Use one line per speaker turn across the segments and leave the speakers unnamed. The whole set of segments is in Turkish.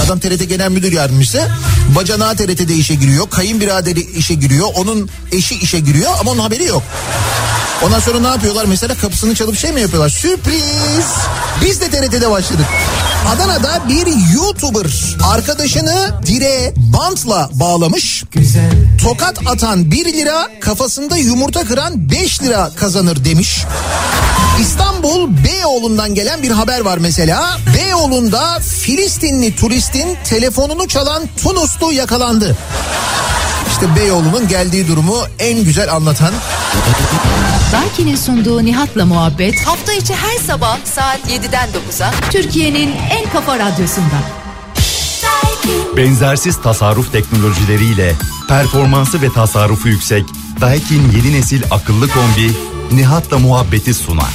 Adam TRT Genel Müdür Yardımcısı. Bacanağı TRT'de işe giriyor. Kayınbiraderi işe giriyor. Onun eşi işe giriyor ama onun haberi yok. Ondan sonra ne yapıyorlar? Mesela kapısını çalıp şey mi yapıyorlar? Sürpriz! Biz de TRT'de başladık. Adana'da bir YouTuber arkadaşını direğe bantla bağlamış. Tokat atan 1 lira, kafasında yumurta kıran 5 lira kazanır demiş. İstanbul Beyoğlu'ndan gelen bir haber var mesela. Beyoğlu'nda Filistinli turistin telefonunu çalan Tunuslu yakalandı. İşte Beyoğlu'nun geldiği durumu en güzel anlatan.
Daiki'nin sunduğu Nihat'la Muhabbet
hafta içi her sabah saat 7'den 9'a
Türkiye'nin en kafa radyosunda.
Benzersiz tasarruf teknolojileriyle performansı ve tasarrufu yüksek Daikin yeni nesil akıllı kombi Nihat'la Muhabbet'i sunar.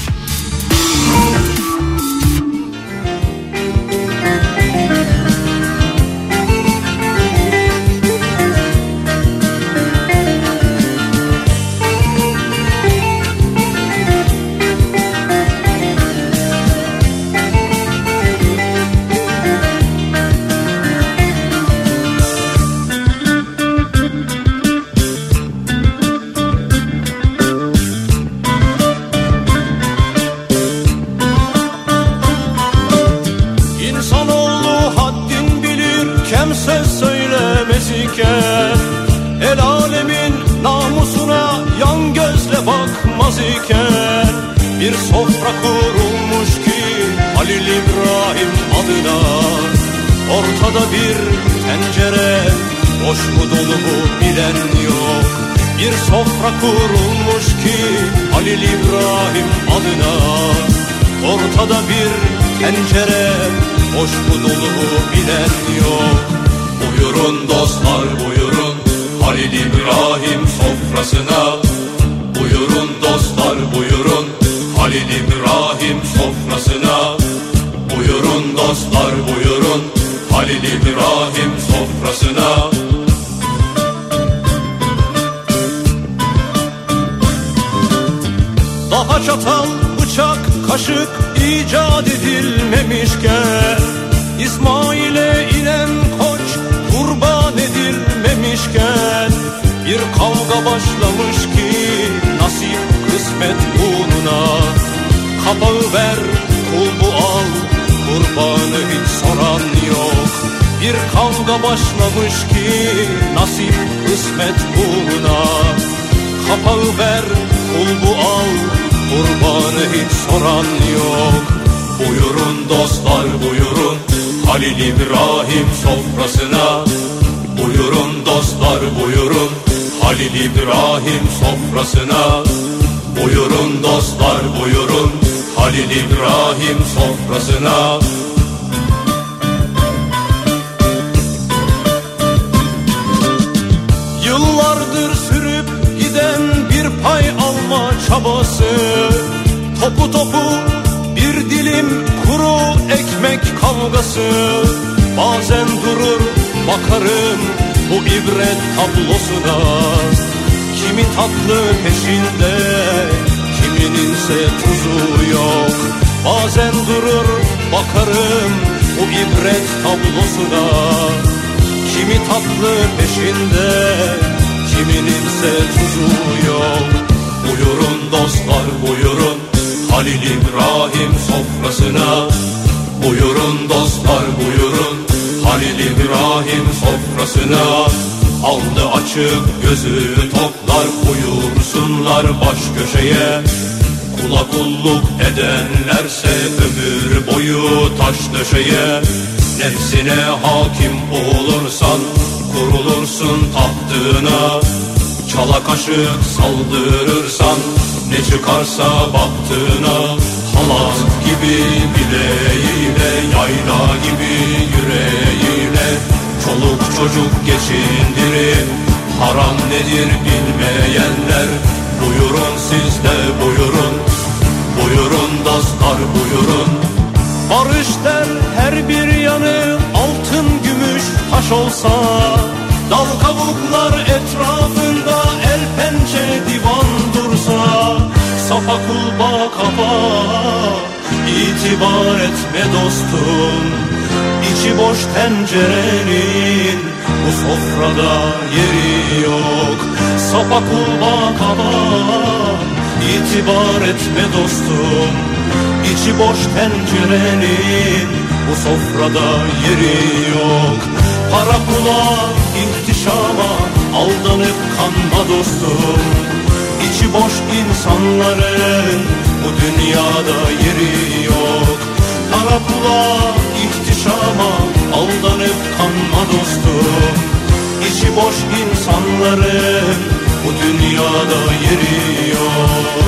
Bir sofra kurulmuş ki Halil İbrahim adına, ortada bir tencere, boş mu dolu mu bilen yok. Bir sofra kurulmuş ki Halil İbrahim adına, ortada bir tencere, boş mu dolu mu bilen yok. Buyurun dostlar buyurun Halil İbrahim sofrasına, buyurun dostlar buyurun Halil İbrahim sofrasına, buyurun dostlar buyurun Halil İbrahim sofrasına. Daha çatal, bıçak, kaşık icat edilmemişken, İsmail'e inen koç kurban edilmemişken, bir kavga başlamış ki nasip kısmet uğruna. Kapağı ver, kulbu al, kurbanı hiç soran yok. Bir kavga başlamış ki nasip kısmet uğruna. Kapağı ver, kulbu al, kurbanı hiç soran yok. Buyurun dostlar buyurun Halil İbrahim sofrasına, buyurun dostlar buyurun Halil İbrahim sofrasına, buyurun dostlar buyurun Halil İbrahim sofrasına. Yıllardır sürüp giden bir pay alma çabası, topu topu bir dilim kuru ekmek kavgası. Bazen durur bakarım bu ibret tablosuna. Kimi tatlı peşinde, kimininse tuzu yok. Bazen durur bakarım bu ibret tablosuna. Kimi tatlı peşinde, kimininse tuzu yok. Buyurun dostlar buyurun Halil İbrahim sofrasına, buyurun dostlar buyurun Halil İbrahim sofrasına. Aldı açık gözü toplar, buyursunlar baş köşeye. Kula kulluk edenlerse ömür boyu taş döşeye. Nefsine hakim olursan kurulursun tahtına. Çala kaşık saldırırsan ne çıkarsa baktığına. Halat gibi bileğiyle, yayla gibi yüreğiyle çoluk çocuk geçindirir. Haram nedir bilmeyenler, buyurun siz de buyurun. Buyurun dostlar buyurun. Barış der her bir yanı altın gümüş taş olsa, dal kavuklar etrafında el pençe divan dursa. Safa kulba kafa itibar etme dostum, İçi boş tencerenin bu sofrada yeri yok. Sapa kulba kaba itibar etme dostum. İçi boş tencerenin bu sofrada yeri yok. Para pula ihtişama aldanıp kanma dostum. İçi boş insanların bu dünyada yeri yok. Para pula ihtişama aldanıp kanma dostum. İçi boş insanların bu dünyada yeri yok.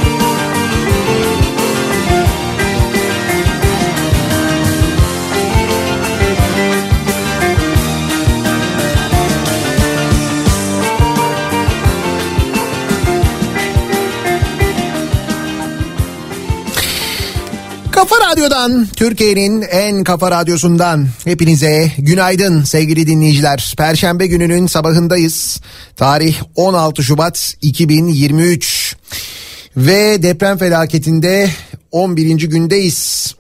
Kafa Radyo'dan, Türkiye'nin en kafa radyosundan hepinize günaydın sevgili dinleyiciler. Perşembe gününün sabahındayız. Tarih 16 Şubat 2023 ve deprem felaketinde 11. gündeyiz.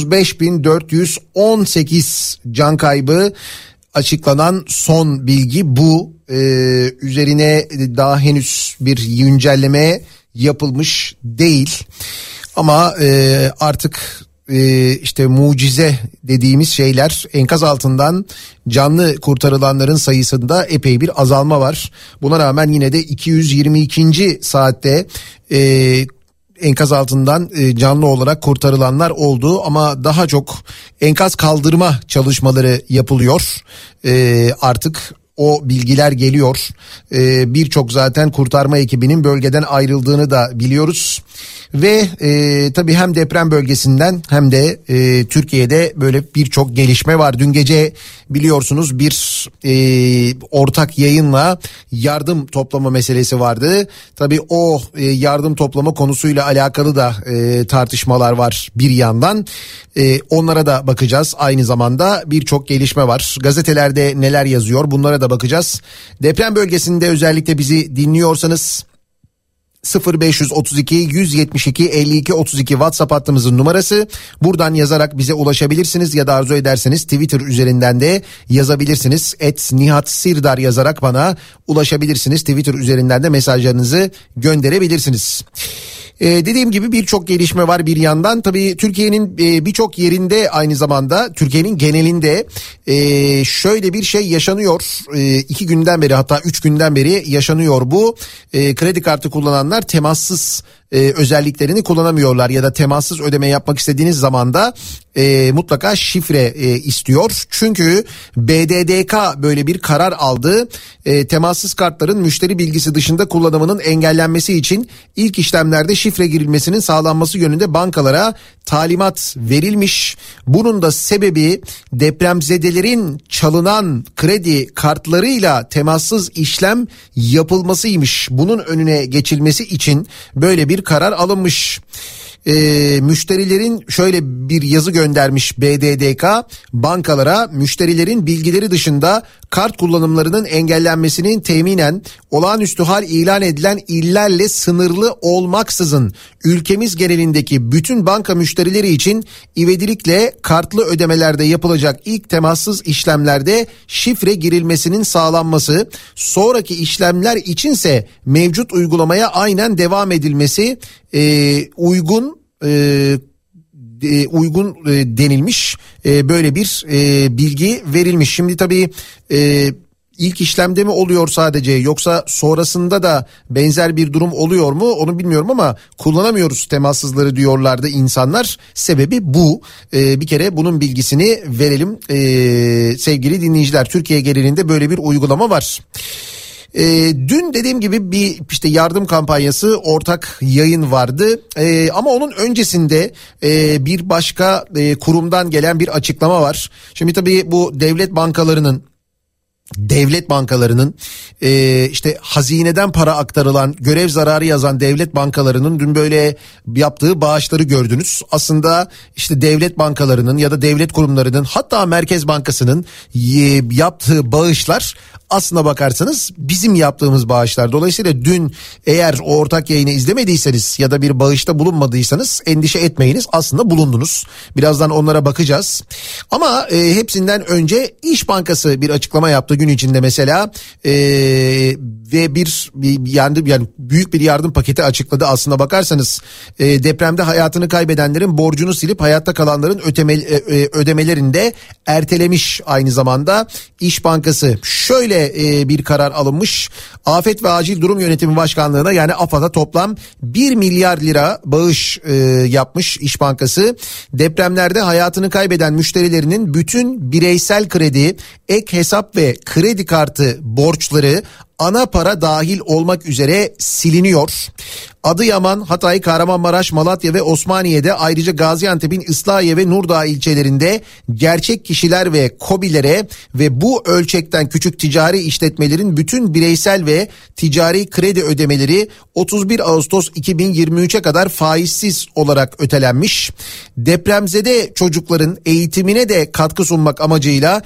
35.418 can kaybı açıklanan son bilgi bu. Üzerine daha henüz bir güncelleme yapılmış değil. Ama artık işte mucize dediğimiz şeyler, enkaz altından canlı kurtarılanların sayısında epey bir azalma var. Buna rağmen yine de 222. saatte enkaz altından canlı olarak kurtarılanlar oldu ama daha çok enkaz kaldırma çalışmaları yapılıyor. Artık o bilgiler geliyor. Birçok zaten kurtarma ekibinin bölgeden ayrıldığını da biliyoruz. Ve tabii hem deprem bölgesinden hem de Türkiye'de böyle birçok gelişme var. Dün gece biliyorsunuz bir ortak yayınla yardım toplama meselesi vardı. Tabii o yardım toplama konusuyla alakalı da tartışmalar var bir yandan. Onlara da bakacağız. Aynı zamanda birçok gelişme var. Gazetelerde neler yazıyor bunlara da bakacağız. Deprem bölgesinde özellikle bizi dinliyorsanız 0532 172 52 32 WhatsApp hattımızın numarası. Buradan yazarak bize ulaşabilirsiniz ya da arzu ederseniz Twitter üzerinden de yazabilirsiniz. @NihatSirdar yazarak bana ulaşabilirsiniz. Twitter üzerinden de mesajlarınızı gönderebilirsiniz. Dediğim gibi birçok gelişme var bir yandan. Tabii Türkiye'nin birçok yerinde, aynı zamanda Türkiye'nin genelinde şöyle bir şey yaşanıyor. 2 günden beri, hatta 3 günden beri yaşanıyor bu. Kredi kartı kullananlar temassız özelliklerini kullanamıyorlar ya da temassız ödeme yapmak istediğiniz zaman da mutlaka şifre istiyor. Çünkü BDDK böyle bir karar aldı. Temassız kartların müşteri bilgisi dışında kullanımının engellenmesi için ilk işlemlerde şifre girilmesinin sağlanması yönünde bankalara talimat verilmiş. Bunun da sebebi depremzedelerin çalınan kredi kartlarıyla temassız işlem yapılmasıymış. Bunun önüne geçilmesi için böyle bir karar alınmış. Müşterilerin şöyle bir yazı göndermiş BDDK bankalara: müşterilerin bilgileri dışında kart kullanımlarının engellenmesinin teminen olağanüstü hal ilan edilen illerle sınırlı olmaksızın ülkemiz genelindeki bütün banka müşterileri için ivedilikle kartlı ödemelerde yapılacak ilk temassız işlemlerde şifre girilmesinin sağlanması, sonraki işlemler içinse mevcut uygulamaya aynen devam edilmesi uygun denilmiş. Böyle bir bilgi verilmiş. Şimdi tabii ilk işlemde mi oluyor sadece, yoksa sonrasında da benzer bir durum oluyor mu onu bilmiyorum ama kullanamıyoruz temassızları diyorlardı insanlar. Sebebi bu. Bir kere bunun bilgisini verelim sevgili dinleyiciler. Türkiye genelinde böyle bir uygulama var. Dün dediğim gibi bir işte yardım kampanyası, ortak yayın vardı ama onun öncesinde bir başka kurumdan gelen bir açıklama var. Şimdi tabii bu devlet bankalarının devlet bankalarının işte hazineden para aktarılan, görev zararı yazan devlet bankalarının dün böyle yaptığı bağışları gördünüz. Aslında işte devlet bankalarının ya da devlet kurumlarının, hatta Merkez Bankası'nın yaptığı bağışlar aslına bakarsanız bizim yaptığımız bağışlar. Dolayısıyla dün eğer o ortak yayını izlemediyseniz ya da bir bağışta bulunmadıysanız endişe etmeyiniz, aslında bulundunuz. Birazdan onlara bakacağız. Ama hepsinden önce İş Bankası bir açıklama yaptı gün içinde mesela ve yani büyük bir yardım paketi açıkladı. Aslına bakarsanız depremde hayatını kaybedenlerin borcunu silip hayatta kalanların ödemelerini de ertelemiş aynı zamanda İş Bankası. Şöyle bir karar alınmış. Afet ve Acil Durum Yönetimi Başkanlığı'na, yani AFAD'a toplam 1 milyar lira bağış yapmış İş Bankası. Depremlerde hayatını kaybeden müşterilerinin bütün bireysel kredi, ek hesap ve kredi kartı borçları ana para dahil olmak üzere siliniyor. Adıyaman, Hatay, Kahramanmaraş, Malatya ve Osmaniye'de, ayrıca Gaziantep'in Islahiye ve Nurdağ ilçelerinde gerçek kişiler ve KOBİ'lere ve bu ölçekten küçük ticari işletmelerin bütün bireysel ve ticari kredi ödemeleri 31 Ağustos 2023'e kadar faizsiz olarak ötelenmiş. Depremzede çocukların eğitimine de katkı sunmak amacıyla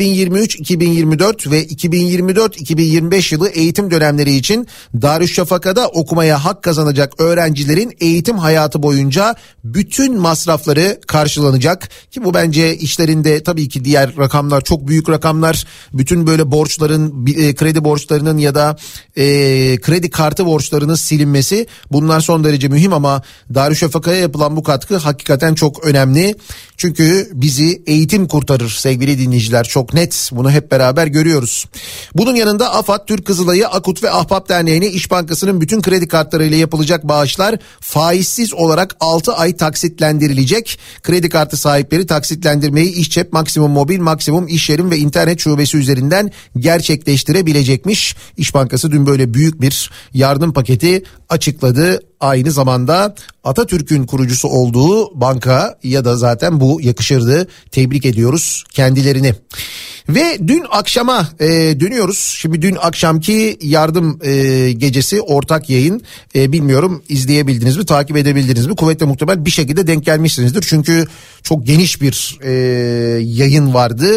2023-2024 ve 2024-2025 yılı eğitim dönemleri için Darüşşafaka'da okumaya hak kazanacak öğrencilerin eğitim hayatı boyunca bütün masrafları karşılanacak. Ki bu bence işlerinde tabii ki diğer rakamlar çok büyük rakamlar. Bütün böyle borçların, kredi borçlarının ya da kredi kartı borçlarının silinmesi, bunlar son derece mühim ama Darüşşafaka'ya yapılan bu katkı hakikaten çok önemli. Çünkü bizi eğitim kurtarır sevgili dinleyiciler, çok net, bunu hep beraber görüyoruz. Bunun yanında AFAD, Türk Kızılayı, Akut ve Ahbap Derneği'ne İş Bankası'nın bütün kredi kartlarıyla yapılacak bağışlar faizsiz olarak 6 ay taksitlendirilecek. Kredi kartı sahipleri taksitlendirmeyi İşcep, Maksimum Mobil, Maksimum İş Yerim ve internet şubesi üzerinden gerçekleştirebilecekmiş. İş Bankası dün böyle büyük bir yardım paketi açıkladı. Aynı zamanda Atatürk'ün kurucusu olduğu banka ya da zaten bu yakışırdı. Tebrik ediyoruz kendilerini. Ve dün akşama dönüyoruz. Şimdi dün akşamki yardım gecesi ortak yayın, bilmiyorum izleyebildiniz mi, takip edebildiniz mi? Kuvvetle muhtemel bir şekilde denk gelmişsinizdir. Çünkü çok geniş bir yayın vardı.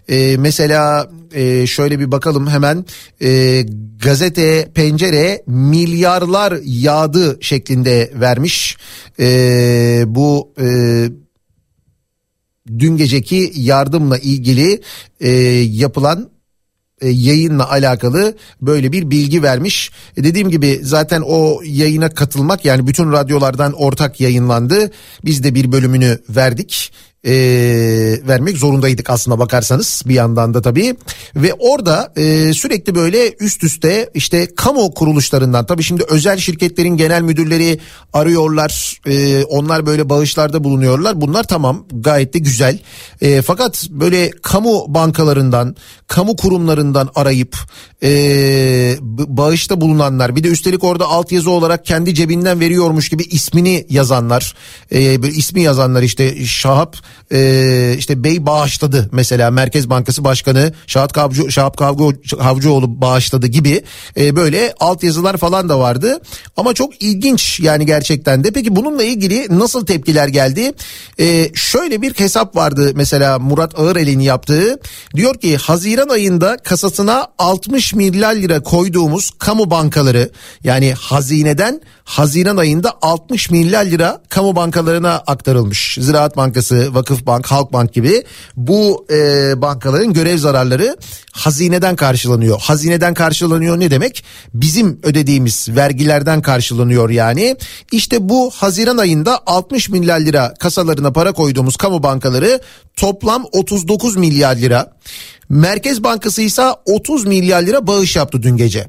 Mesela şöyle bir bakalım hemen, gazete Pencere milyarlar yağdı şeklinde vermiş. Bu dün geceki yardımla ilgili yapılan yayınla alakalı böyle bir bilgi vermiş. Dediğim gibi zaten o yayına katılmak, yani bütün radyolardan ortak yayınlandı. Biz de bir bölümünü verdik. Vermek zorundaydık aslına bakarsanız bir yandan da tabii. Ve orada sürekli böyle üst üste işte kamu kuruluşlarından, tabii şimdi özel şirketlerin genel müdürleri arıyorlar, onlar böyle bağışlarda bulunuyorlar, bunlar tamam, gayet de güzel. Fakat böyle kamu bankalarından, kamu kurumlarından arayıp bağışta bulunanlar, bir de üstelik orada altyazı olarak kendi cebinden veriyormuş gibi ismini yazanlar, böyle ismi yazanlar, işte Şahap işte Bey bağışladı mesela, Merkez Bankası Başkanı Şahap Kavcıoğlu bağışladı gibi böyle altyazılar falan da vardı. Ama çok ilginç yani gerçekten de. Peki bununla ilgili nasıl tepkiler geldi? Şöyle bir hesap vardı mesela Murat Ağırel'in yaptığı. Diyor ki Haziran ayında kasasına 60 milyar lira koyduğumuz kamu bankaları, yani hazineden Haziran ayında 60 milyar lira kamu bankalarına aktarılmış. Ziraat Bankası, Vakıfbank, Halkbank gibi bu bankaların görev zararları hazineden karşılanıyor. Hazineden karşılanıyor ne demek? Bizim ödediğimiz vergilerden karşılanıyor yani. İşte bu Haziran ayında 60 milyar lira kasalarına para koyduğumuz kamu bankaları toplam 39 milyar lira. Merkez Bankası ise 30 milyar lira bağış yaptı dün gece.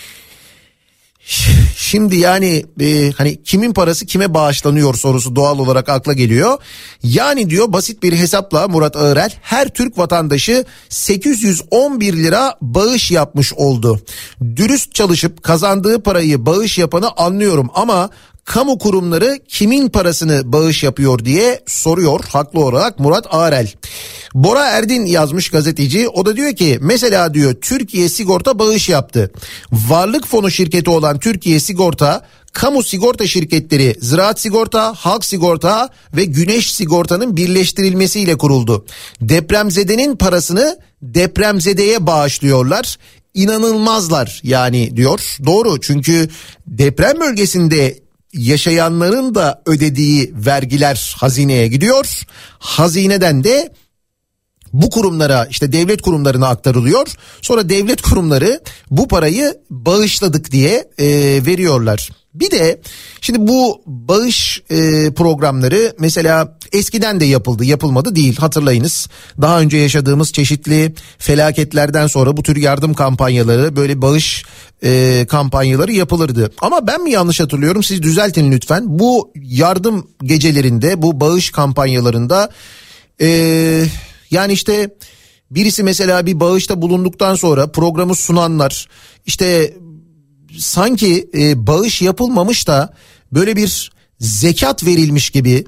Şimdi yani hani kimin parası kime bağışlanıyor sorusu doğal olarak akla geliyor. Yani diyor basit bir hesapla Murat Ağırel, her Türk vatandaşı 811 lira bağış yapmış oldu. Dürüst çalışıp kazandığı parayı bağış yapanı anlıyorum ama kamu kurumları kimin parasını bağış yapıyor diye soruyor haklı olarak Murat Ağrel. Bora Erdin yazmış gazeteci. O da diyor ki mesela diyor Türkiye Sigorta bağış yaptı. Varlık fonu şirketi olan Türkiye Sigorta kamu sigorta şirketleri Ziraat Sigorta, Halk Sigorta ve Güneş Sigorta'nın birleştirilmesiyle kuruldu. Depremzedenin parasını depremzedeye bağışlıyorlar. İnanılmazlar yani diyor. Doğru, çünkü deprem bölgesinde yaşayanların da ödediği vergiler hazineye gidiyor. Hazineden de bu kurumlara, işte devlet kurumlarına aktarılıyor. Sonra devlet kurumları bu parayı bağışladık diye veriyorlar. Bir de şimdi bu bağış programları mesela eskiden de yapılmadı değil, hatırlayınız. Daha önce yaşadığımız çeşitli felaketlerden sonra bu tür yardım kampanyaları, böyle bağış kampanyaları yapılırdı. Ama ben mi yanlış hatırlıyorum, siz düzeltin lütfen. Bu yardım gecelerinde, bu bağış kampanyalarında yani işte birisi mesela bir bağışta bulunduktan sonra programı sunanlar işte sanki bağış yapılmamış da böyle bir zekat verilmiş gibi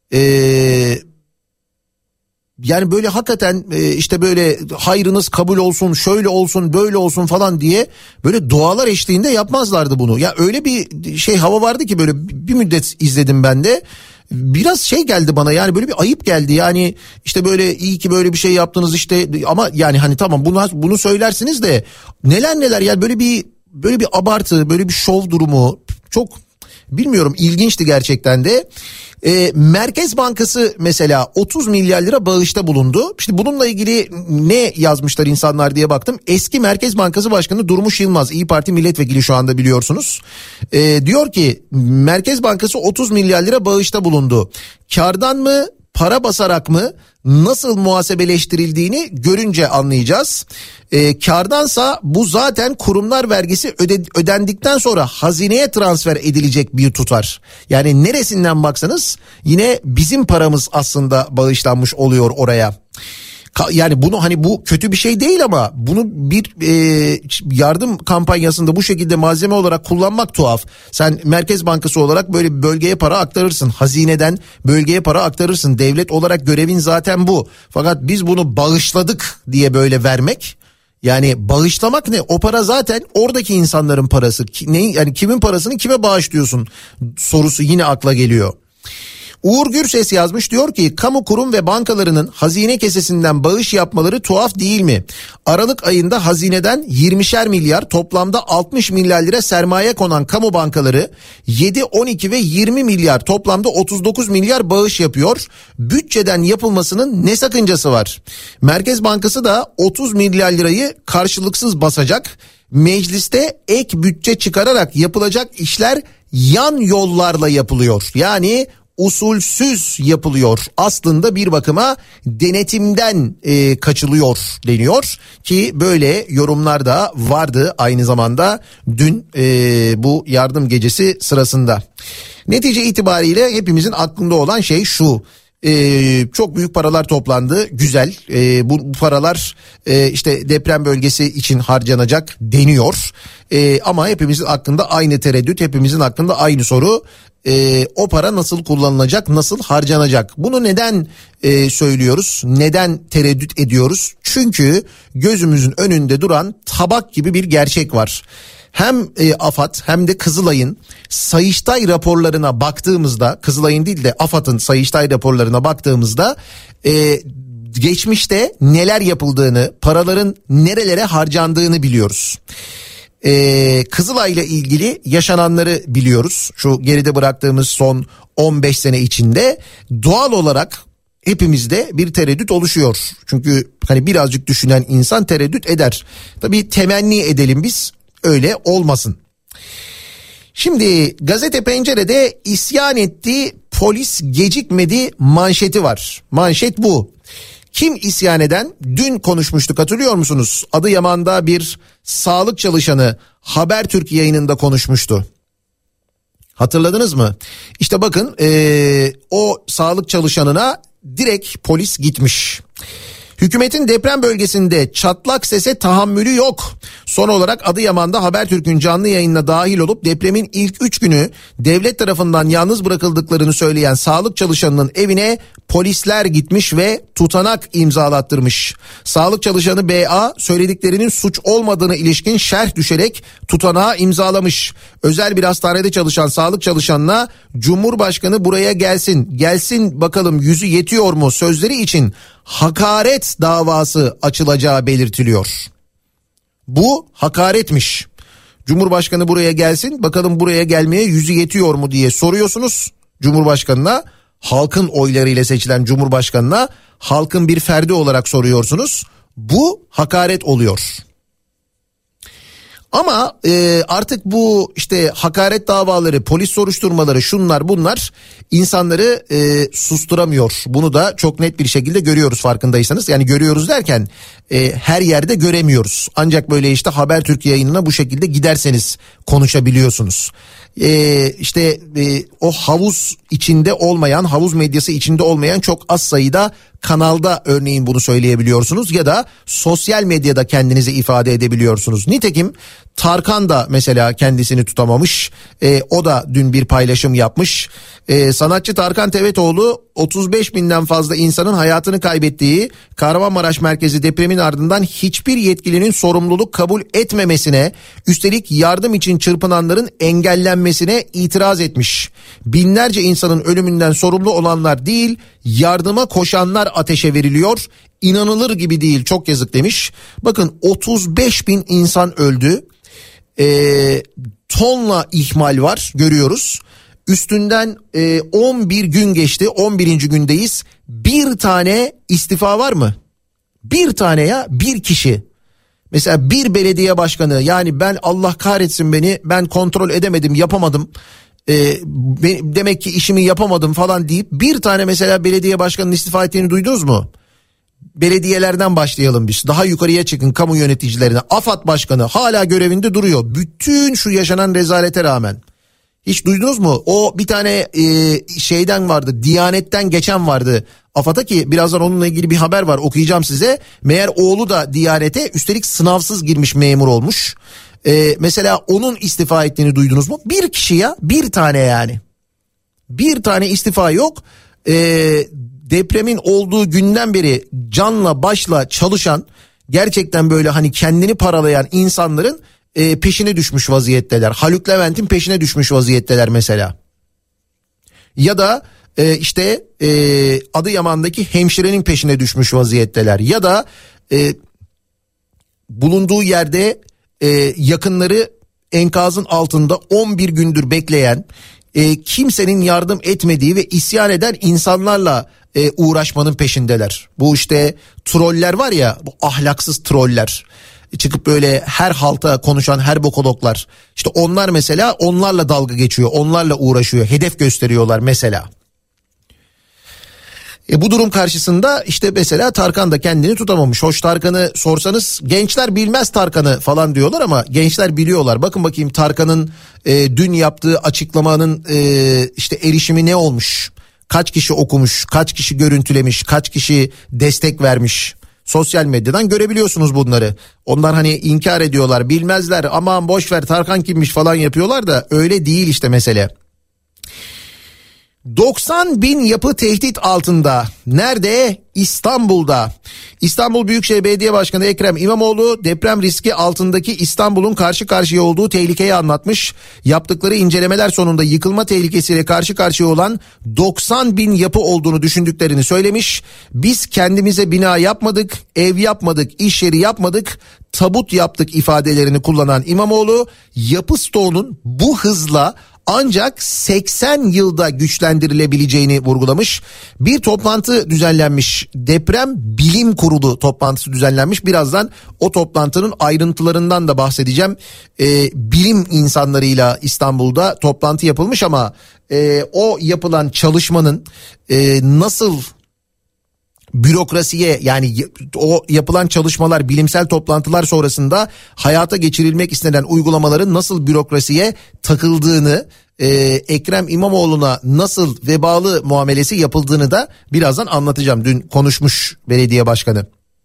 yani böyle hakikaten işte böyle hayrınız kabul olsun, şöyle olsun, böyle olsun falan diye böyle dualar eşliğinde yapmazlardı bunu. Ya öyle bir şey hava vardı ki böyle bir müddet izledim ben de. Biraz şey geldi bana, yani böyle bir ayıp geldi, yani işte böyle iyi ki böyle bir şey yaptınız işte, ama yani hani tamam bunu söylersiniz de neler yani böyle bir abartı, böyle bir şov durumu, çok bilmiyorum, ilginçti gerçekten de. Merkez Bankası mesela 30 milyar lira bağışta bulundu. İşte bununla ilgili ne yazmışlar insanlar diye baktım. Eski Merkez Bankası Başkanı Durmuş Yılmaz, İYİ Parti milletvekili şu anda biliyorsunuz. Diyor ki Merkez Bankası 30 milyar lira bağışta bulundu. Kardan mı, para basarak mı, nasıl muhasebeleştirildiğini görünce anlayacağız. Kardansa bu zaten kurumlar vergisi ödendikten sonra hazineye transfer edilecek bir tutar. Yani neresinden baksanız yine bizim paramız aslında bağışlanmış oluyor oraya. Yani bunu, hani bu kötü bir şey değil ama bunu bir yardım kampanyasında bu şekilde malzeme olarak kullanmak tuhaf. Sen Merkez Bankası olarak böyle bir bölgeye para aktarırsın. Hazineden bölgeye para aktarırsın. Devlet olarak görevin zaten bu. Fakat biz bunu bağışladık diye böyle vermek, yani bağışlamak ne? O para zaten oradaki insanların parası. Yani kimin parasını kime bağışlıyorsun sorusu yine akla geliyor. Uğur Gürses yazmış, diyor ki kamu kurum ve bankalarının hazine kesesinden bağış yapmaları tuhaf değil mi? Aralık ayında hazineden 20'şer milyar, toplamda 60 milyar lira sermaye konan kamu bankaları 7, 12 ve 20 milyar, toplamda 39 milyar bağış yapıyor. Bütçeden yapılmasının ne sakıncası var? Merkez Bankası da 30 milyar lirayı karşılıksız basacak. Mecliste ek bütçe çıkararak yapılacak işler yan yollarla yapılıyor. Yani usulsüz yapılıyor. Aslında bir bakıma denetimden kaçılıyor deniyor ki böyle yorumlar da vardı aynı zamanda dün bu yardım gecesi sırasında. Netice itibariyle hepimizin aklında olan şey şu: çok büyük paralar toplandı, güzel, bu paralar işte deprem bölgesi için harcanacak deniyor, ama hepimizin aklında aynı tereddüt, hepimizin aklında aynı soru: o para nasıl kullanılacak, nasıl harcanacak? Bunu neden söylüyoruz, neden tereddüt ediyoruz? Çünkü gözümüzün önünde duran tabak gibi bir gerçek var. Hem AFAD hem de Kızılay'ın Sayıştay raporlarına baktığımızda, Kızılay'ın değil de AFAD'ın Sayıştay raporlarına baktığımızda geçmişte neler yapıldığını, paraların nerelere harcandığını biliyoruz. Kızılay'la ilgili yaşananları biliyoruz. Şu geride bıraktığımız son 15 sene içinde doğal olarak hepimizde bir tereddüt oluşuyor. Çünkü hani birazcık düşünen insan tereddüt eder. Tabii temenni edelim biz, öyle olmasın. Şimdi gazete Pencere'de isyan etti, polis gecikmedi manşeti var. Manşet bu. Kim isyan eden? Dün konuşmuştuk, hatırlıyor musunuz? Adıyaman'da bir sağlık çalışanı Habertürk yayınında konuşmuştu. Hatırladınız mı? İşte bakın o sağlık çalışanına direkt polis gitmiş. Hükümetin deprem bölgesinde çatlak sese tahammülü yok. Son olarak Adıyaman'da Habertürk'ün canlı yayınına dahil olup depremin ilk 3 günü devlet tarafından yalnız bırakıldıklarını söyleyen sağlık çalışanının evine polisler gitmiş ve tutanak imzalattırmış. Sağlık çalışanı BA söylediklerinin suç olmadığına ilişkin şerh düşerek tutanağı imzalamış. Özel bir hastanede çalışan sağlık çalışanına Cumhurbaşkanı buraya gelsin bakalım yüzü yetiyor mu sözleri için hakaret davası açılacağı belirtiliyor. Bu hakaretmiş. Cumhurbaşkanı buraya gelsin bakalım buraya gelmeye yüzü yetiyor mu diye soruyorsunuz Cumhurbaşkanına. Halkın oylarıyla seçilen Cumhurbaşkanına halkın bir ferdi olarak soruyorsunuz. Bu hakaret oluyor. Ama artık bu işte hakaret davaları, polis soruşturmaları, şunlar bunlar insanları susturamıyor. Bunu da çok net bir şekilde görüyoruz farkındaysanız. Yani görüyoruz derken her yerde göremiyoruz. Ancak böyle işte Habertürk yayınına bu şekilde giderseniz konuşabiliyorsunuz. O havuz içinde olmayan, havuz medyası içinde olmayan çok az sayıda kanalda örneğin bunu söyleyebiliyorsunuz ya da sosyal medyada kendinizi ifade edebiliyorsunuz. Nitekim Tarkan da mesela kendisini tutamamış. O da dün bir paylaşım yapmış. Sanatçı Tarkan Tevetoğlu 35 binden fazla insanın hayatını kaybettiği Kahramanmaraş merkezi depremin ardından hiçbir yetkilinin sorumluluk kabul etmemesine, üstelik yardım için çırpınanların engellenmesine itiraz etmiş. Binlerce insanın ölümünden sorumlu olanlar değil, yardıma koşanlar ateşe veriliyor. İnanılır gibi değil, çok yazık demiş. Bakın 35 bin insan öldü. Tonla ihmal var görüyoruz. Üstünden 11 gün geçti, 11. gündeyiz. Bir tane istifa var mı? Bir tane ya, bir kişi. Mesela bir belediye başkanı, yani ben Allah kahretsin beni, ben kontrol edemedim, yapamadım. Demek ki işimi yapamadım falan deyip bir tane mesela belediye başkanının istifa ettiğini duydunuz mu? Belediyelerden başlayalım biz. Daha yukarıya çıkın, kamu yöneticilerine. AFAD başkanı hala görevinde duruyor. Bütün şu yaşanan rezalete rağmen. Hiç duydunuz mu? O bir tane şeyden vardı, Diyanet'ten geçen vardı AFAD'a, ki birazdan onunla ilgili bir haber var, okuyacağım size. Meğer oğlu da Diyanet'e, üstelik sınavsız girmiş, memur olmuş. Mesela onun istifa ettiğini duydunuz mu? Bir kişi ya, bir tane yani. Bir tane istifa yok. Depremin olduğu günden beri canla başla çalışan, gerçekten böyle hani kendini paralayan insanların peşine düşmüş vaziyetteler. Haluk Levent'in peşine düşmüş vaziyetteler mesela. Ya da Adıyaman'daki hemşirenin peşine düşmüş vaziyetteler. Ya da bulunduğu yerde yakınları enkazın altında 11 gündür bekleyen, kimsenin yardım etmediği ve isyan eden insanlarla uğraşmanın peşindeler. Bu işte troller var ya, bu ahlaksız troller. Çıkıp böyle her halta konuşan her bokologlar. İşte onlar mesela, onlarla dalga geçiyor, onlarla uğraşıyor, hedef gösteriyorlar mesela. Bu durum karşısında işte mesela Tarkan da kendini tutamamış. Hoş, Tarkan'ı sorsanız gençler bilmez Tarkan'ı falan diyorlar ama gençler biliyorlar. Bakın bakayım Tarkan'ın dün yaptığı açıklamanın erişimi ne olmuş? Kaç kişi okumuş, kaç kişi görüntülemiş, kaç kişi destek vermiş? Sosyal medyadan görebiliyorsunuz bunları. Onlar hani inkar ediyorlar, bilmezler, aman boş ver Tarkan kimmiş falan yapıyorlar da öyle değil işte mesele. 90 bin yapı tehdit altında. Nerede? İstanbul'da. İstanbul Büyükşehir Belediye Başkanı Ekrem İmamoğlu deprem riski altındaki İstanbul'un karşı karşıya olduğu tehlikeyi anlatmış. Yaptıkları incelemeler sonunda yıkılma tehlikesiyle karşı karşıya olan 90 bin yapı olduğunu düşündüklerini söylemiş. Biz kendimize bina yapmadık, ev yapmadık, iş yeri yapmadık, tabut yaptık ifadelerini kullanan İmamoğlu, yapı stoğunun bu hızla ancak 80 yılda güçlendirilebileceğini vurgulamış. Bir toplantı düzenlenmiş. Deprem Bilim Kurulu toplantısı düzenlenmiş. Birazdan o toplantının ayrıntılarından da bahsedeceğim. Bilim insanlarıyla İstanbul'da toplantı yapılmış ama o yapılan çalışmanın nasıl bürokrasiye, yani o yapılan çalışmalar, bilimsel toplantılar sonrasında hayata geçirilmek istenen uygulamaların nasıl bürokrasiye takıldığını, Ekrem İmamoğlu'na nasıl vebalı muamelesi yapıldığını da birazdan anlatacağım. Dün konuşmuş belediye başkanı.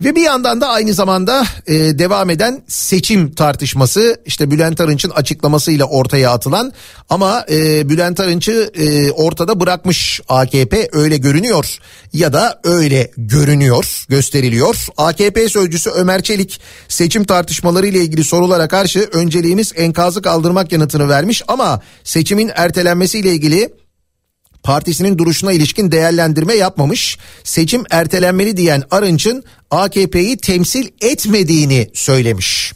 Ve bir yandan da aynı zamanda devam eden seçim tartışması, işte Bülent Arınç'ın açıklamasıyla ortaya atılan, ama Bülent Arınç'ı ortada bırakmış AKP, öyle görünüyor ya da öyle gösteriliyor. AKP sözcüsü Ömer Çelik seçim tartışmaları ile ilgili sorulara karşı önceliğimiz enkazı kaldırmak yanıtını vermiş, ama seçimin ertelenmesiyle ilgili partisinin duruşuna ilişkin değerlendirme yapmamış. Seçim ertelenmeli diyen Arınç'ın AKP'yi temsil etmediğini söylemiş.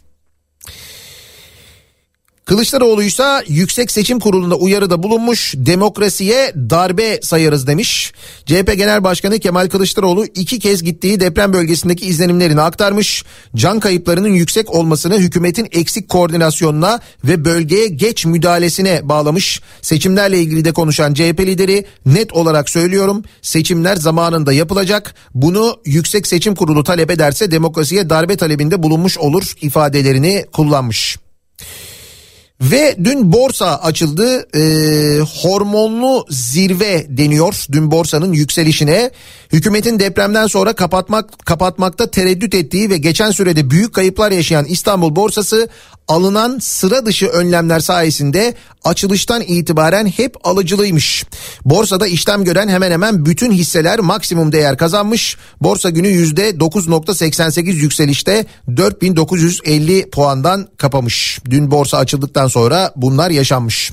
Kılıçdaroğlu ise Yüksek Seçim Kurulu'nda uyarıda bulunmuş, demokrasiye darbe sayarız demiş. CHP Genel Başkanı Kemal Kılıçdaroğlu 2 kez gittiği deprem bölgesindeki izlenimlerini aktarmış. Can kayıplarının yüksek olmasını hükümetin eksik koordinasyonuna ve bölgeye geç müdahalesine bağlamış. Seçimlerle ilgili de konuşan CHP lideri, net olarak söylüyorum, seçimler zamanında yapılacak. Bunu Yüksek Seçim Kurulu talep ederse demokrasiye darbe talebinde bulunmuş olur ifadelerini kullanmış. Ve dün borsa açıldı. Hormonlu zirve deniyor dün borsanın yükselişine. Hükümetin depremden sonra kapatmakta tereddüt ettiği ve geçen sürede büyük kayıplar yaşayan İstanbul borsası alınan sıra dışı önlemler sayesinde açılıştan itibaren hep alıcılıymış. Borsada işlem gören hemen hemen bütün hisseler maksimum değer kazanmış. Borsa günü %9.88 yükselişte 4950 puandan kapamış. Dün borsa açıldıktan sonra bunlar yaşanmış.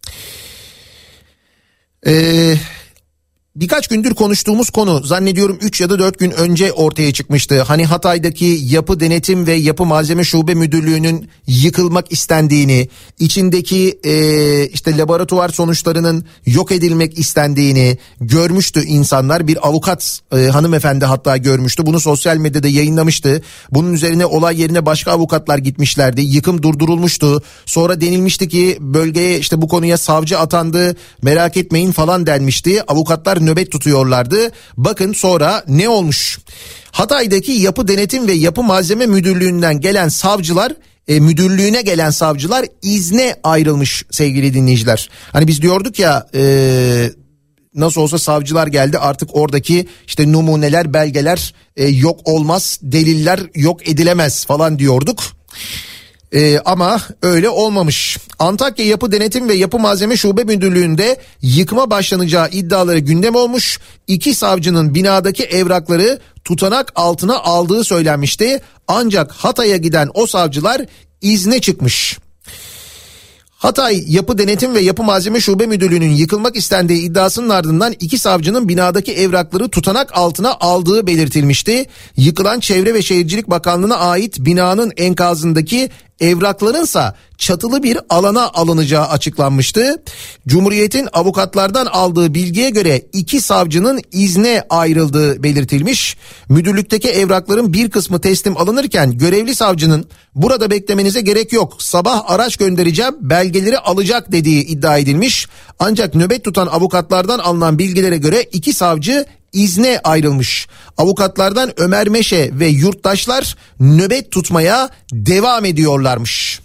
Birkaç gündür konuştuğumuz konu, zannediyorum 3 ya da 4 gün önce ortaya çıkmıştı. Hani Hatay'daki Yapı Denetim ve Yapı Malzeme Şube Müdürlüğü'nün yıkılmak istendiğini, içindeki işte laboratuvar sonuçlarının yok edilmek istendiğini görmüştü insanlar. Bir avukat hanımefendi hatta görmüştü. Bunu sosyal medyada yayınlamıştı. Bunun üzerine olay yerine başka avukatlar gitmişlerdi. Yıkım durdurulmuştu. Sonra denilmişti ki bölgeye işte bu konuya savcı atandı, merak etmeyin falan denmişti. Avukatlar nöbet tutuyorlardı. Bakın sonra ne olmuş? Hatay'daki Yapı Denetim ve Yapı Malzeme Müdürlüğü'nden gelen savcılar, müdürlüğüne gelen savcılar izne ayrılmış sevgili dinleyiciler. Hani biz diyorduk ya, nasıl olsa savcılar geldi, artık oradaki işte numuneler, belgeler yok olmaz, deliller yok edilemez falan diyorduk. Ama öyle olmamış. Antakya Yapı Denetim ve Yapı Malzeme Şube Müdürlüğü'nde yıkıma başlanacağı iddiaları gündem olmuş. 2 savcının binadaki evrakları tutanak altına aldığı söylenmişti. Ancak Hatay'a giden o savcılar izne çıkmış. Hatay Yapı Denetim ve Yapı Malzeme Şube Müdürlüğü'nün yıkılmak istendiği iddiasının ardından 2 savcının binadaki evrakları tutanak altına aldığı belirtilmişti. Yıkılan Çevre ve Şehircilik Bakanlığı'na ait binanın enkazındaki evraklarınsa çatılı bir alana alınacağı açıklanmıştı. Cumhuriyet'in avukatlardan aldığı bilgiye göre 2 savcının izne ayrıldığı belirtilmiş. Müdürlükteki evrakların bir kısmı teslim alınırken görevli savcının burada beklemenize gerek yok, sabah araç göndereceğim, belgeleri alacak dediği iddia edilmiş. Ancak nöbet tutan avukatlardan alınan bilgilere göre 2 savcı izne ayrılmış. Avukatlardan Ömer Meşe ve yurttaşlar nöbet tutmaya devam ediyorlarmış.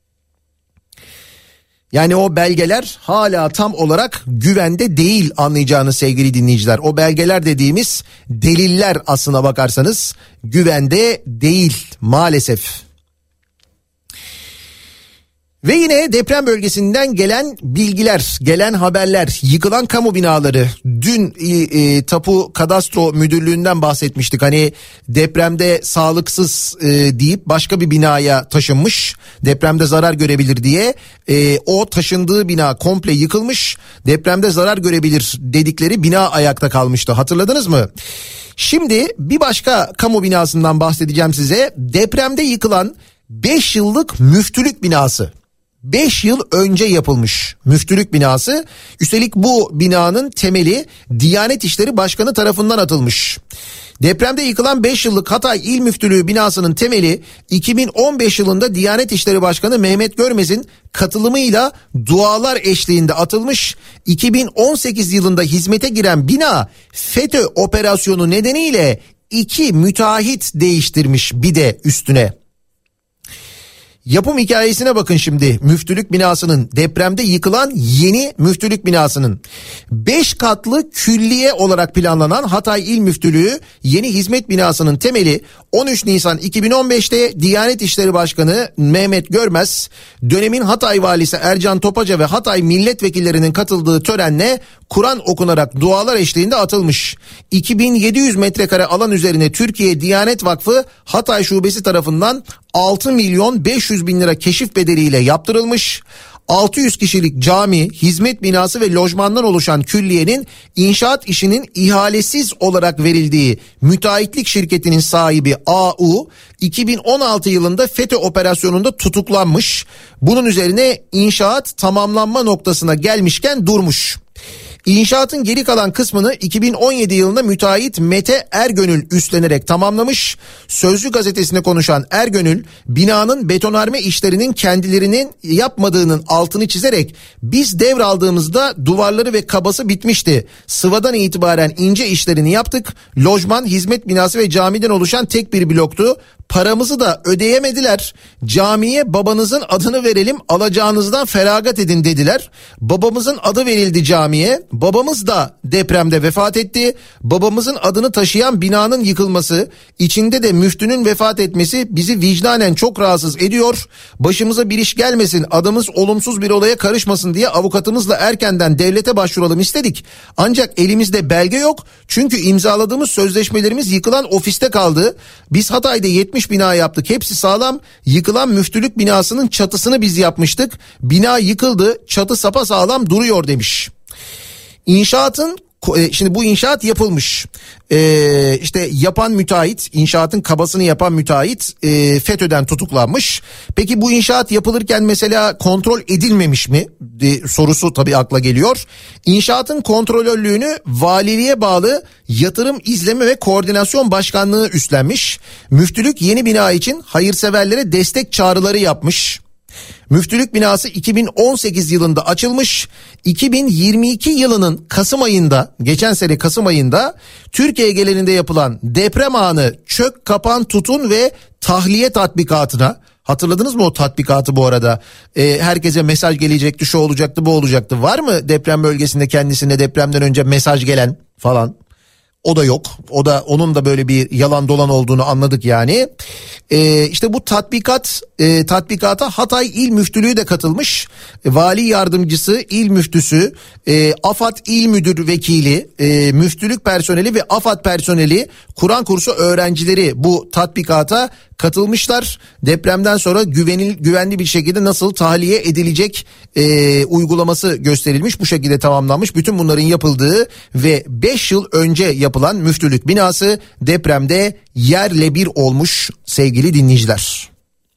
Yani o belgeler hala tam olarak güvende değil, anlayacağınız sevgili dinleyiciler. O belgeler dediğimiz deliller aslına bakarsanız güvende değil maalesef. Ve yine deprem bölgesinden gelen bilgiler, gelen haberler, yıkılan kamu binaları. Dün Tapu Kadastro Müdürlüğü'nden bahsetmiştik. Hani depremde sağlıksız deyip başka bir binaya taşınmış. Depremde zarar görebilir diye. O taşındığı bina komple yıkılmış. Depremde zarar görebilir dedikleri bina ayakta kalmıştı. Hatırladınız mı? Şimdi bir başka kamu binasından bahsedeceğim size. Depremde yıkılan 5 yıllık müftülük binası. 5 yıl önce yapılmış müftülük binası. Üstelik bu binanın temeli Diyanet İşleri Başkanı tarafından atılmış. Depremde yıkılan 5 yıllık Hatay İl Müftülüğü binasının temeli 2015 yılında Diyanet İşleri Başkanı Mehmet Görmez'in katılımıyla dualar eşliğinde atılmış. 2018 yılında hizmete giren bina FETÖ operasyonu nedeniyle 2 müteahhit değiştirmiş bir de üstüne. Yapım hikayesine bakın şimdi. Müftülük binasının, depremde yıkılan yeni müftülük binasının 5 katlı külliye olarak planlanan Hatay İl Müftülüğü yeni hizmet binasının temeli 13 Nisan 2015'te Diyanet İşleri Başkanı Mehmet Görmez, dönemin Hatay Valisi Ercan Topaca ve Hatay milletvekillerinin katıldığı törenle Kur'an okunarak dualar eşliğinde atılmış. 2700 metrekare alan üzerine Türkiye Diyanet Vakfı Hatay Şubesi tarafından 6 milyon 500 bin lira keşif bedeliyle yaptırılmış. 600 kişilik cami, hizmet binası ve lojmandan oluşan külliyenin inşaat işinin ihalesiz olarak verildiği müteahhitlik şirketinin sahibi AU 2016 yılında FETÖ operasyonunda tutuklanmış. Bunun üzerine inşaat tamamlanma noktasına gelmişken durmuş. İnşaatın geri kalan kısmını 2017 yılında müteahhit Mete Ergönül üstlenerek tamamlamış. Sözcü gazetesine konuşan Ergönül, binanın betonarme işlerinin kendilerinin yapmadığının altını çizerek biz devraldığımızda duvarları ve kabası bitmişti. Sıvadan itibaren ince işlerini yaptık. Lojman, hizmet binası ve camiden oluşan tek bir bloktu. Paramızı da ödeyemediler. Camiye babanızın adını verelim, alacağınızdan feragat edin dediler. Babamızın adı verildi camiye. Babamız da depremde vefat etti. Babamızın adını taşıyan binanın yıkılması, içinde de müftünün vefat etmesi bizi vicdanen çok rahatsız ediyor. Başımıza bir iş gelmesin, adımız olumsuz bir olaya karışmasın diye avukatımızla erkenden devlete başvuralım istedik. Ancak elimizde belge yok. Çünkü imzaladığımız sözleşmelerimiz yıkılan ofiste kaldı. Biz Hatay'da 70 bina yaptık. Hepsi sağlam. Yıkılan müftülük binasının çatısını biz yapmıştık. Bina yıkıldı. Çatı sapasağlam duruyor demiş. İnşaatın, şimdi bu inşaat yapılmış. İşte yapan müteahhit, inşaatın kabasını yapan müteahhit FETÖ'den tutuklanmış. Peki bu inşaat yapılırken mesela kontrol edilmemiş mi sorusu tabii akla geliyor. İnşaatın kontrolörlüğünü valiliğe bağlı Yatırım İzleme ve Koordinasyon Başkanlığı üstlenmiş. Müftülük yeni bina için hayırseverlere destek çağrıları yapmış. Müftülük binası 2018 yılında açılmış. 2022 yılının Kasım ayında, geçen sene Kasım ayında Türkiye genelinde yapılan deprem anı çök, kapan, tutun ve tahliye tatbikatına, hatırladınız mı o tatbikatı bu arada? Herkese mesaj gelecekti, şu olacaktı, bu olacaktı. Var mı deprem bölgesinde kendisine depremden önce mesaj gelen falan? O da yok. O da, onun da böyle bir yalan dolan olduğunu anladık yani. İşte bu tatbikata Hatay İl Müftülüğü de katılmış. Vali yardımcısı, il müftüsü, AFAD İl Müdür Vekili, müftülük personeli ve AFAD personeli, Kur'an kursu öğrencileri bu tatbikata katılmışlar. Depremden sonra güvenli bir şekilde nasıl tahliye edilecek uygulaması gösterilmiş. Bu şekilde tamamlanmış. Bütün bunların yapıldığı ve 5 yıl önce yapılan müftülük binası depremde yerle bir olmuş sevgili dinleyiciler.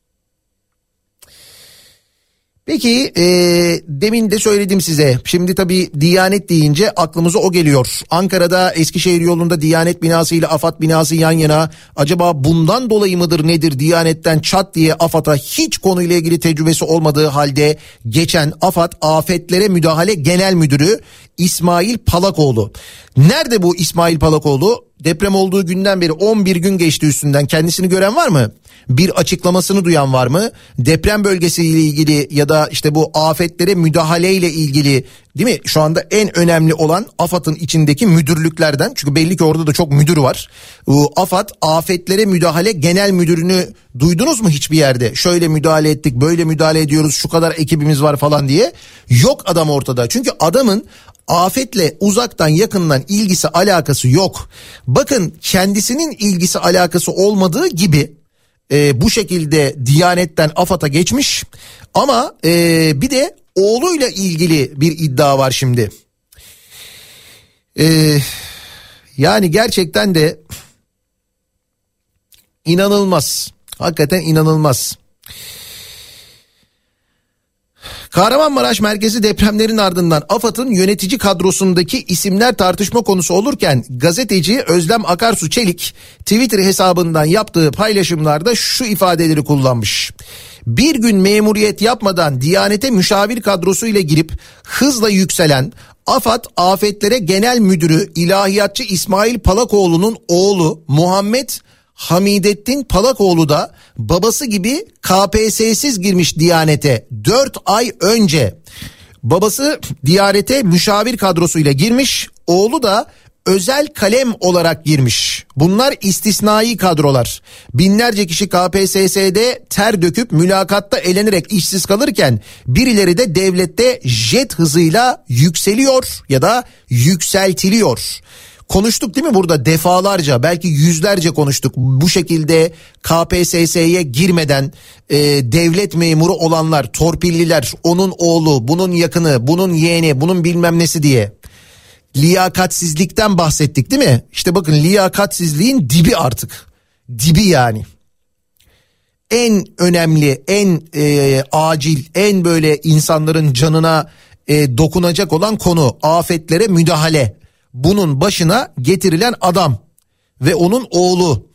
Peki demin de söyledim size, şimdi tabii Diyanet deyince aklımıza o geliyor. Ankara'da Eskişehir yolunda Diyanet binası ile AFAD binası yan yana. Acaba bundan dolayı mıdır nedir Diyanet'ten çat diye AFAD'a hiç konuyla ilgili tecrübesi olmadığı halde geçen AFAD Afetlere Müdahale Genel Müdürü İsmail Palakoğlu. Nerede bu İsmail Palakoğlu? Deprem olduğu günden beri 11 gün geçti üstünden, kendisini gören var mı? Bir açıklamasını duyan var mı? Deprem bölgesiyle ilgili ya da işte bu afetlere müdahaleyle ilgili, değil mi? Şu anda en önemli olan AFAD'ın içindeki müdürlüklerden, çünkü belli ki orada da çok müdür var. AFAD Afetlere Müdahale Genel Müdürünü duydunuz mu hiçbir yerde? Şöyle müdahale ettik, böyle müdahale ediyoruz, şu kadar ekibimiz var falan diye. Yok adam ortada. Çünkü adamın afetle uzaktan yakından ilgisi alakası yok. Bakın, kendisinin ilgisi alakası olmadığı gibi bu şekilde Diyanet'ten AFAD'a geçmiş ama bir de oğluyla ilgili bir iddia var şimdi. Yani gerçekten de inanılmaz, hakikaten inanılmaz. Kahramanmaraş merkezi depremlerin ardından AFAD'ın yönetici kadrosundaki isimler tartışma konusu olurken gazeteci Özlem Akarsu Çelik Twitter hesabından yaptığı paylaşımlarda şu ifadeleri kullanmış. Bir gün memuriyet yapmadan Diyanet'e müşavir kadrosuyla girip hızla yükselen AFAD Afetlere Genel Müdürü İlahiyatçı İsmail Palakoğlu'nun oğlu Muhammed Hamidettin Palakoğlu da babası gibi KPSS'siz girmiş Diyanet'e 4 ay önce. Babası Diyanet'e müşavir kadrosuyla girmiş, oğlu da özel kalem olarak girmiş. Bunlar istisnai kadrolar. Binlerce kişi KPSS'de ter döküp mülakatta elenerek işsiz kalırken birileri de devlette jet hızıyla yükseliyor ya da yükseltiliyor. Konuştuk değil mi burada defalarca, belki yüzlerce konuştuk. Bu şekilde KPSS'ye girmeden devlet memuru olanlar, torpilliler, onun oğlu, bunun yakını, bunun yeğeni, bunun bilmem nesi diye. Liyakatsizlikten bahsettik değil mi? İşte bakın liyakatsizliğin dibi artık. Dibi yani. En önemli, en acil, en böyle insanların canına dokunacak olan konu afetlere müdahale. Bunun başına getirilen adam ve onun oğlu.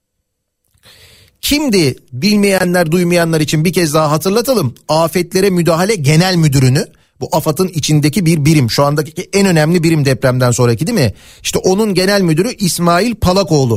Kimdi bilmeyenler, duymayanlar için bir kez daha hatırlatalım. Afetlere Müdahale Genel Müdürünü, bu AFAD'ın içindeki bir birim, şu andaki en önemli birim depremden sonraki değil mi? İşte onun genel müdürü İsmail Palakoğlu.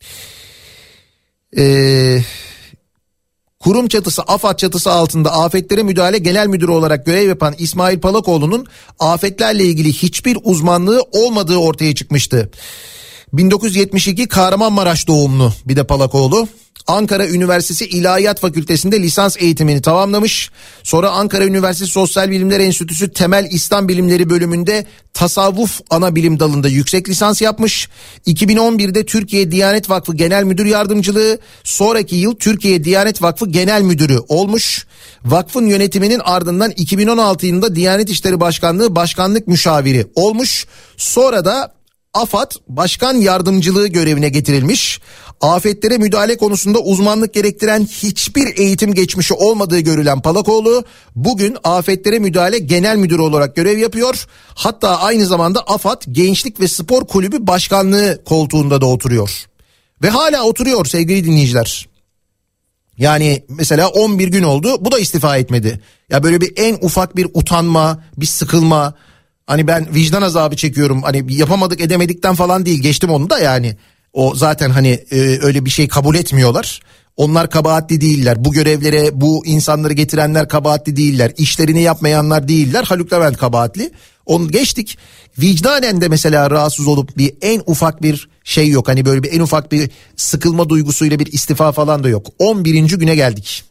Kurum çatısı, AFAD çatısı altında Afetlere Müdahale Genel Müdürü olarak görev yapan İsmail Palakoğlu'nun afetlerle ilgili hiçbir uzmanlığı olmadığı ortaya çıkmıştı. 1972 Kahramanmaraş doğumlu bir de Palakoğlu. Ankara Üniversitesi İlahiyat Fakültesi'nde lisans eğitimini tamamlamış. Sonra Ankara Üniversitesi Sosyal Bilimler Enstitüsü Temel İslam Bilimleri bölümünde tasavvuf ana bilim dalında yüksek lisans yapmış. 2011'de Türkiye Diyanet Vakfı Genel Müdür Yardımcılığı, sonraki yıl Türkiye Diyanet Vakfı Genel Müdürü olmuş. Vakfın yönetiminin ardından 2016 yılında Diyanet İşleri Başkanlığı Başkanlık Müşaviri olmuş. Sonra da AFAD Başkan Yardımcılığı görevine getirilmiş. Afetlere müdahale konusunda uzmanlık gerektiren hiçbir eğitim geçmişi olmadığı görülen Palakoğlu bugün Afetlere Müdahale Genel Müdürü olarak görev yapıyor. Hatta aynı zamanda AFAD Gençlik ve Spor Kulübü Başkanlığı koltuğunda da oturuyor. Ve hala oturuyor sevgili dinleyiciler. Yani mesela 11 gün oldu, bu da istifa etmedi. Ya böyle bir en ufak bir utanma, bir sıkılma, hani ben vicdan azabı çekiyorum, hani yapamadık edemedikten falan değil, geçtim onu da yani. O zaten hani öyle bir şey kabul etmiyorlar. Onlar kabahatli değiller. Bu görevlere bu insanları getirenler kabahatli değiller. İşlerini yapmayanlar değiller. Haluk Levent kabahatli. Onu geçtik. Vicdanen de mesela rahatsız olup bir en ufak bir şey yok. Hani böyle bir en ufak bir sıkılma duygusuyla bir istifa falan da yok. 11. güne geldik.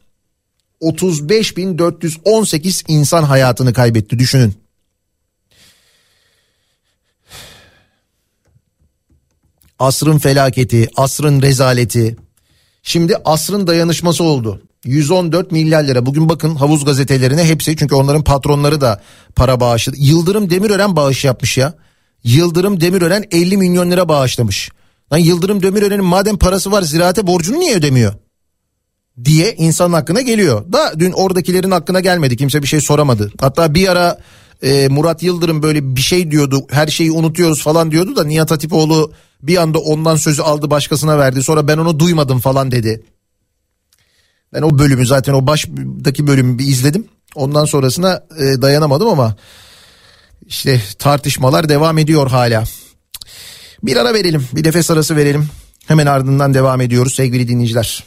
35.418 insan hayatını kaybetti, düşünün. Asrın felaketi, asrın rezaleti. Şimdi asrın dayanışması oldu. 114 milyar lira. Bugün bakın havuz gazetelerine hepsi, çünkü onların patronları da para bağışladı. Yıldırım Demirören bağış yapmış ya. Yıldırım Demirören 50 milyon lira bağışlamış. Lan Yıldırım Demirören'in madem parası var ziraate borcunu niye ödemiyor diye insanın aklına geliyor. Da dün oradakilerin aklına gelmedi. Kimse bir şey soramadı. Hatta bir ara Murat Yıldırım böyle bir şey diyordu. Her şeyi unutuyoruz falan diyordu da Nihat Hatipoğlu bir anda ondan sözü aldı, başkasına verdi. Sonra ben onu duymadım falan dedi. Ben o bölümü, zaten o baştaki bölümü bir izledim. Ondan sonrasına dayanamadım ama işte tartışmalar devam ediyor hala. Bir ara verelim, bir nefes arası verelim. Hemen ardından devam ediyoruz sevgili dinleyiciler.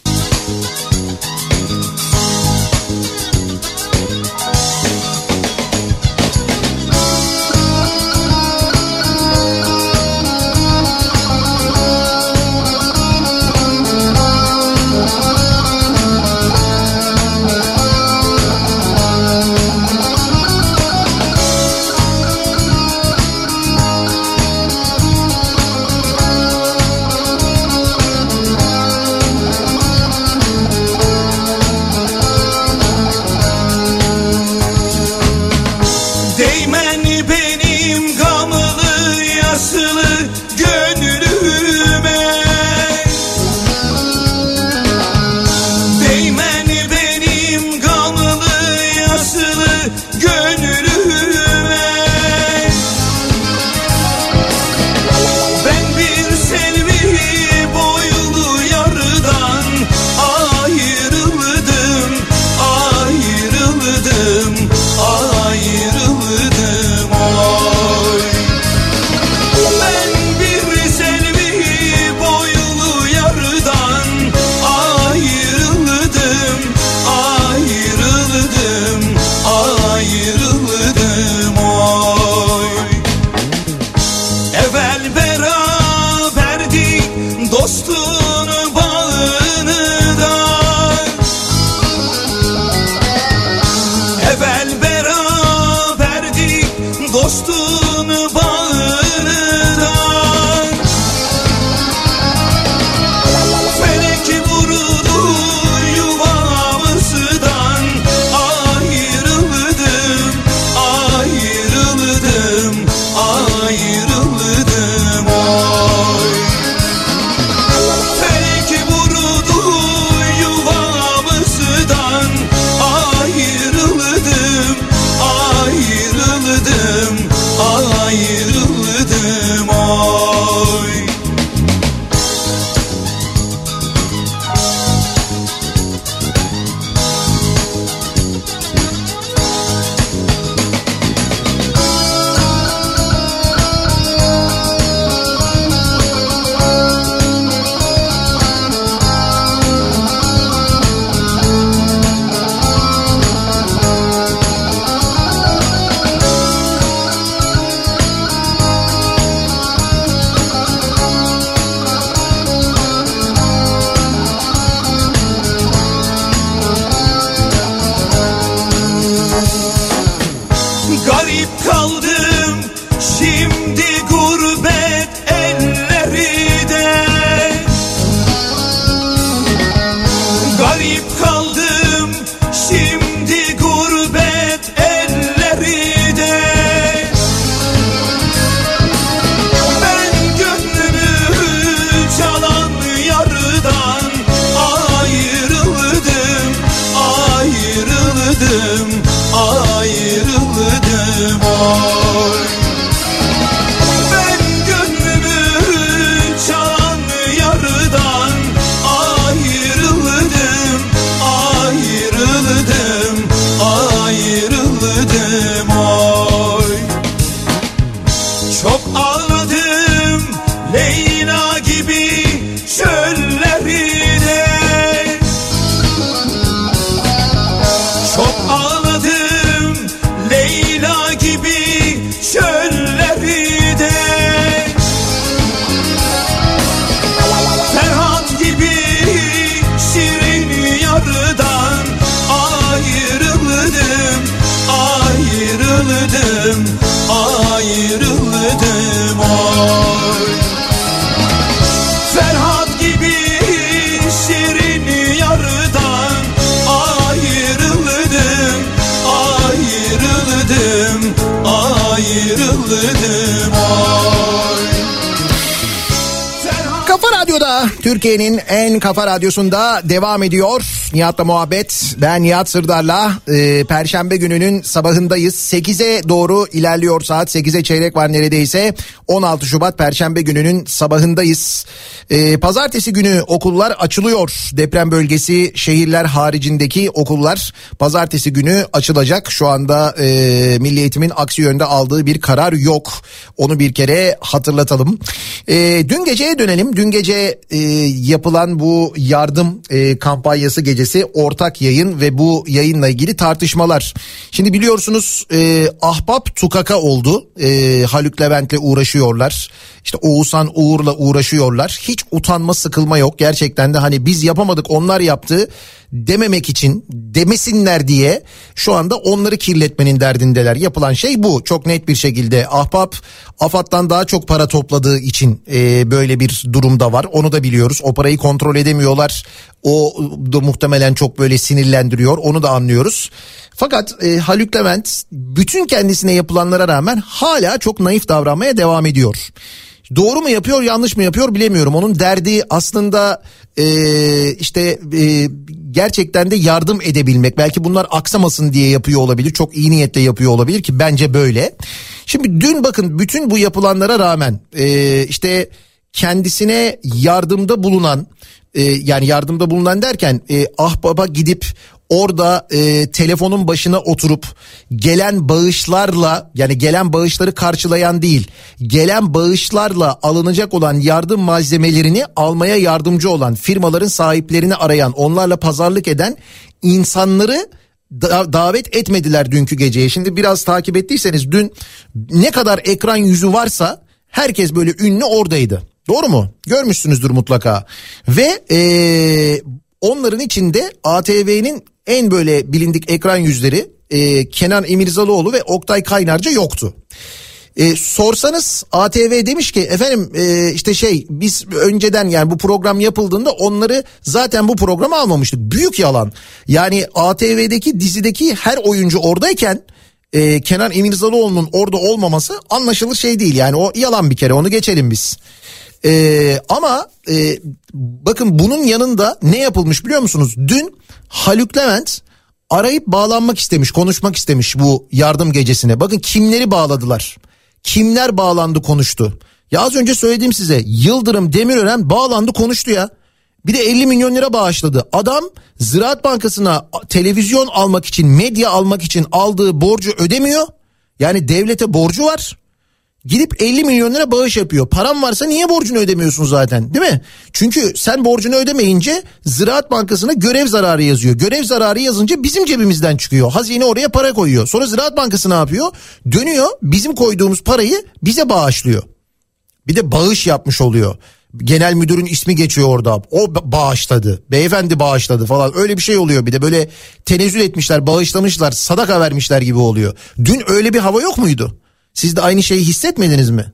Kayıp kaldım şimdi gurbet ellerinde. Ben gönlümü çalan yardan ayrıldım, ayrıldım, ayrıldım oy. Ben gönlümü çalan yardan ayrıldım, ayrıldım, ayrıldım oy. Çok ağladım Leyla gibi çöllerine. Çok ağladım Leyla gibi çöllerine. Ferhat gibi şirin yardan ayrıldım, ayrıldım, ayrıldım oy. Ferhat gibi şirin yardan ayrıldım, ayrıldım, ayrıldım oy.
Kafa Radyo'da, Türkiye'nin en kafa radyosunda devam ediyor. Nihat'la muhabbet. Ben Nihat Sırdar'la Perşembe gününün sabahındayız. 8'e doğru ilerliyor saat. 8'e çeyrek var neredeyse. 16 Şubat Perşembe gününün sabahındayız. Pazartesi günü okullar açılıyor. Deprem bölgesi şehirler haricindeki okullar pazartesi günü açılacak. Şu anda Milli Eğitim'in aksi yönde aldığı bir karar yok. Onu bir kere hatırlatalım. Dün geceye dönelim. Dün gece yapılan bu yardım kampanyası gecesi ortak yayın ve bu yayınla ilgili tartışmalar. Şimdi biliyorsunuz Ahbap Tukaka oldu. Haluk Levent'le uğraşıyorlar. İşte Oğuzhan Uğur'la uğraşıyorlar. Hiç utanma sıkılma yok. Gerçekten de hani biz yapamadık onlar yaptı dememek için, demesinler diye şu anda onları kirletmenin derdindeler. Yapılan şey bu çok net bir şekilde. Ahbap AFAD'dan daha çok para topladığı için böyle bir durumda var. Onu da biliyoruz. O parayı kontrol edemiyorlar. O da muhtemelen çok böyle sinirlendiriyor. Onu da anlıyoruz. Fakat Haluk Levent bütün kendisine yapılanlara rağmen hala çok naif davranmaya devam ediyor. Doğru mu yapıyor, yanlış mı yapıyor bilemiyorum. Onun derdi aslında gerçekten de yardım edebilmek. Belki bunlar aksamasın diye yapıyor olabilir. Çok iyi niyetle yapıyor olabilir ki bence böyle. Şimdi dün bakın bütün bu yapılanlara rağmen işte kendisine yardımda bulunan, yani yardımda bulunan derken Ahbap'a gidip orada telefonun başına oturup gelen bağışlarla, yani gelen bağışları karşılayan değil, gelen bağışlarla alınacak olan yardım malzemelerini almaya yardımcı olan firmaların sahiplerini arayan, onlarla pazarlık eden insanları davet etmediler dünkü geceye. Şimdi biraz takip ettiyseniz dün ne kadar ekran yüzü varsa herkes böyle ünlü oradaydı. Doğru mu? Görmüşsünüzdür mutlaka. Ve onların içinde ATV'nin en böyle bilindik ekran yüzleri Kenan İmirzalıoğlu ve Oktay Kaynarca yoktu. Sorsanız ATV demiş ki efendim biz önceden, yani bu program yapıldığında onları zaten bu programa almamıştık. Büyük yalan. Yani ATV'deki dizideki her oyuncu oradayken Kenan İmirzalıoğlu'nun orada olmaması anlaşılır şey değil. Yani o yalan bir kere, onu geçelim biz. Ama bakın bunun yanında ne yapılmış biliyor musunuz? Dün Haluk Levent arayıp bağlanmak istemiş, konuşmak istemiş bu yardım gecesine. Bakın kimleri bağladılar. Kimler bağlandı, konuştu. Ya az önce söylediğim size, Yıldırım Demirören bağlandı, konuştu ya. Bir de 50 milyon lira bağışladı. Adam Ziraat Bankası'na televizyon almak için, medya almak için aldığı borcu ödemiyor. Yani devlete borcu var. Gidip 50 milyon lira bağış yapıyor. Param varsa niye borcunu ödemiyorsun zaten, değil mi? Çünkü sen borcunu ödemeyince Ziraat Bankası'na görev zararı yazıyor. Görev zararı yazınca bizim cebimizden çıkıyor. Hazine oraya para koyuyor. Sonra Ziraat Bankası ne yapıyor? Dönüyor, bizim koyduğumuz parayı bize bağışlıyor. Bir de bağış yapmış oluyor. Genel müdürün ismi geçiyor orada. O bağışladı. Beyefendi bağışladı falan. Öyle bir şey oluyor. Bir de böyle tenezzül etmişler, bağışlamışlar, sadaka vermişler gibi oluyor. Dün öyle bir hava yok muydu? Siz de aynı şeyi hissetmediniz mi?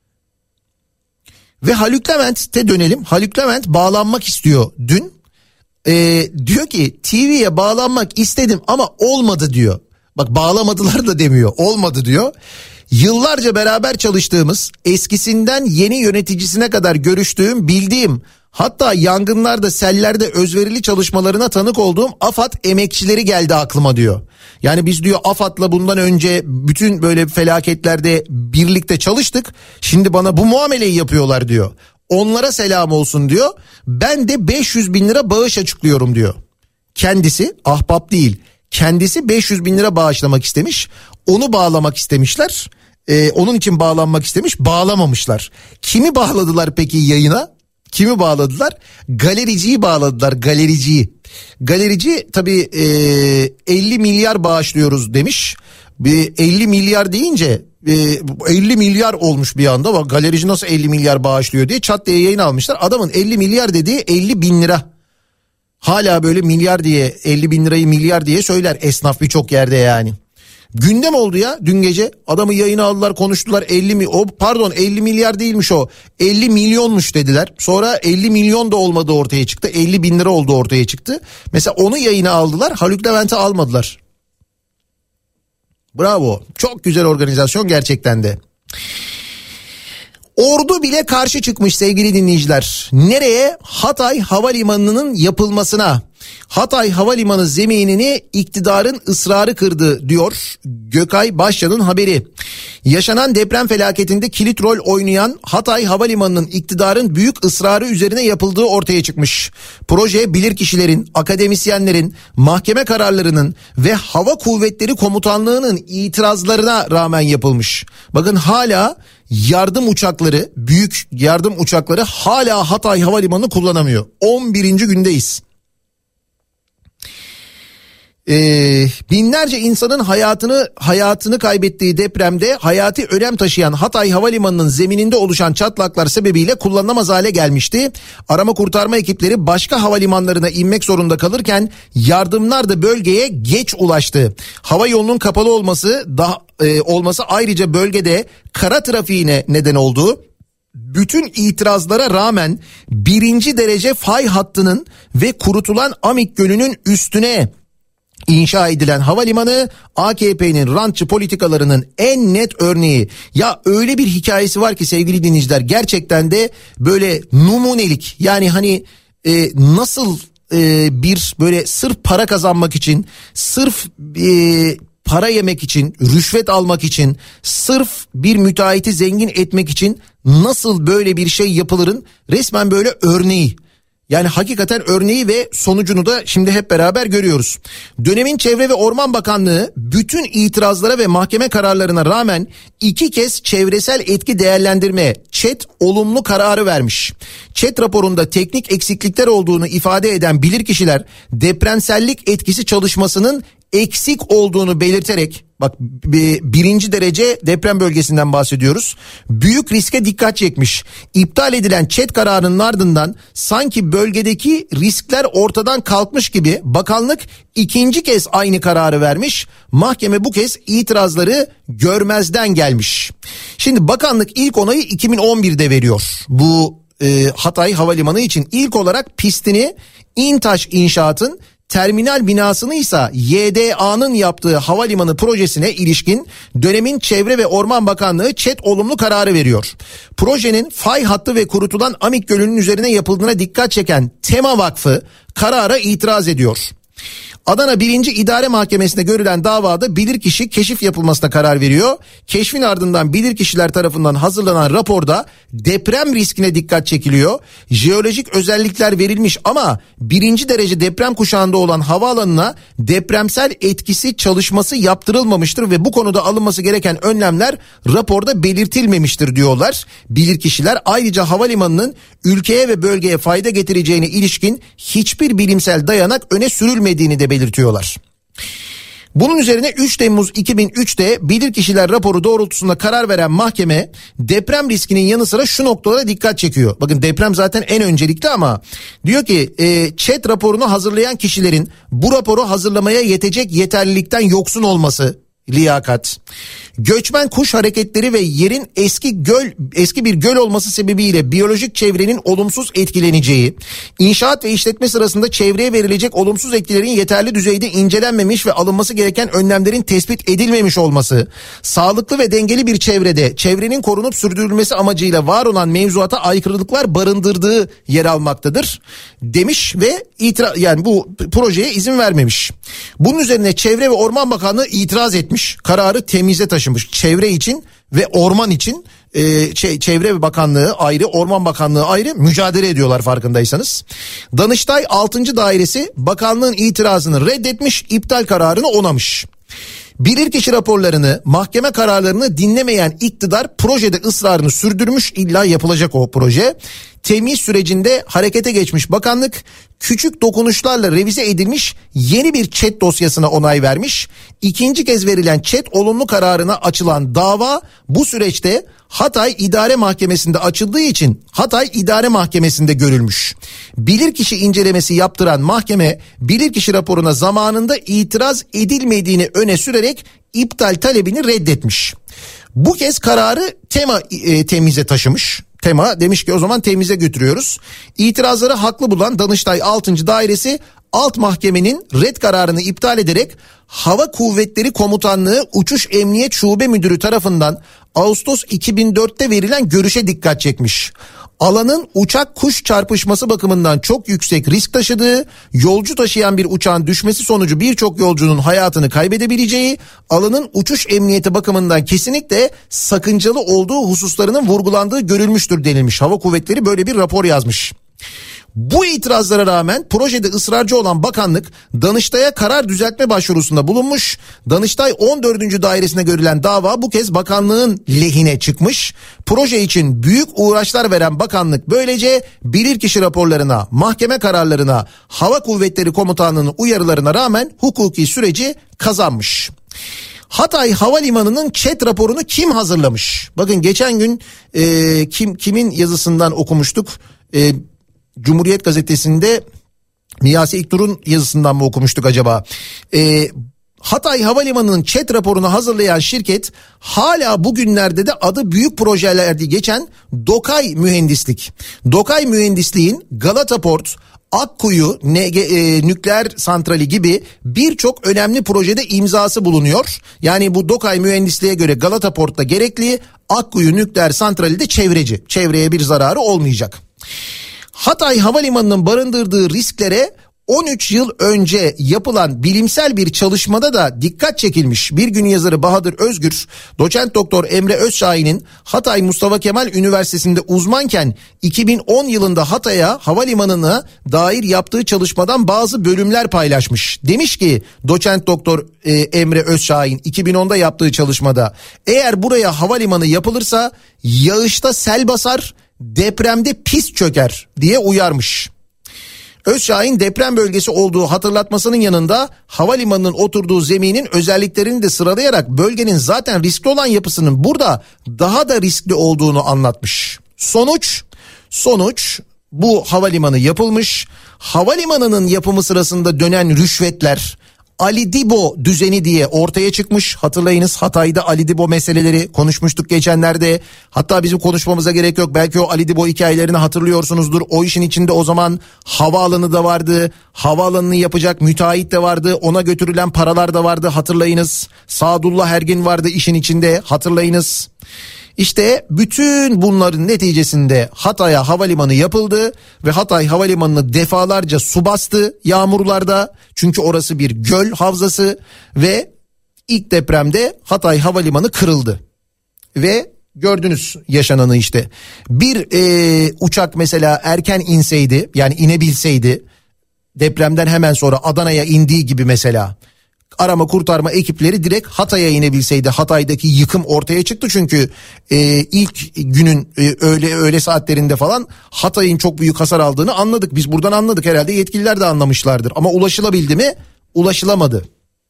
Ve Haluk Levent'e dönelim. Haluk Levent bağlanmak istiyor dün. Diyor ki TV'ye bağlanmak istedim ama olmadı diyor. Bak bağlamadılar da demiyor, olmadı diyor. Yıllarca beraber çalıştığımız, eskisinden yeni yöneticisine kadar görüştüğüm, bildiğim, hatta yangınlarda, sellerde özverili çalışmalarına tanık olduğum AFAD emekçileri geldi aklıma diyor. Yani biz diyor AFAD'la bundan önce bütün böyle felaketlerde birlikte çalıştık. Şimdi bana bu muameleyi yapıyorlar diyor. Onlara selam olsun diyor. Ben de 500 bin lira bağış açıklıyorum diyor. Kendisi, ahbap değil, kendisi 500 bin lira bağışlamak istemiş. Onu bağlamak istemişler. Onun için bağlanmak istemiş, bağlamamışlar. Kimi bağladılar peki yayına? Kimi bağladılar? Galericiyi bağladılar, galericiyi. Galerici tabii 50 milyar bağışlıyoruz demiş. 50 milyar deyince 50 milyar olmuş bir anda. Bak galerici nasıl 50 milyar bağışlıyor diye çat diye yayın almışlar. Adamın 50 milyar dediği 50 bin lira. Hala böyle milyar diye, 50 bin lirayı milyar diye söyler esnaf birçok yerde yani. Gündem oldu ya dün gece, adamı yayına aldılar, konuştular. 50 milyar değilmiş o, 50 milyonmuş dediler. Sonra 50 milyon da olmadı ortaya çıktı, 50 bin lira oldu ortaya çıktı. Mesela onu yayına aldılar, Haluk Levent'i almadılar. Bravo, çok güzel organizasyon gerçekten de. Ordu bile karşı çıkmış sevgili dinleyiciler. Nereye? Hatay Havalimanı'nın yapılmasına. Hatay Havalimanı zeminini iktidarın ısrarı kırdı diyor Gökay Başcan'ın haberi. Yaşanan deprem felaketinde kilit rol oynayan Hatay Havalimanı'nın iktidarın büyük ısrarı üzerine yapıldığı ortaya çıkmış. Proje bilirkişilerin, akademisyenlerin, mahkeme kararlarının ve Hava Kuvvetleri Komutanlığı'nın itirazlarına rağmen yapılmış. Bakın hala yardım uçakları, büyük yardım uçakları hala Hatay Havalimanı kullanamıyor. 11. gündeyiz. Binlerce insanın hayatını kaybettiği depremde hayati önem taşıyan Hatay Havalimanı'nın zemininde oluşan çatlaklar sebebiyle kullanılamaz hale gelmişti. Arama kurtarma ekipleri başka havalimanlarına inmek zorunda kalırken yardımlar da bölgeye geç ulaştı. Hava yolunun kapalı olması ayrıca bölgede kara trafiğine neden oldu. Bütün itirazlara rağmen 1. derece fay hattının ve kurutulan Amik Gölü'nün üstüne İnşa edilen havalimanı AKP'nin rantçı politikalarının en net örneği. Ya öyle bir hikayesi var ki sevgili dinleyiciler, gerçekten de böyle numunelik. Yani hani nasıl bir böyle sırf para kazanmak için, sırf para yemek için, rüşvet almak için, sırf bir müteahhiti zengin etmek için nasıl böyle bir şey yapılırın resmen böyle örneği. Yani hakikaten örneği ve sonucunu da şimdi hep beraber görüyoruz. Dönemin Çevre ve Orman Bakanlığı bütün itirazlara ve mahkeme kararlarına rağmen 2 kez çevresel etki değerlendirme ÇED olumlu kararı vermiş. ÇED raporunda teknik eksiklikler olduğunu ifade eden bilirkişiler depremsellik etkisi çalışmasının eksik olduğunu belirterek, bak 1. derece deprem bölgesinden bahsediyoruz, büyük riske dikkat çekmiş. İptal edilen ÇED kararının ardından sanki bölgedeki riskler ortadan kalkmış gibi bakanlık 2. kez aynı kararı vermiş. Mahkeme bu kez itirazları görmezden gelmiş. Şimdi bakanlık ilk onayı 2011'de veriyor bu Hatay Havalimanı için. İlk olarak pistini İntaş İnşaat'ın, terminal binasını ise YDA'nın yaptığı havalimanı projesine ilişkin dönemin Çevre ve Orman Bakanlığı ÇED olumlu kararı veriyor. Projenin fay hattı ve kurutulan Amik Gölü'nün üzerine yapıldığına dikkat çeken Tema Vakfı karara itiraz ediyor. Adana 1. İdare Mahkemesi'nde görülen davada bilirkişi keşif yapılmasına karar veriyor. Keşfin ardından bilirkişiler tarafından hazırlanan raporda deprem riskine dikkat çekiliyor. Jeolojik özellikler verilmiş ama 1. derece deprem kuşağında olan havaalanına depremsel etkisi çalışması yaptırılmamıştır ve bu konuda alınması gereken önlemler raporda belirtilmemiştir diyorlar bilirkişiler. Ayrıca havalimanının ülkeye ve bölgeye fayda getireceğine ilişkin hiçbir bilimsel dayanak öne sürülmediğini de belirtiyorlar. Bunun üzerine 3 Temmuz 2003'te bilirkişiler raporu doğrultusunda karar veren mahkeme deprem riskinin yanı sıra şu noktalara dikkat çekiyor. Bakın deprem zaten en öncelikli ama diyor ki ÇED raporunu hazırlayan kişilerin bu raporu hazırlamaya yetecek yeterlilikten yoksun olması. liyakat, göçmen kuş hareketleri ve yerin eski bir göl olması sebebiyle biyolojik çevrenin olumsuz etkileneceği, inşaat ve işletme sırasında çevreye verilecek olumsuz etkilerin yeterli düzeyde incelenmemiş ve alınması gereken önlemlerin tespit edilmemiş olması, sağlıklı ve dengeli bir çevrede çevrenin korunup sürdürülmesi amacıyla var olan mevzuata aykırılıklar barındırdığı yer almaktadır demiş ve yani bu projeye izin vermemiş. Bunun üzerine Çevre ve Orman Bakanlığı itiraz etmiş. Kararı temize taşımış. Çevre için ve orman için Çevre Bakanlığı ayrı, Orman Bakanlığı ayrı mücadele ediyorlar farkındaysanız. Danıştay 6. Dairesi bakanlığın itirazını reddetmiş, iptal kararını onamış. Bilirkişi raporlarını, mahkeme kararlarını dinlemeyen iktidar projede ısrarını sürdürmüş, illa yapılacak o proje. Temyiz sürecinde harekete geçmiş bakanlık küçük dokunuşlarla revize edilmiş yeni bir ÇED dosyasına onay vermiş. İkinci kez verilen ÇED olumlu kararına açılan dava bu süreçte Hatay İdare Mahkemesi'nde açıldığı için Hatay İdare Mahkemesi'nde görülmüş. Bilirkişi incelemesi yaptıran mahkeme bilirkişi raporuna zamanında itiraz edilmediğini öne sürerek iptal talebini reddetmiş. Bu kez kararı temize taşımış. Tema demiş ki o zaman temize götürüyoruz. İtirazları haklı bulan Danıştay 6. Dairesi alt mahkemenin red kararını iptal ederek Hava Kuvvetleri Komutanlığı Uçuş Emniyet Şube Müdürü tarafından Ağustos 2004'te verilen görüşe dikkat çekmiş. Alanın uçak kuş çarpışması bakımından çok yüksek risk taşıdığı, yolcu taşıyan bir uçağın düşmesi sonucu birçok yolcunun hayatını kaybedebileceği, alanın uçuş emniyeti bakımından kesinlikle sakıncalı olduğu hususlarının vurgulandığı görülmüştür denilmiş. Hava Kuvvetleri böyle bir rapor yazmış. Bu itirazlara rağmen projede ısrarcı olan bakanlık Danıştay'a karar düzeltme başvurusunda bulunmuş. Danıştay 14. dairesine görülen dava bu kez bakanlığın lehine çıkmış. Proje için büyük uğraşlar veren bakanlık böylece bilirkişi raporlarına, mahkeme kararlarına, Hava Kuvvetleri Komutanlığı'nın uyarılarına rağmen hukuki süreci kazanmış. Hatay Havalimanı'nın ÇED raporunu kim hazırlamış? Bakın geçen gün kimin yazısından okumuştuk? Cumhuriyet Gazetesi'nde Miyase İknur'un yazısından mı okumuştuk acaba? Hatay Havalimanı'nın ÇED raporunu hazırlayan şirket hala bugünlerde de adı büyük projelerde geçen Dokay Mühendislik. Dokay Mühendislik'in Galata Port, Akkuyu nükleer santrali gibi birçok önemli projede imzası bulunuyor. Yani bu Dokay Mühendisliğe göre Galata Port'ta gerekli, Akkuyu nükleer santrali de çevreci. Çevreye bir zararı olmayacak. Hatay Havalimanı'nın barındırdığı risklere 13 yıl önce yapılan bilimsel bir çalışmada da dikkat çekilmiş. Bir gün yazarı Bahadır Özgür, doçent doktor Emre Özşahin'in Hatay Mustafa Kemal Üniversitesi'nde uzmanken 2010 yılında Hatay'a havalimanına dair yaptığı çalışmadan bazı bölümler paylaşmış. Demiş ki doçent doktor Emre Özşahin 2010'da yaptığı çalışmada eğer buraya havalimanı yapılırsa yağışta sel basar, depremde pis çöker diye uyarmış. Özşahin deprem bölgesi olduğu hatırlatmasının yanında havalimanının oturduğu zeminin özelliklerini de sıralayarak bölgenin zaten riskli olan yapısının burada daha da riskli olduğunu anlatmış. Sonuç bu havalimanı yapılmış. Havalimanının yapımı sırasında dönen rüşvetler Ali Dibo düzeni diye ortaya çıkmış. Hatırlayınız Hatay'da Ali Dibo meseleleri konuşmuştuk geçenlerde. Hatta bizim konuşmamıza gerek yok. Belki o Ali Dibo hikayelerini hatırlıyorsunuzdur. O işin içinde o zaman havaalanı da vardı. Havaalanını yapacak müteahhit de vardı. Ona götürülen paralar da vardı hatırlayınız. Sadullah Ergin vardı işin içinde hatırlayınız. İşte bütün bunların neticesinde Hatay'a havalimanı yapıldı ve Hatay Havalimanı'nı defalarca su bastı yağmurlarda. Çünkü orası bir göl havzası ve ilk depremde Hatay Havalimanı kırıldı. Ve gördünüz yaşananı işte. Bir uçak mesela erken inseydi, yani inebilseydi, depremden hemen sonra Adana'ya indiği gibi mesela, arama kurtarma ekipleri direkt Hatay'a inebilseydi, Hatay'daki yıkım ortaya çıktı çünkü ilk günün öğle saatlerinde falan Hatay'ın çok büyük hasar aldığını anladık. Biz buradan anladık, herhalde yetkililer de anlamışlardır ama ulaşılabildi mi? Ulaşılamadı.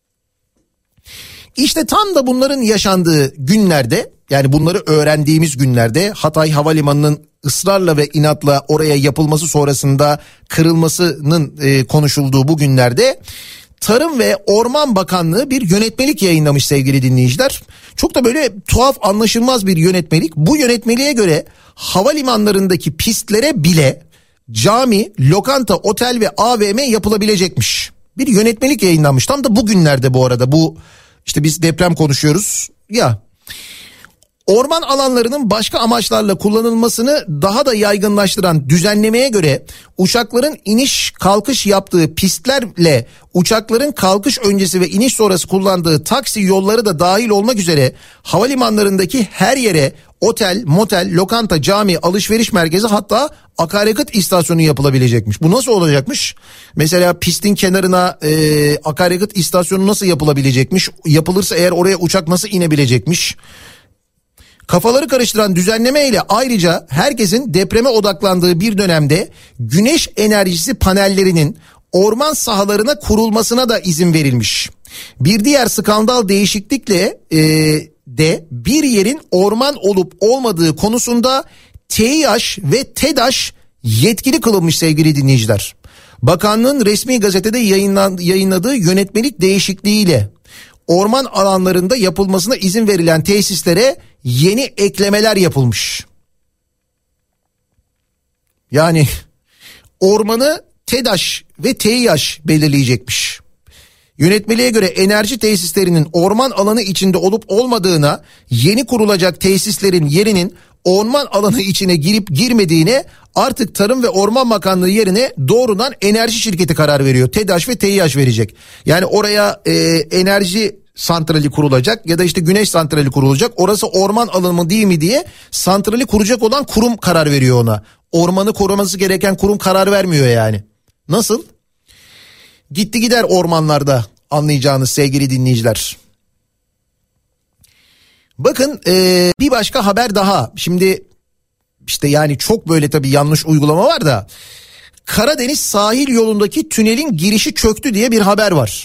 İşte tam da bunların yaşandığı günlerde, yani bunları öğrendiğimiz günlerde, Hatay Havalimanı'nın ısrarla ve inatla oraya yapılması sonrasında kırılmasının konuşulduğu bu günlerde Tarım ve Orman Bakanlığı bir yönetmelik yayınlamış sevgili dinleyiciler. Çok da böyle tuhaf, anlaşılmaz bir yönetmelik. Bu yönetmeliğe göre havalimanlarındaki pistlere bile cami, lokanta, otel ve AVM yapılabilecekmiş. Bir yönetmelik yayınlanmış. Tam da bugünlerde bu arada, bu işte biz deprem konuşuyoruz ya. Orman alanlarının başka amaçlarla kullanılmasını daha da yaygınlaştıran düzenlemeye göre uçakların iniş kalkış yaptığı pistlerle uçakların kalkış öncesi ve iniş sonrası kullandığı taksi yolları da dahil olmak üzere havalimanlarındaki her yere otel, motel, lokanta, cami, alışveriş merkezi, hatta akaryakıt istasyonu yapılabilecekmiş. Bu nasıl olacakmış? Mesela pistin kenarına akaryakıt istasyonu nasıl yapılabilecekmiş? Yapılırsa eğer oraya uçak nasıl inebilecekmiş? Kafaları karıştıran düzenleme ile ayrıca herkesin depreme odaklandığı bir dönemde güneş enerjisi panellerinin orman sahalarına kurulmasına da izin verilmiş. Bir diğer skandal değişiklikle de bir yerin orman olup olmadığı konusunda TİH ve TEDAŞ yetkili kılınmış sevgili dinleyiciler. Bakanlığın resmi gazetede yayınladığı yönetmelik değişikliğiyle orman alanlarında yapılmasına izin verilen tesislere yeni eklemeler yapılmış. Yani ormanı TEDAŞ ve TİH belirleyecekmiş. Yönetmeliğe göre enerji tesislerinin orman alanı içinde olup olmadığına, yeni kurulacak tesislerin yerinin orman alanı içine girip girmediğine artık Tarım ve Orman Bakanlığı yerine doğrudan enerji şirketi karar veriyor. TEDAŞ ve TİH verecek. Yani oraya enerji santrali kurulacak ya da işte güneş santrali kurulacak. Orası orman alanı mı değil mi diye santrali kuracak olan kurum karar veriyor ona. Ormanı koruması gereken kurum karar vermiyor yani. Nasıl? Gitti gider ormanlarda, anlayacağınız sevgili dinleyiciler. Bakın bir başka haber daha. Şimdi işte yani çok böyle tabii yanlış uygulama var da Karadeniz sahil yolundaki tünelin girişi çöktü diye bir haber var.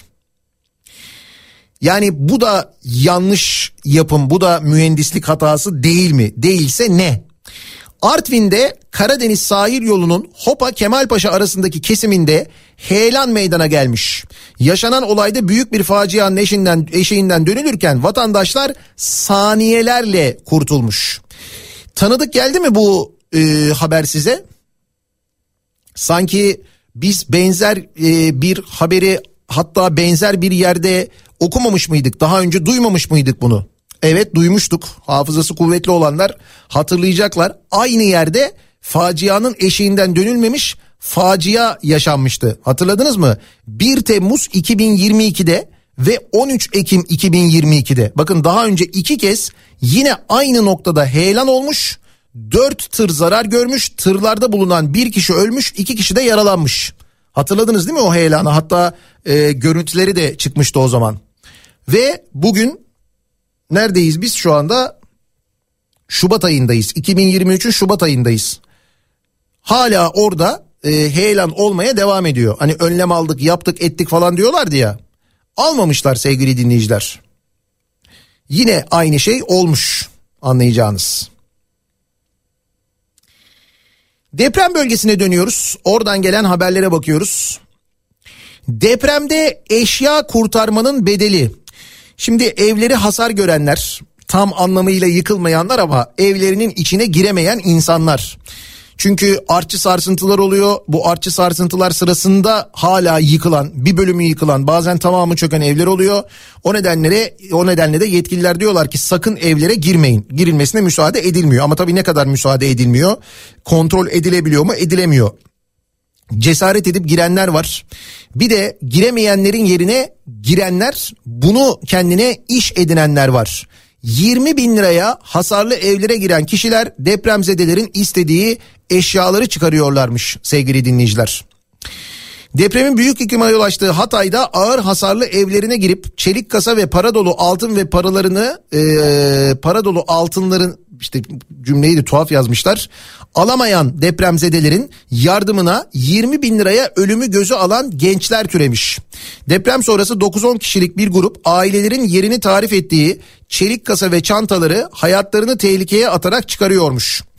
Yani bu da yanlış yapım, bu da mühendislik hatası değil mi? Değilse ne? Artvin'de Karadeniz sahil yolunun Hopa Kemalpaşa arasındaki kesiminde heyelan meydana gelmiş. Yaşanan olayda büyük bir facianın eşiğinden dönülürken vatandaşlar saniyelerle kurtulmuş. Tanıdık geldi mi bu haber size? Sanki biz benzer bir haberi, hatta benzer bir yerde okumamış mıydık? Daha önce duymamış mıydık bunu? Evet, duymuştuk. Hafızası kuvvetli olanlar hatırlayacaklar. Aynı yerde facianın eşiğinden dönülmemiş facia yaşanmıştı. Hatırladınız mı? 1 Temmuz 2022'de ve 13 Ekim 2022'de. Bakın daha önce 2 kez yine aynı noktada heyelan olmuş. 4 tır zarar görmüş. Tırlarda bulunan 1 kişi ölmüş, 2 kişi de yaralanmış. Hatırladınız değil mi o heyelanı? Hatta görüntüleri de çıkmıştı o zaman. Ve bugün neredeyiz biz şu anda? Şubat ayındayız. 2023'ün Şubat ayındayız. Hala orada heyelan olmaya devam ediyor. Hani önlem aldık, yaptık, ettik falan diyorlardı ya. Almamışlar sevgili dinleyiciler. Yine aynı şey olmuş, anlayacağınız. Deprem bölgesine dönüyoruz. Oradan gelen haberlere bakıyoruz. Depremde eşya kurtarmanın bedeli. Şimdi evleri hasar görenler, tam anlamıyla yıkılmayanlar ama evlerinin içine giremeyen insanlar. Çünkü artçı sarsıntılar oluyor. Bu artçı sarsıntılar sırasında hala yıkılan, bir bölümü yıkılan, bazen tamamı çöken evler oluyor. O nedenle de yetkililer diyorlar ki sakın evlere girmeyin. Girilmesine müsaade edilmiyor. Ama tabii ne kadar müsaade edilmiyor? Kontrol edilebiliyor mu? Edilemiyor. Cesaret edip girenler var. Bir de giremeyenlerin yerine girenler, bunu kendine iş edinenler var. 20 bin liraya hasarlı evlere giren kişiler depremzedelerin istediği eşyaları çıkarıyorlarmış sevgili dinleyiciler. Depremin büyük yıkıma yol açtığı Hatay'da ağır hasarlı evlerine girip çelik kasa ve para dolu altın ve para dolu altınların, işte cümleyi de tuhaf yazmışlar, alamayan depremzedelerin yardımına 20 bin liraya ölümü göze alan gençler türemiş. Deprem sonrası 9-10 kişilik bir grup ailelerin yerini tarif ettiği çelik kasa ve çantaları hayatlarını tehlikeye atarak çıkarıyormuş.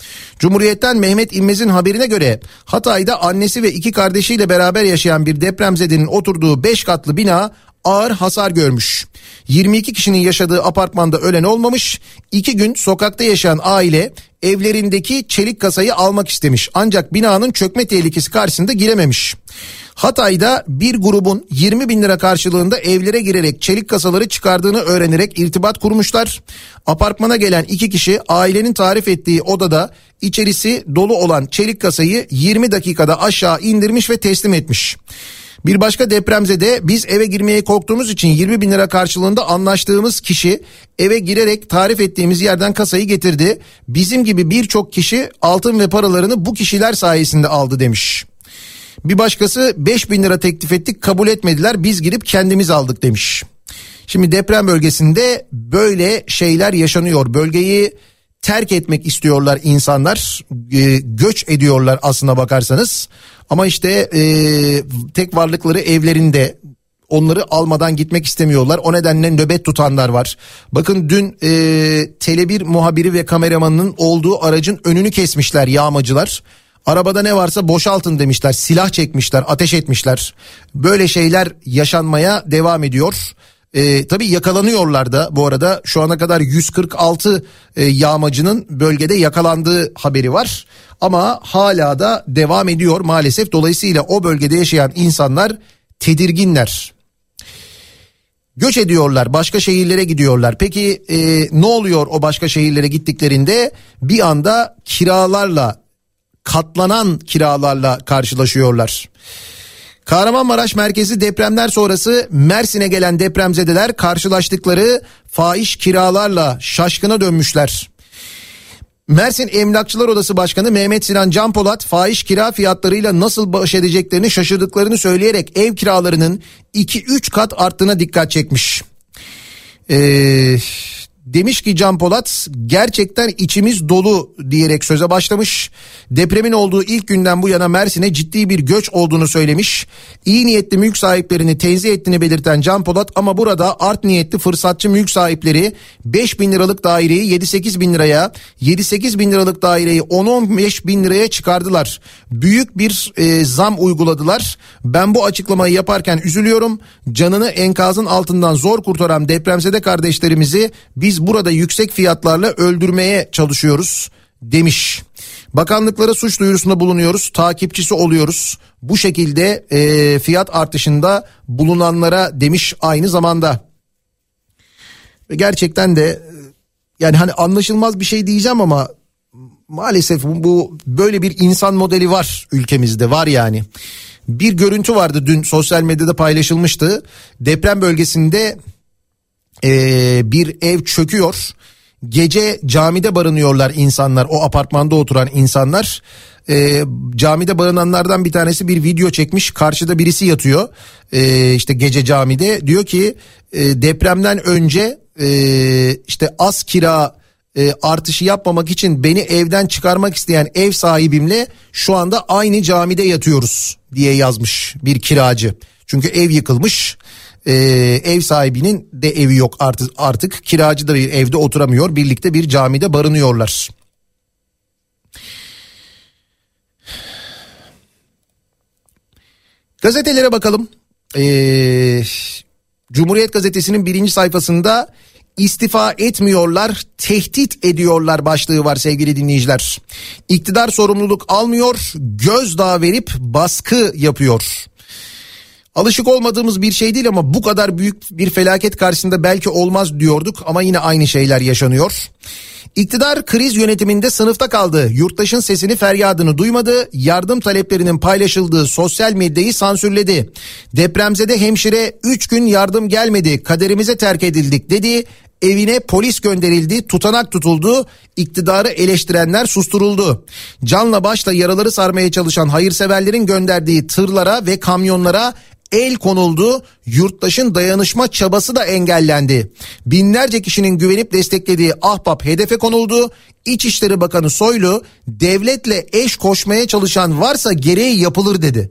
Cumhuriyet'ten Mehmet İmmez'in haberine göre Hatay'da annesi ve 2 kardeşiyle beraber yaşayan bir depremzedenin oturduğu 5 katlı bina ağır hasar görmüş. 22 kişinin yaşadığı apartmanda ölen olmamış. 2 gün sokakta yaşayan aile evlerindeki çelik kasayı almak istemiş. Ancak binanın çökme tehlikesi karşısında girememiş. Hatay'da bir grubun 20 bin lira karşılığında evlere girerek çelik kasaları çıkardığını öğrenerek irtibat kurmuşlar. Apartmana gelen 2 kişi ailenin tarif ettiği odada içerisi dolu olan çelik kasayı 20 dakikada aşağı indirmiş ve teslim etmiş. Bir başka depremzede biz eve girmeye korktuğumuz için 20 bin lira karşılığında anlaştığımız kişi eve girerek tarif ettiğimiz yerden kasayı getirdi. Bizim gibi birçok kişi altın ve paralarını bu kişiler sayesinde aldı demiş. Bir başkası 5 bin lira teklif ettik, kabul etmediler, biz girip kendimiz aldık demiş. Şimdi deprem bölgesinde böyle şeyler yaşanıyor. Bölgeyi terk etmek istiyorlar insanlar, göç ediyorlar aslına bakarsanız. Ama işte tek varlıkları evlerinde, onları almadan gitmek istemiyorlar. O nedenle nöbet tutanlar var. Bakın dün Tele1 muhabiri ve kameramanının olduğu aracın önünü kesmişler yağmacılar. Arabada ne varsa boşaltın demişler, silah çekmişler, ateş etmişler. Böyle şeyler yaşanmaya devam ediyor. Tabii yakalanıyorlar da bu arada. Şu ana kadar 146 yağmacının bölgede yakalandığı haberi var. Ama hala da devam ediyor maalesef. Dolayısıyla o bölgede yaşayan insanlar tedirginler. Göç ediyorlar, başka şehirlere gidiyorlar. Peki ne oluyor o başka şehirlere gittiklerinde? Bir anda katlanan kiralarla karşılaşıyorlar. Kahramanmaraş merkezi depremler sonrası Mersin'e gelen depremzedeler karşılaştıkları fahiş kiralarla şaşkına dönmüşler. Mersin Emlakçılar Odası Başkanı Mehmet Sinan Canpolat fahiş kira fiyatlarıyla nasıl baş edeceklerini şaşırdıklarını söyleyerek ev kiralarının 2-3 kat arttığına dikkat çekmiş. Demiş ki Can Polat, gerçekten içimiz dolu diyerek söze başlamış. Depremin olduğu ilk günden bu yana Mersin'e ciddi bir göç olduğunu söylemiş. İyi niyetli mülk sahiplerini tenzih ettiğini belirten Can Polat, ama burada art niyetli fırsatçı mülk sahipleri 5 bin liralık daireyi 7-8 bin liraya, 7-8 bin liralık daireyi 10-15 bin liraya çıkardılar. Büyük bir zam uyguladılar. Ben bu açıklamayı yaparken üzülüyorum. Canını enkazın altından zor kurtaran depremzede kardeşlerimizi biz burada yüksek fiyatlarla öldürmeye çalışıyoruz demiş. Bakanlıklara suç duyurusunda bulunuyoruz, takipçisi oluyoruz. Bu şekilde fiyat artışında bulunanlara demiş aynı zamanda. Ve gerçekten de yani hani anlaşılmaz bir şey diyeceğim ama maalesef bu böyle bir insan modeli var ülkemizde, var yani. Bir görüntü vardı, dün sosyal medyada paylaşılmıştı. Deprem bölgesinde bir ev çöküyor. Gece camide barınıyorlar insanlar, o apartmanda oturan insanlar. Camide barınanlardan bir tanesi bir video çekmiş. Karşıda birisi yatıyor işte gece camide. Diyor ki depremden önce işte az kira artışı yapmamak için beni evden çıkarmak isteyen ev sahibimle şu anda aynı camide yatıyoruz diye yazmış bir kiracı. Çünkü ev yıkılmış. Ev sahibinin de evi yok artık kiracı da bir evde oturamıyor, birlikte bir camide barınıyorlar. Gazetelere bakalım. Cumhuriyet Gazetesi'nin 1. sayfasında istifa etmiyorlar, tehdit ediyorlar başlığı var sevgili dinleyiciler. İktidar sorumluluk almıyor, gözdağı verip baskı yapıyor. Alışık olmadığımız bir şey değil ama bu kadar büyük bir felaket karşısında belki olmaz diyorduk ama yine aynı şeyler yaşanıyor. İktidar kriz yönetiminde sınıfta kaldı. Yurttaşın sesini, feryadını duymadı. Yardım taleplerinin paylaşıldığı sosyal medyayı sansürledi. Depremzede hemşire 3 gün yardım gelmedi, kaderimize terk edildik dedi. Evine polis gönderildi, tutanak tutuldu, iktidarı eleştirenler susturuldu. Canla başla yaraları sarmaya çalışan hayırseverlerin gönderdiği tırlara ve kamyonlara el konuldu, yurttaşın dayanışma çabası da engellendi. Binlerce kişinin güvenip desteklediği Ahbap hedefe konuldu. İçişleri Bakanı Soylu, devletle eş koşmaya çalışan varsa gereği yapılır dedi.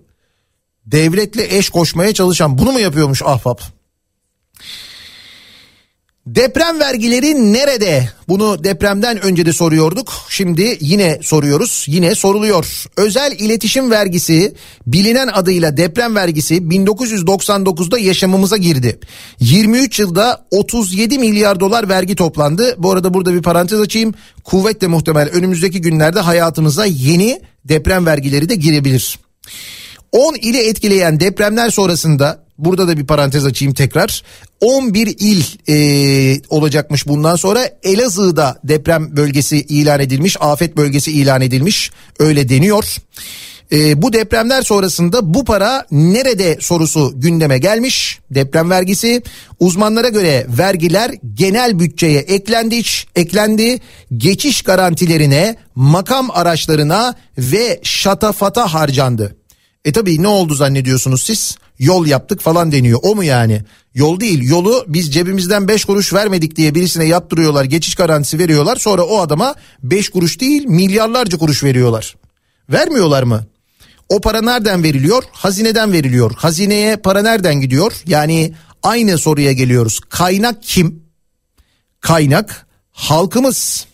Devletle eş koşmaya çalışan, bunu mu yapıyormuş Ahbap? Deprem vergileri nerede? Bunu depremden önce de soruyorduk. Şimdi yine soruyoruz. Yine soruluyor. Özel iletişim vergisi, bilinen adıyla deprem vergisi 1999'da yaşamımıza girdi. 23 yılda 37 milyar dolar vergi toplandı. Bu arada burada bir parantez açayım. Kuvvetle muhtemel önümüzdeki günlerde hayatımıza yeni deprem vergileri de girebilir. 10 ili etkileyen depremler sonrasında, burada da bir parantez açayım tekrar, 11 il olacakmış bundan sonra. Elazığ'da deprem bölgesi ilan edilmiş, afet bölgesi ilan edilmiş, öyle deniyor. Bu depremler sonrasında bu para nerede sorusu gündeme gelmiş. Deprem vergisi, uzmanlara göre vergiler genel bütçeye eklendi. Geçiş garantilerine, makam araçlarına ve şatafata harcandı. Tabii ne oldu zannediyorsunuz siz? Yol yaptık falan deniyor. O mu yani? Yol değil. Yolu biz cebimizden 5 kuruş vermedik diye birisine yaptırıyorlar. Geçiş garantisi veriyorlar. Sonra o adama 5 kuruş değil milyarlarca kuruş veriyorlar. Vermiyorlar mı? O para nereden veriliyor? Hazineden veriliyor. Hazineye para nereden gidiyor? Yani aynı soruya geliyoruz. Kaynak kim? Kaynak halkımız.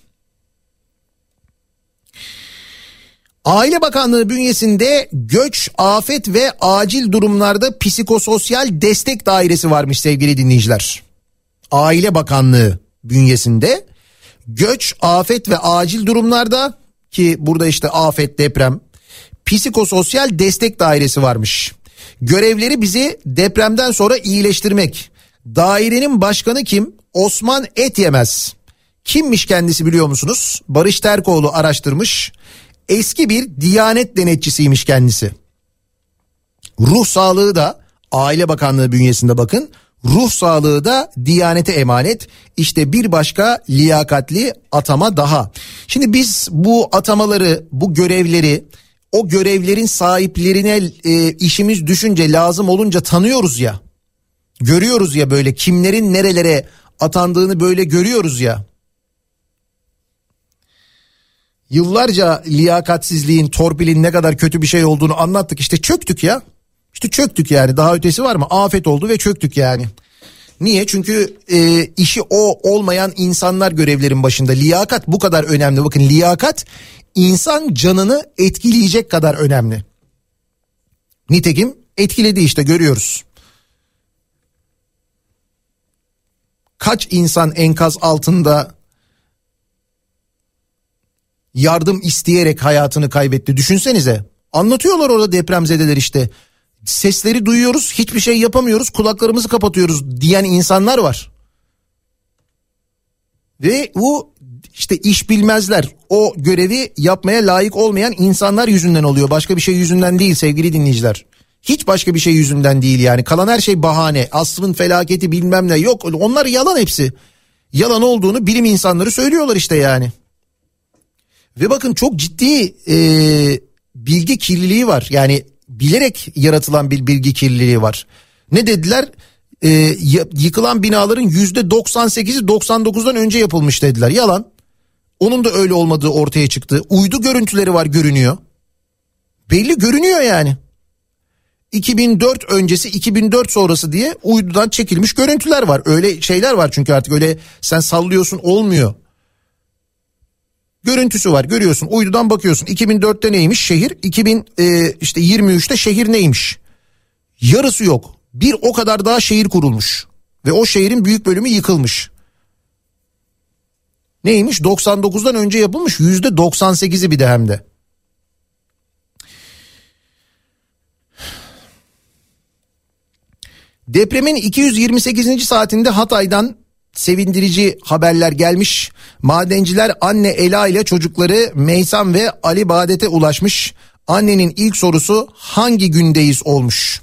Aile Bakanlığı bünyesinde göç, afet ve acil durumlarda psikososyal destek dairesi varmış sevgili dinleyiciler. Aile Bakanlığı bünyesinde göç, afet ve acil durumlarda, ki burada işte afet, deprem, psikososyal destek dairesi varmış. Görevleri bizi depremden sonra iyileştirmek. Dairenin başkanı kim? Osman Etyemez. Kimmiş kendisi biliyor musunuz? Barış Terkoğlu araştırmış. Eski bir Diyanet denetçisiymiş kendisi. Ruh sağlığı da Aile Bakanlığı bünyesinde, bakın. Ruh sağlığı da Diyanete emanet. İşte bir başka liyakatli atama daha. Şimdi biz bu atamaları, bu görevleri, o görevlerin sahiplerine işimiz düşünce, lazım olunca tanıyoruz ya. Görüyoruz ya, böyle kimlerin nerelere atandığını böyle görüyoruz ya. Yıllarca liyakatsizliğin, torpilin ne kadar kötü bir şey olduğunu anlattık. İşte çöktük ya. İşte çöktük yani. Daha ötesi var mı? Afet oldu ve çöktük yani. Niye? Çünkü işi o olmayan insanlar görevlerin başında. Liyakat bu kadar önemli. Bakın, liyakat insan canını etkileyecek kadar önemli. Nitekim etkiledi, işte görüyoruz. Kaç insan enkaz altında yardım isteyerek hayatını kaybetti, düşünsenize. Anlatıyorlar orada depremzedeler işte. Sesleri duyuyoruz, hiçbir şey yapamıyoruz, kulaklarımızı kapatıyoruz diyen insanlar var. Ve bu işte iş bilmezler, o görevi yapmaya layık olmayan insanlar yüzünden oluyor. Başka bir şey yüzünden değil sevgili dinleyiciler. Hiç başka bir şey yüzünden değil yani. Kalan her şey bahane. Asrın felaketi bilmem ne, yok. Onlar yalan hepsi. Yalan olduğunu bilim insanları söylüyorlar işte yani. Ve bakın, çok ciddi bilgi kirliliği var. Yani bilerek yaratılan bir bilgi kirliliği var. Ne dediler? Yıkılan binaların %98'i 99'dan önce yapılmış dediler. Yalan. Onun da öyle olmadığı ortaya çıktı. Uydu görüntüleri var, görünüyor. Belli, görünüyor yani. 2004 öncesi, 2004 sonrası diye uydudan çekilmiş görüntüler var. Öyle şeyler var çünkü artık öyle sen sallıyorsun olmuyor. Görüntüsü var, görüyorsun, uydudan bakıyorsun. 2004'te neymiş şehir, 2023'te şehir neymiş? Yarısı yok. Bir o kadar daha şehir kurulmuş ve o şehrin büyük bölümü yıkılmış. Neymiş? 99'dan önce yapılmış, %98'i bir de hem de. Depremin 228. saatinde Hatay'dan sevindirici haberler gelmiş. Madenciler anne Ela ile çocukları Meysam ve Ali Badet'e ulaşmış. Annenin ilk sorusu hangi gündeyiz olmuş.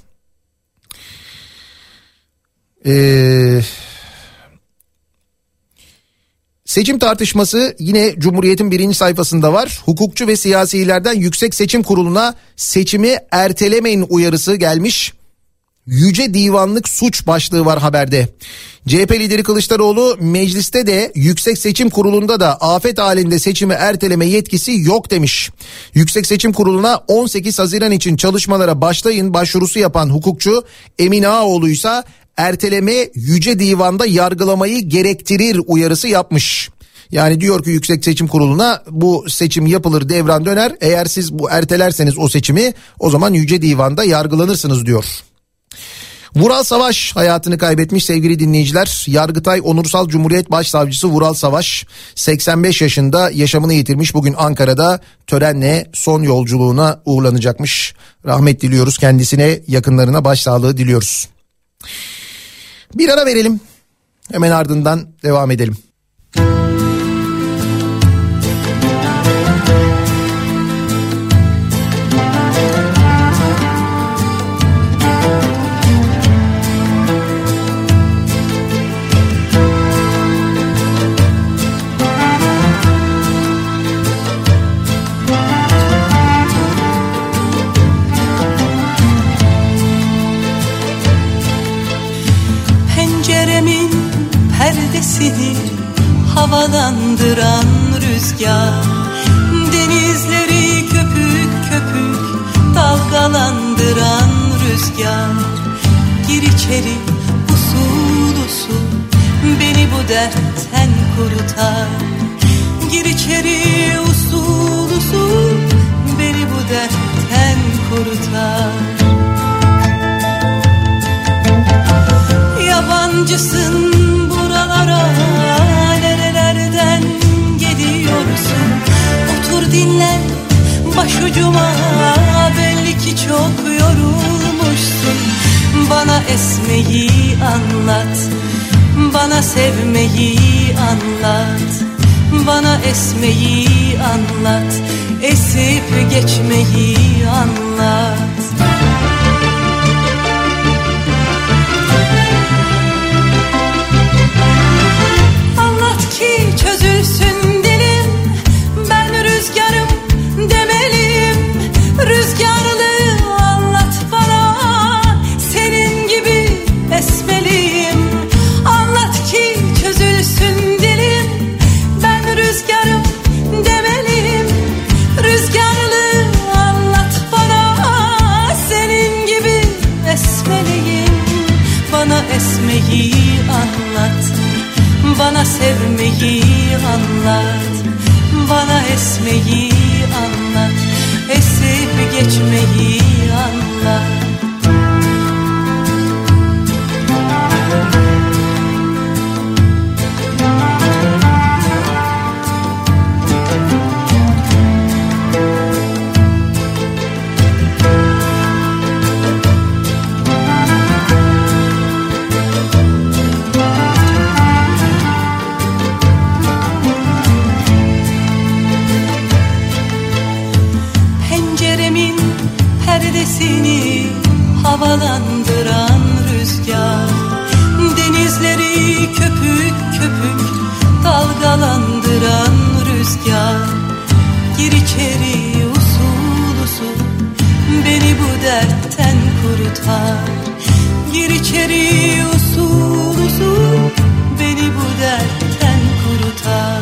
Seçim tartışması yine Cumhuriyet'in 1. sayfasında var. Hukukçu ve siyasilerden Yüksek Seçim Kurulu'na seçimi ertelemeyin uyarısı gelmiş. Yüce Divanlık suç başlığı var haberde. CHP lideri Kılıçdaroğlu mecliste de Yüksek Seçim Kurulu'nda da afet halinde seçimi erteleme yetkisi yok demiş. Yüksek Seçim Kurulu'na 18 Haziran için çalışmalara başlayın başvurusu yapan hukukçu Emin Ağaoğlu ise erteleme Yüce Divan'da yargılamayı gerektirir uyarısı yapmış. Yani diyor ki Yüksek Seçim Kurulu'na bu seçim yapılır, devran döner. Eğer siz bu ertelerseniz o seçimi, o zaman Yüce Divan'da yargılanırsınız diyor. Vural Savaş hayatını kaybetmiş sevgili dinleyiciler. Yargıtay Onursal Cumhuriyet Başsavcısı Vural Savaş 85 yaşında yaşamını yitirmiş. Bugün Ankara'da törenle son yolculuğuna uğurlanacakmış. Rahmet diliyoruz kendisine, yakınlarına başsağlığı diliyoruz. Bir ara verelim, hemen ardından devam edelim.
Perdesini havalandıran rüzgar, denizleri köpük köpük dalgalandıran rüzgar. Gir içeri usul usul, beni bu dertten kurutar. Gir içeri usul usul, beni bu dertten kurutar. Yabancısın buralara, nerelerden gidiyorsun? Otur dinlen başucuma, belli ki çok yorulmuşsun. Bana esmeyi anlat, bana sevmeyi anlat. Bana esmeyi anlat, esip geçmeyi anlat. Çözülsün dilim, ben rüzgarım demeliyim. Rüzgarlı anlat bana, senin gibi esmeliyim. Anlat ki çözülsün dilim, ben rüzgarım demeliyim. Rüzgarlı anlat bana, senin gibi esmeliyim. Bana esmeyi anlat, bana sevmeyi anlat. Bana esmeyi anlat, esip geçmeyi anlat. Perdesini havalandıran rüzgar, denizleri köpük köpük dalgalandıran rüzgar. Gir içeri usul usul, beni bu dertten kurutar. Gir içeri usul usul, beni bu dertten kurutar.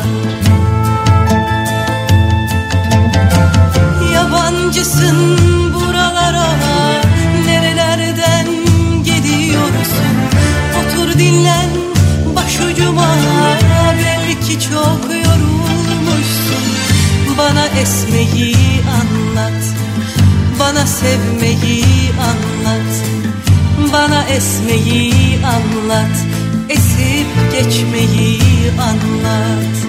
Yabancısın buralara, nerelerden gidiyorsun? Otur dinlen başucuma, belli ki çok yorulmuşsun. Bana esmeyi anlat, bana sevmeyi anlat. Bana esmeyi anlat, esip geçmeyi anlat.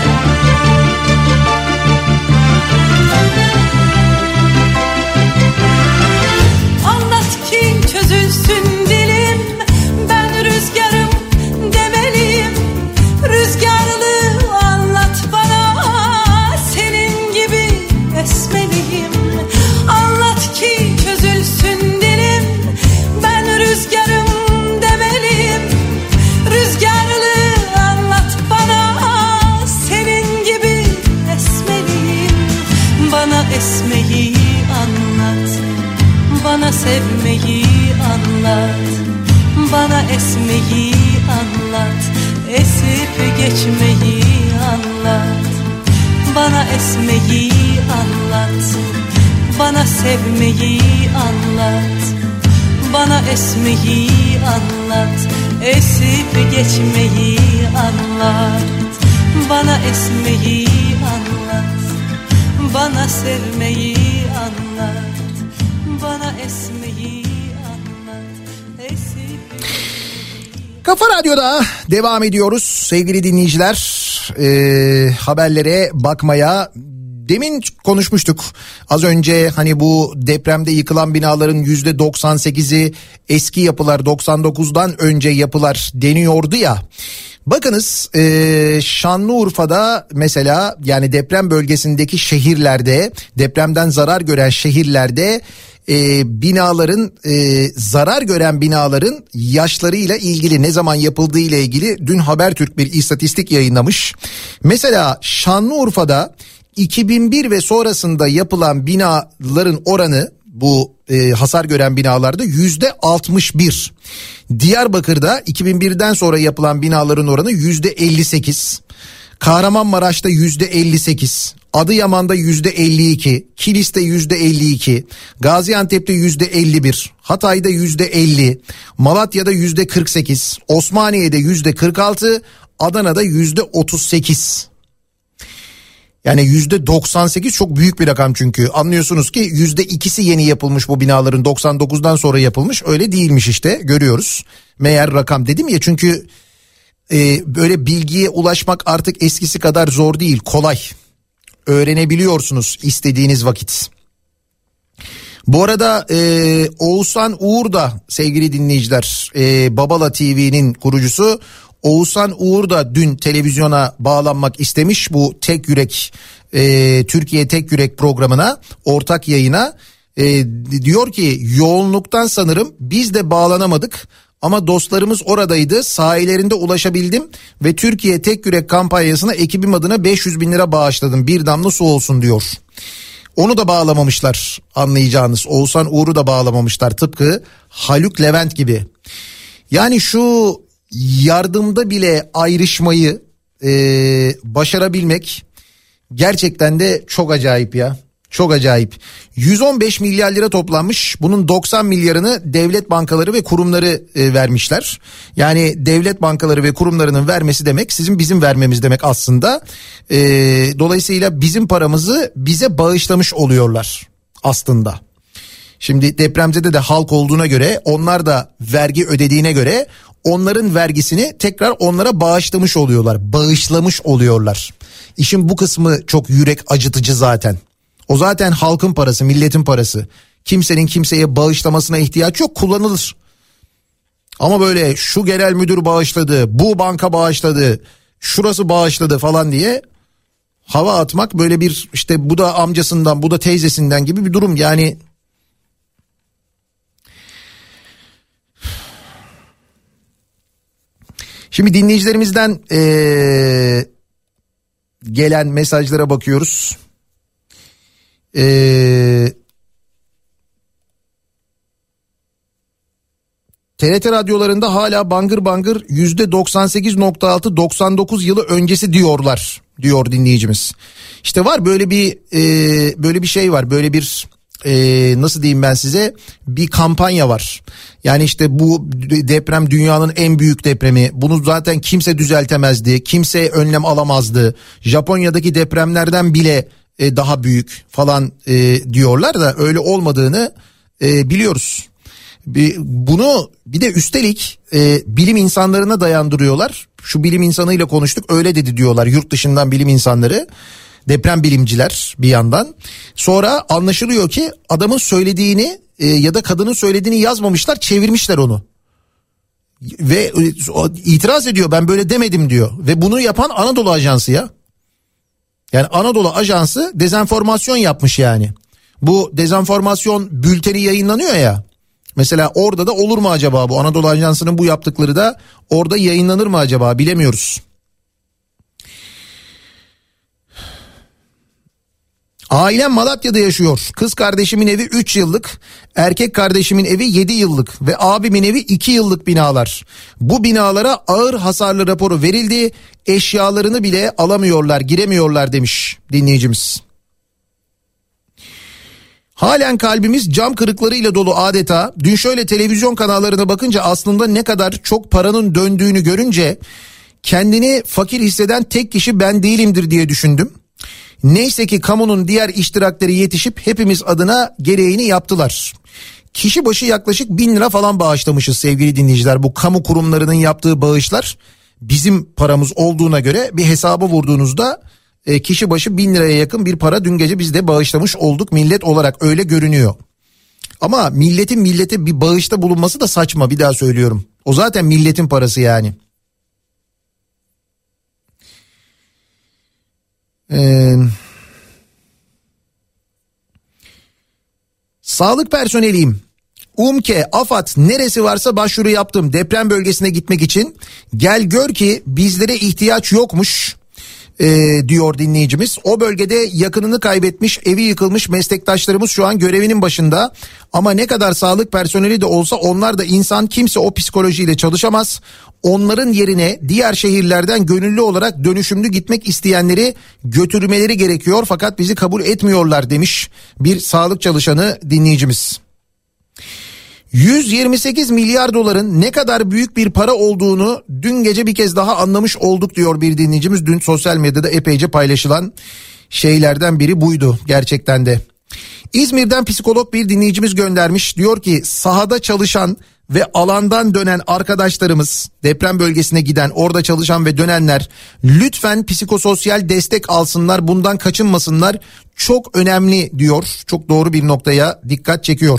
Anlat ki çözülsün dilim, ben rüzgarım demeliyim. Rüzgarlı anlat bana, senin gibi esmeliyim. Anlat ki çözülsün dilim, ben rüzgarım demeliyim. Rüzgarlı anlat bana, senin gibi esmeliyim. Bana esmeyi anlat, bana sevmeyi anlat. Bana esmeyi anlat, esip geçmeyi anlat. Bana esmeyi anlat, bana sevmeyi anlat. Bana esmeyi anlat, esip geçmeyi anlat. Bana esmeyi anlat, bana sevmeyi anlat. Bana esmeyi anlat, esip...
Kafa Radyo'da devam ediyoruz sevgili dinleyiciler. Haberlere bakmaya... Demin konuşmuştuk az önce, hani bu depremde yıkılan binaların %98'i eski yapılar, 99'dan önce yapılar deniyordu ya. Bakınız Şanlıurfa'da mesela, yani deprem bölgesindeki şehirlerde, depremden zarar gören şehirlerde binaların zarar gören binaların yaşlarıyla ilgili, ne zaman yapıldığı ile ilgili dün Habertürk bir istatistik yayınlamış. Mesela Şanlıurfa'da 2001 ve sonrasında yapılan binaların oranı, bu hasar gören binalarda %61. Diyarbakır'da 2001'den sonra yapılan binaların oranı %58. Kahramanmaraş'ta %58. Adıyaman'da %52. Kilis'te %52. Gaziantep'te %51. Hatay'da %50. Malatya'da %48. Osmaniye'de %46. Adana'da %38. Yani %98 çok büyük bir rakam çünkü. Anlıyorsunuz ki %2'si yeni yapılmış bu binaların, 99'dan sonra yapılmış. Öyle değilmiş işte, görüyoruz. Meğer rakam, dedim ya çünkü böyle bilgiye ulaşmak artık eskisi kadar zor değil, kolay. Öğrenebiliyorsunuz istediğiniz vakit. Bu arada Oğuzhan Uğur da sevgili dinleyiciler, Babala TV'nin kurucusu Oğuzhan Uğur da dün televizyona bağlanmak istemiş, bu Tek Yürek Türkiye Tek Yürek programına, ortak yayına. Diyor ki yoğunluktan sanırım biz de bağlanamadık ama dostlarımız oradaydı, sahilerinde ulaşabildim ve Türkiye Tek Yürek kampanyasına ekibim adına 500 bin lira bağışladım, bir damla su olsun diyor. Onu da bağlamamışlar anlayacağınız, Oğuzhan Uğur'u da bağlamamışlar, tıpkı Haluk Levent gibi. Yani şu yardımda bile ayrışmayı başarabilmek gerçekten de çok acayip ya. Çok acayip. 115 milyar lira toplanmış. Bunun 90 milyarını devlet bankaları ve kurumları vermişler. Yani devlet bankaları ve kurumlarının vermesi demek sizin bizim vermemiz demek aslında. Dolayısıyla bizim paramızı bize bağışlamış oluyorlar aslında. Şimdi depremzede de halk olduğuna göre, onlar da vergi ödediğine göre onların vergisini tekrar onlara bağışlamış oluyorlar. Bağışlamış oluyorlar. İşin bu kısmı çok yürek acıtıcı zaten. O zaten halkın parası, milletin parası. Kimsenin kimseye bağışlamasına ihtiyaç yok, kullanılır. Ama böyle şu genel müdür bağışladı, bu banka bağışladı, şurası bağışladı falan diye hava atmak, böyle bir işte bu da amcasından, bu da teyzesinden gibi bir durum yani. Şimdi dinleyicilerimizden gelen mesajlara bakıyoruz. TRT radyolarında hala bangır bangır %98.6 99 yılı öncesi diyorlar, diyor dinleyicimiz. İşte var böyle bir şey var, böyle bir nasıl diyeyim ben size, bir kampanya var. Yani işte bu deprem dünyanın en büyük depremi, bunu zaten kimse düzeltemezdi, kimse önlem alamazdı, Japonya'daki depremlerden bile daha büyük falan diyorlar da öyle olmadığını biliyoruz. Bunu bir de üstelik bilim insanlarına dayandırıyorlar. Şu bilim insanıyla konuştuk, öyle dedi diyorlar, yurt dışından bilim insanları, deprem bilimciler bir yandan. Sonra anlaşılıyor ki adamın söylediğini ya da kadının söylediğini yazmamışlar, çevirmişler onu. Ve itiraz ediyor, ben böyle demedim diyor. Ve bunu yapan Anadolu Ajansı ya. Yani Anadolu Ajansı dezenformasyon yapmış yani. Bu dezenformasyon bülteni yayınlanıyor ya. Mesela orada da olur mu acaba, bu Anadolu Ajansı'nın bu yaptıkları da orada yayınlanır mı acaba, bilemiyoruz. Ailem Malatya'da yaşıyor. Kız kardeşimin evi 3 yıllık, erkek kardeşimin evi 7 yıllık ve abimin evi 2 yıllık binalar. Bu binalara ağır hasarlı raporu verildi. Eşyalarını bile alamıyorlar, giremiyorlar demiş dinleyicimiz. Halen kalbimiz cam kırıklarıyla dolu adeta. Dün şöyle televizyon kanallarına bakınca aslında ne kadar çok paranın döndüğünü görünce kendini fakir hisseden tek kişi ben değilimdir diye düşündüm. Neyse ki kamunun diğer iştirakleri yetişip hepimiz adına gereğini yaptılar. Kişi başı yaklaşık 1000 lira falan bağışlamışız sevgili dinleyiciler. Bu kamu kurumlarının yaptığı bağışlar bizim paramız olduğuna göre bir hesaba vurduğunuzda kişi başı 1000 liraya yakın bir para dün gece biz de bağışlamış olduk millet olarak, öyle görünüyor. Ama milletin millete bir bağışta bulunması da saçma, bir daha söylüyorum. O zaten milletin parası yani. Sağlık personeliyim. UMKE, AFAD neresi varsa başvuru yaptım deprem bölgesine gitmek için. Gel gör ki bizlere ihtiyaç yokmuş diyor dinleyicimiz. O bölgede yakınını kaybetmiş, evi yıkılmış meslektaşlarımız şu an görevinin başında. Ama ne kadar sağlık personeli de olsa onlar da insan, kimse o psikolojiyle çalışamaz. Onların yerine diğer şehirlerden gönüllü olarak dönüşümlü gitmek isteyenleri götürmeleri gerekiyor. Fakat bizi kabul etmiyorlar demiş bir sağlık çalışanı dinleyicimiz. 128 milyar doların ne kadar büyük bir para olduğunu dün gece bir kez daha anlamış olduk diyor bir dinleyicimiz. Dün sosyal medyada epeyce paylaşılan şeylerden biri buydu gerçekten de. İzmir'den psikolog bir dinleyicimiz göndermiş. Diyor ki sahada çalışan ve alandan dönen arkadaşlarımız, deprem bölgesine giden, orada çalışan ve dönenler lütfen psikososyal destek alsınlar, bundan kaçınmasınlar. Çok önemli diyor. Çok doğru bir noktaya dikkat çekiyor.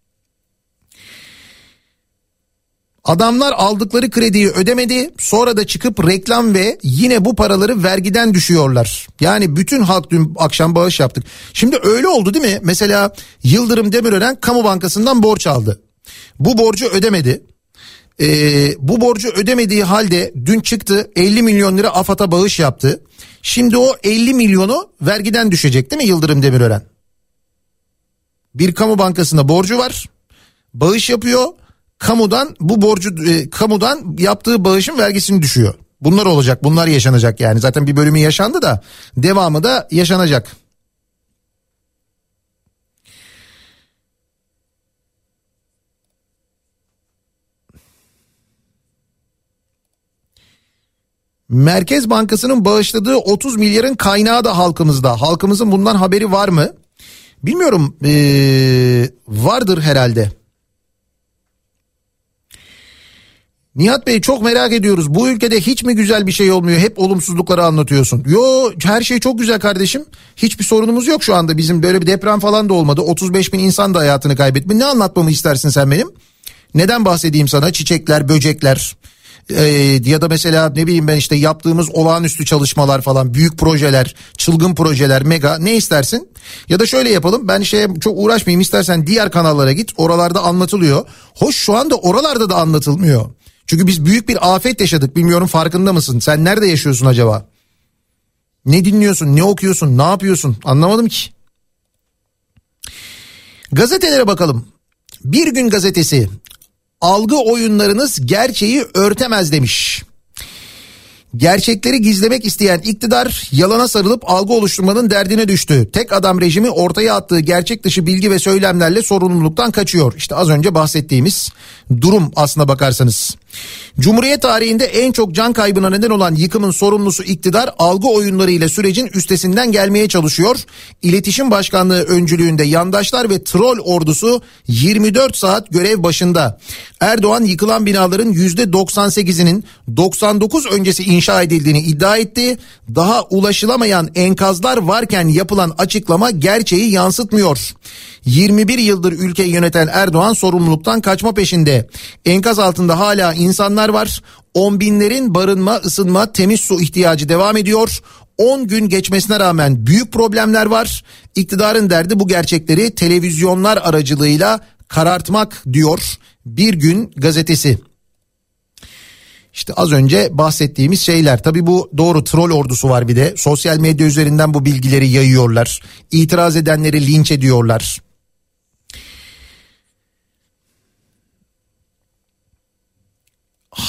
Adamlar aldıkları krediyi ödemedi, sonra da çıkıp reklam ve yine bu paraları vergiden düşüyorlar. Yani bütün halk dün akşam bağış yaptık. Şimdi öyle oldu değil mi? Mesela Yıldırım Demirören Kamu Bankası'ndan borç aldı. Bu borcu ödemedi. Bu borcu ödemediği halde dün çıktı 50 milyon lira AFAD'a bağış yaptı. Şimdi o 50 milyonu vergiden düşecek değil mi Yıldırım Demirören? Bir kamu bankasında borcu var, bağış yapıyor. Kamudan bu borcu, kamudan yaptığı bağışın vergisini düşüyor. Bunlar olacak, bunlar yaşanacak yani. Zaten bir bölümü yaşandı da devamı da yaşanacak. Merkez Bankası'nın bağışladığı 30 milyarın kaynağı da halkımızda. Halkımızın bundan haberi var mı? Bilmiyorum, vardır herhalde. Nihat Bey çok merak ediyoruz. Bu ülkede hiç mi güzel bir şey olmuyor? Hep olumsuzlukları anlatıyorsun. Yo, her şey çok güzel kardeşim. Hiçbir sorunumuz yok şu anda. Bizim böyle bir deprem falan da olmadı. 35 bin insan da hayatını kaybetti. Ne anlatmamı istersin sen benim? Neden bahsedeyim sana? Çiçekler, böcekler ya da mesela ne bileyim ben işte yaptığımız olağanüstü çalışmalar falan, büyük projeler, çılgın projeler, mega, ne istersin? Ya da şöyle yapalım, ben çok uğraşmayayım, istersen diğer kanallara git, oralarda anlatılıyor. Hoş, şu anda oralarda da anlatılmıyor. Çünkü biz büyük bir afet yaşadık, bilmiyorum farkında mısın? Sen nerede yaşıyorsun acaba? Ne dinliyorsun, ne okuyorsun, ne yapıyorsun? Anlamadım ki. Gazetelere bakalım. Bir Gün Gazetesi, algı oyunlarınız gerçeği örtemez demiş. Gerçekleri gizlemek isteyen iktidar yalana sarılıp algı oluşturmanın derdine düştü. Tek adam rejimi ortaya attığı gerçek dışı bilgi ve söylemlerle sorumluluktan kaçıyor. İşte az önce bahsettiğimiz durum aslına bakarsanız. Cumhuriyet tarihinde en çok can kaybına neden olan yıkımın sorumlusu iktidar algı oyunlarıyla sürecin üstesinden gelmeye çalışıyor. İletişim Başkanlığı öncülüğünde yandaşlar ve troll ordusu 24 saat görev başında. Erdoğan yıkılan binaların %98'inin 99 öncesi inşa edildiğini iddia etti. Daha ulaşılamayan enkazlar varken yapılan açıklama gerçeği yansıtmıyor. 21 yıldır ülkeyi yöneten Erdoğan sorumluluktan kaçma peşinde. Enkaz altında hala insanlar var. 10 binlerin barınma, ısınma, temiz su ihtiyacı devam ediyor. 10 gün geçmesine rağmen büyük problemler var. İktidarın derdi bu gerçekleri televizyonlar aracılığıyla karartmak diyor Bir Gün Gazetesi. İşte az önce bahsettiğimiz şeyler. Tabii bu doğru, troll ordusu var bir de. Sosyal medya üzerinden bu bilgileri yayıyorlar. İtiraz edenleri linç ediyorlar.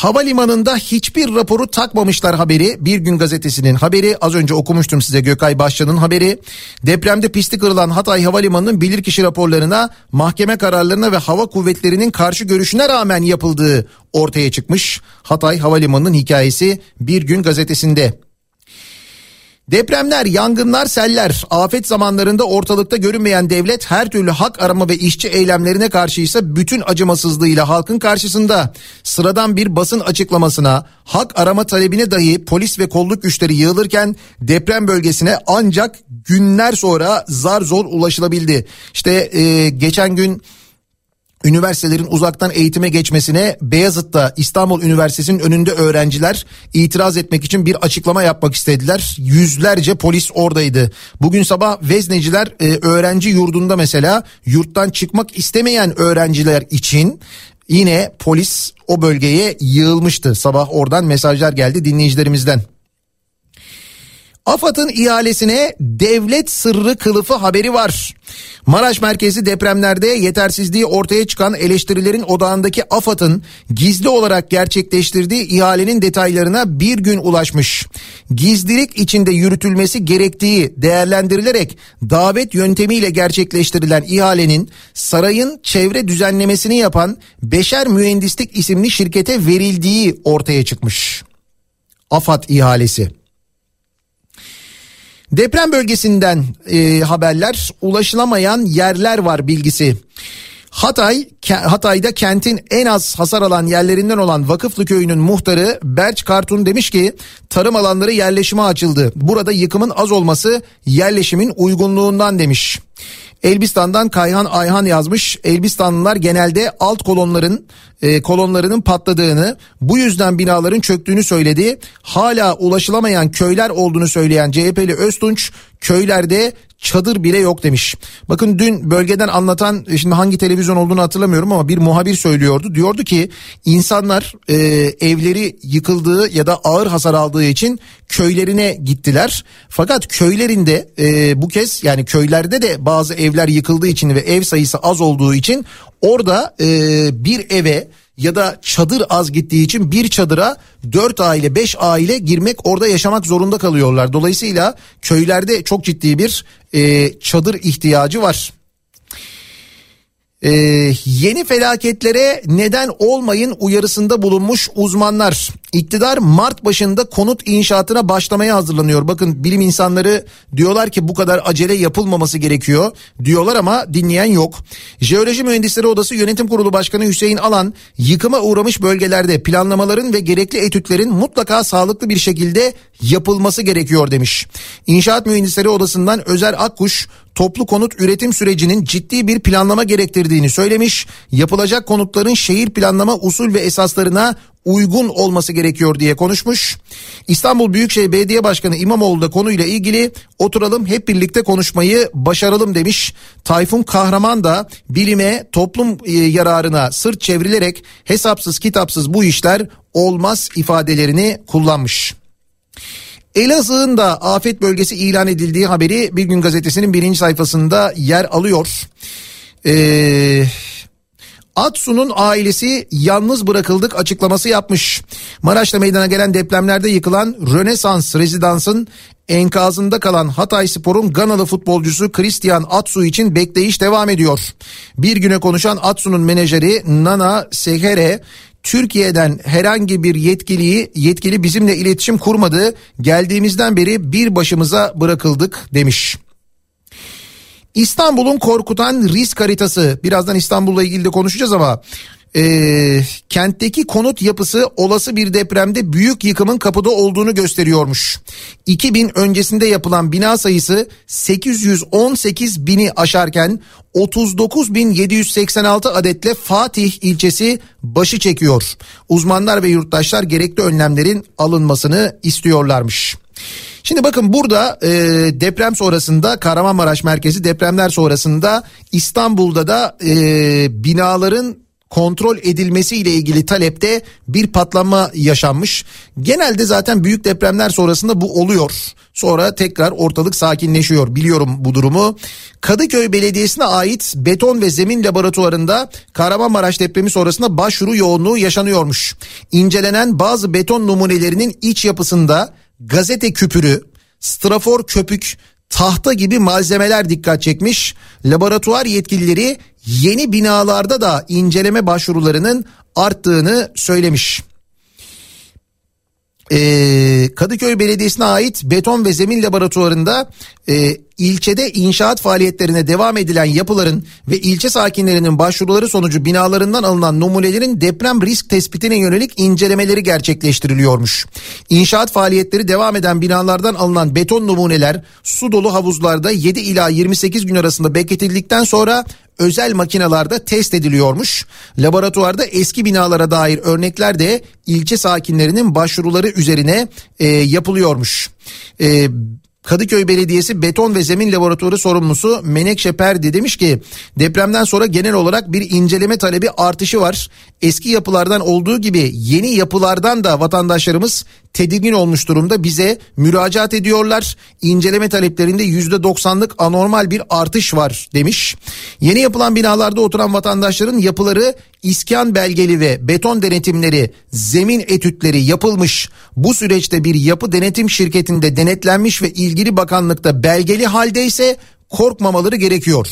Havalimanında hiçbir raporu takmamışlar haberi. Bir Gün Gazetesi'nin haberi. Az önce okumuştum size, Gökay Başcan'ın haberi. Depremde pisti kırılan Hatay Havalimanı'nın bilirkişi raporlarına, mahkeme kararlarına ve hava kuvvetlerinin karşı görüşüne rağmen yapıldığı ortaya çıkmış. Hatay Havalimanı'nın hikayesi Bir Gün Gazetesi'nde. Depremler, yangınlar, seller, afet zamanlarında ortalıkta görünmeyen devlet her türlü hak arama ve işçi eylemlerine karşıysa bütün acımasızlığıyla halkın karşısında. Sıradan bir basın açıklamasına, hak arama talebine dahi polis ve kolluk güçleri yığılırken deprem bölgesine ancak günler sonra zar zor ulaşılabildi. İşte geçen gün üniversitelerin uzaktan eğitime geçmesine Beyazıt'ta İstanbul Üniversitesi'nin önünde öğrenciler itiraz etmek için bir açıklama yapmak istediler. Yüzlerce polis oradaydı. Bugün sabah Vezneciler öğrenci yurdunda mesela yurttan çıkmak istemeyen öğrenciler için yine polis o bölgeye yığılmıştı. Sabah oradan mesajlar geldi dinleyicilerimizden. AFAD'ın ihalesine devlet sırrı kılıfı haberi var. Maraş merkezli depremlerde yetersizliği ortaya çıkan eleştirilerin odağındaki AFAD'ın gizli olarak gerçekleştirdiği ihalenin detaylarına Bir Gün ulaşmış. Gizlilik içinde yürütülmesi gerektiği değerlendirilerek davet yöntemiyle gerçekleştirilen ihalenin sarayın çevre düzenlemesini yapan Beşer Mühendislik isimli şirkete verildiği ortaya çıkmış. AFAD ihalesi. Deprem bölgesinden haberler, ulaşılamayan yerler var bilgisi. Hatay'da kentin en az hasar alan yerlerinden olan Vakıflı Köyü'nün muhtarı Berç Kartun demiş ki tarım alanları yerleşime açıldı. Burada yıkımın az olması yerleşimin uygunluğundan demiş. Elbistan'dan Kayhan Ayhan yazmış. Elbistanlılar genelde alt kolonlarının patladığını, bu yüzden binaların çöktüğünü söyledi. Hala ulaşılamayan köyler olduğunu söyleyen CHP'li Öztunç, köylerde çadır bile yok demiş. Bakın dün bölgeden anlatan, şimdi hangi televizyon olduğunu hatırlamıyorum ama bir muhabir söylüyordu. Diyordu ki insanlar evleri yıkıldığı ya da ağır hasar aldığı için köylerine gittiler. Fakat köylerinde bu kez, yani köylerde de bazı evler yıkıldığı için ve ev sayısı az olduğu için orada bir eve ya da çadır az gittiği için bir çadıra 4 aile 5 aile girmek, orada yaşamak zorunda kalıyorlar. Dolayısıyla köylerde çok ciddi bir çadır ihtiyacı var. Yeni felaketlere neden olmayın uyarısında bulunmuş uzmanlar. İktidar Mart başında konut inşaatına başlamaya hazırlanıyor. Bakın bilim insanları diyorlar ki bu kadar acele yapılmaması gerekiyor diyorlar ama dinleyen yok. Jeoloji Mühendisleri Odası Yönetim Kurulu Başkanı Hüseyin Alan, yıkıma uğramış bölgelerde planlamaların ve gerekli etütlerin mutlaka sağlıklı bir şekilde yapılması gerekiyor demiş. İnşaat Mühendisleri Odası'ndan Özer Akkuş, toplu konut üretim sürecinin ciddi bir planlama gerektirdiğini söylemiş. Yapılacak konutların şehir planlama usul ve esaslarına uygun olması gerekiyor diye konuşmuş. İstanbul Büyükşehir Belediye Başkanı İmamoğlu da konuyla ilgili oturalım hep birlikte konuşmayı başaralım demiş. Tayfun Kahraman da bilime, toplum yararına sırt çevrilerek hesapsız kitapsız bu işler olmaz ifadelerini kullanmış. Elazığ'ın da afet bölgesi ilan edildiği haberi Bir Gün Gazetesi'nin 1. sayfasında yer alıyor. Atsu'nun ailesi yalnız bırakıldık açıklaması yapmış. Maraş'ta meydana gelen depremlerde yıkılan Rönesans rezidansın enkazında kalan Hatayspor'un Ganalı futbolcusu Christian Atsu için bekleyiş devam ediyor. Bir Güne konuşan Atsu'nun menajeri Nana Sehere, Türkiye'den herhangi bir yetkili bizimle iletişim kurmadı. Geldiğimizden beri bir başımıza bırakıldık demiş. İstanbul'un korkutan risk haritası. Birazdan İstanbul'la ilgili de konuşacağız ama kentteki konut yapısı olası bir depremde büyük yıkımın kapıda olduğunu gösteriyormuş. 2000 öncesinde yapılan bina sayısı 818 bini aşarken 39.786 adetle Fatih ilçesi başı çekiyor. Uzmanlar ve yurttaşlar gerekli önlemlerin alınmasını istiyorlarmış. Şimdi bakın burada deprem sonrasında, Kahramanmaraş merkezi depremler sonrasında İstanbul'da da binaların kontrol edilmesiyle ilgili talepte bir patlanma yaşanmış. Genelde zaten büyük depremler sonrasında bu oluyor. Sonra tekrar ortalık sakinleşiyor. Biliyorum bu durumu. Kadıköy Belediyesi'ne ait beton ve zemin laboratuvarında Kahramanmaraş depremi sonrasında başvuru yoğunluğu yaşanıyormuş. İncelenen bazı beton numunelerinin iç yapısında gazete küpürü, strafor köpük, tahta gibi malzemeler dikkat çekmiş. Laboratuvar yetkilileri yeni binalarda da inceleme başvurularının arttığını söylemiş. Kadıköy Belediyesi'ne ait beton ve zemin laboratuvarında ilçede inşaat faaliyetlerine devam edilen yapıların ve ilçe sakinlerinin başvuruları sonucu binalarından alınan numunelerin deprem risk tespitine yönelik incelemeleri gerçekleştiriliyormuş. İnşaat faaliyetleri devam eden binalardan alınan beton numuneler su dolu havuzlarda 7 ila 28 gün arasında bekletildikten sonra özel makinalarda test ediliyormuş. Laboratuvarda eski binalara dair örnekler de ilçe sakinlerinin başvuruları üzerine yapılıyormuş. Kadıköy Belediyesi Beton ve Zemin Laboratuvarı sorumlusu Menekşe Perdi demiş ki depremden sonra genel olarak bir inceleme talebi artışı var. Eski yapılardan olduğu gibi yeni yapılardan da vatandaşlarımız tedirgin olmuş durumda, bize müracaat ediyorlar. İnceleme taleplerinde %90'lık anormal bir artış var demiş. Yeni yapılan binalarda oturan vatandaşların yapıları iskan belgeli ve beton denetimleri, zemin etütleri yapılmış. Bu süreçte bir yapı denetim şirketinde denetlenmiş ve ilgili bakanlıkta belgeli haldeyse korkmamaları gerekiyor.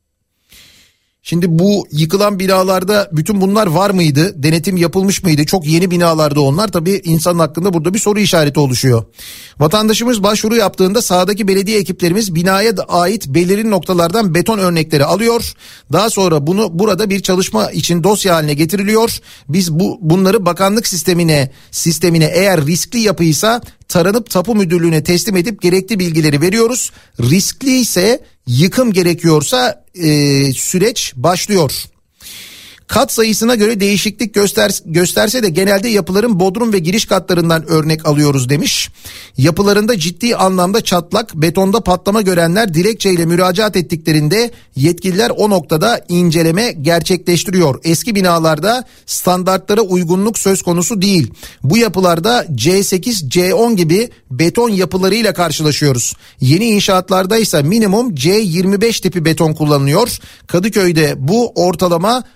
Şimdi bu yıkılan binalarda bütün bunlar var mıydı? Denetim yapılmış mıydı? Çok yeni binalarda onlar. Tabii insanın hakkında burada bir soru işareti oluşuyor. Vatandaşımız başvuru yaptığında sahadaki belediye ekiplerimiz binaya ait belirli noktalardan beton örnekleri alıyor. Daha sonra bunu burada bir çalışma için dosya haline getiriliyor. Biz bunları bakanlık sistemine eğer riskli yapıysa taranıp tapu müdürlüğüne teslim edip gerekli bilgileri veriyoruz. Riskli ise yıkım gerekiyorsa süreç başlıyor. Kat sayısına göre değişiklik gösterse de genelde yapıların bodrum ve giriş katlarından örnek alıyoruz demiş. Yapılarında ciddi anlamda çatlak, betonda patlama görenler dilekçeyle müracaat ettiklerinde yetkililer o noktada inceleme gerçekleştiriyor. Eski binalarda standartlara uygunluk söz konusu değil. Bu yapılarda C8, C10 gibi beton yapılarıyla karşılaşıyoruz. Yeni inşaatlarda ise minimum C25 tipi beton kullanılıyor. Kadıköy'de bu ortalama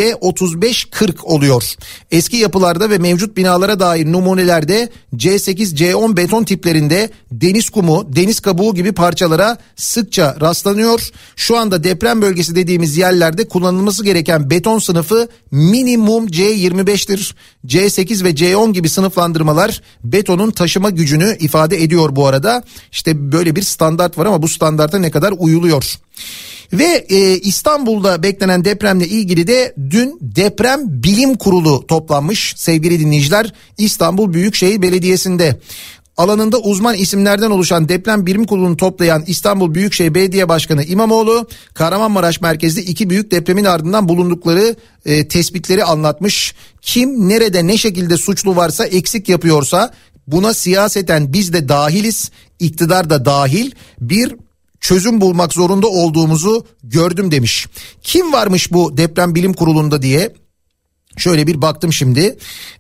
C35-40 oluyor. Eski yapılarda ve mevcut binalara dair numunelerde C8, C10 beton tiplerinde deniz kumu, deniz kabuğu gibi parçalara sıkça rastlanıyor. Şu anda deprem bölgesi dediğimiz yerlerde kullanılması gereken beton sınıfı minimum C25'tir. C8 ve C10 gibi sınıflandırmalar betonun taşıma gücünü ifade ediyor bu arada. İşte böyle bir standart var ama bu standarta ne kadar uyuluyor? Ve İstanbul'da beklenen depremle ilgili de dün Deprem Bilim Kurulu toplanmış sevgili dinleyiciler, İstanbul Büyükşehir Belediyesi'nde. Alanında uzman isimlerden oluşan Deprem Bilim Kurulu'nu toplayan İstanbul Büyükşehir Belediye Başkanı İmamoğlu, Kahramanmaraş merkezli 2 büyük depremin ardından bulundukları tespitleri anlatmış. Kim nerede ne şekilde suçlu varsa, eksik yapıyorsa buna siyaseten biz de dahiliz, iktidar da dahil, bir çözüm bulmak zorunda olduğumuzu gördüm demiş. Kim varmış bu Deprem Bilim Kurulu'nda diye şöyle bir baktım şimdi.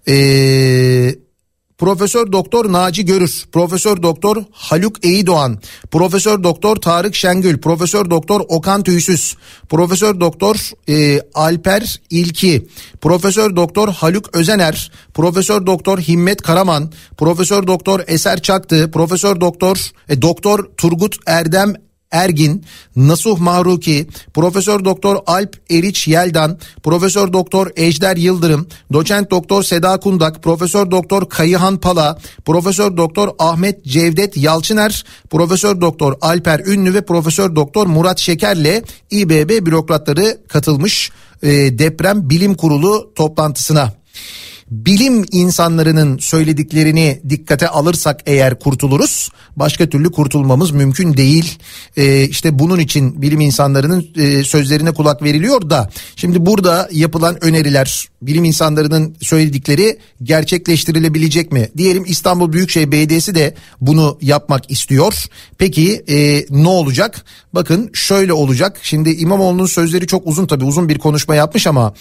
Profesör Doktor Naci Görür, Profesör Doktor Haluk Eydoğan, Profesör Doktor Tarık Şengül, Profesör Doktor Okan Tüysüz, Profesör Doktor Alper İlki, Profesör Doktor Haluk Özener, Profesör Doktor Himmet Karaman, Profesör Doktor Eser Çaktı, Profesör Doktor Turgut Erdem Ergin, Nasuh Mahruki, Profesör Doktor Alp Eriç Yeldan, Profesör Doktor Ejder Yıldırım, Doçent Doktor Seda Kundak, Profesör Doktor Kayıhan Pala, Profesör Doktor Ahmet Cevdet Yalçıner, Profesör Doktor Alper Ünlü ve Profesör Doktor Murat Şeker'le İBB bürokratları katılmış Deprem Bilim Kurulu toplantısına. bilim insanlarının söylediklerini dikkate alırsak eğer kurtuluruz. Başka türlü kurtulmamız mümkün değil. İşte bunun için bilim insanlarının sözlerine kulak veriliyor da şimdi burada yapılan öneriler, bilim insanlarının söyledikleri gerçekleştirilebilecek mi? Diyelim İstanbul Büyükşehir Belediyesi de bunu yapmak istiyor. Peki ne olacak? Bakın şöyle olacak. Şimdi İmamoğlu'nun sözleri çok uzun, tabii uzun bir konuşma yapmış ama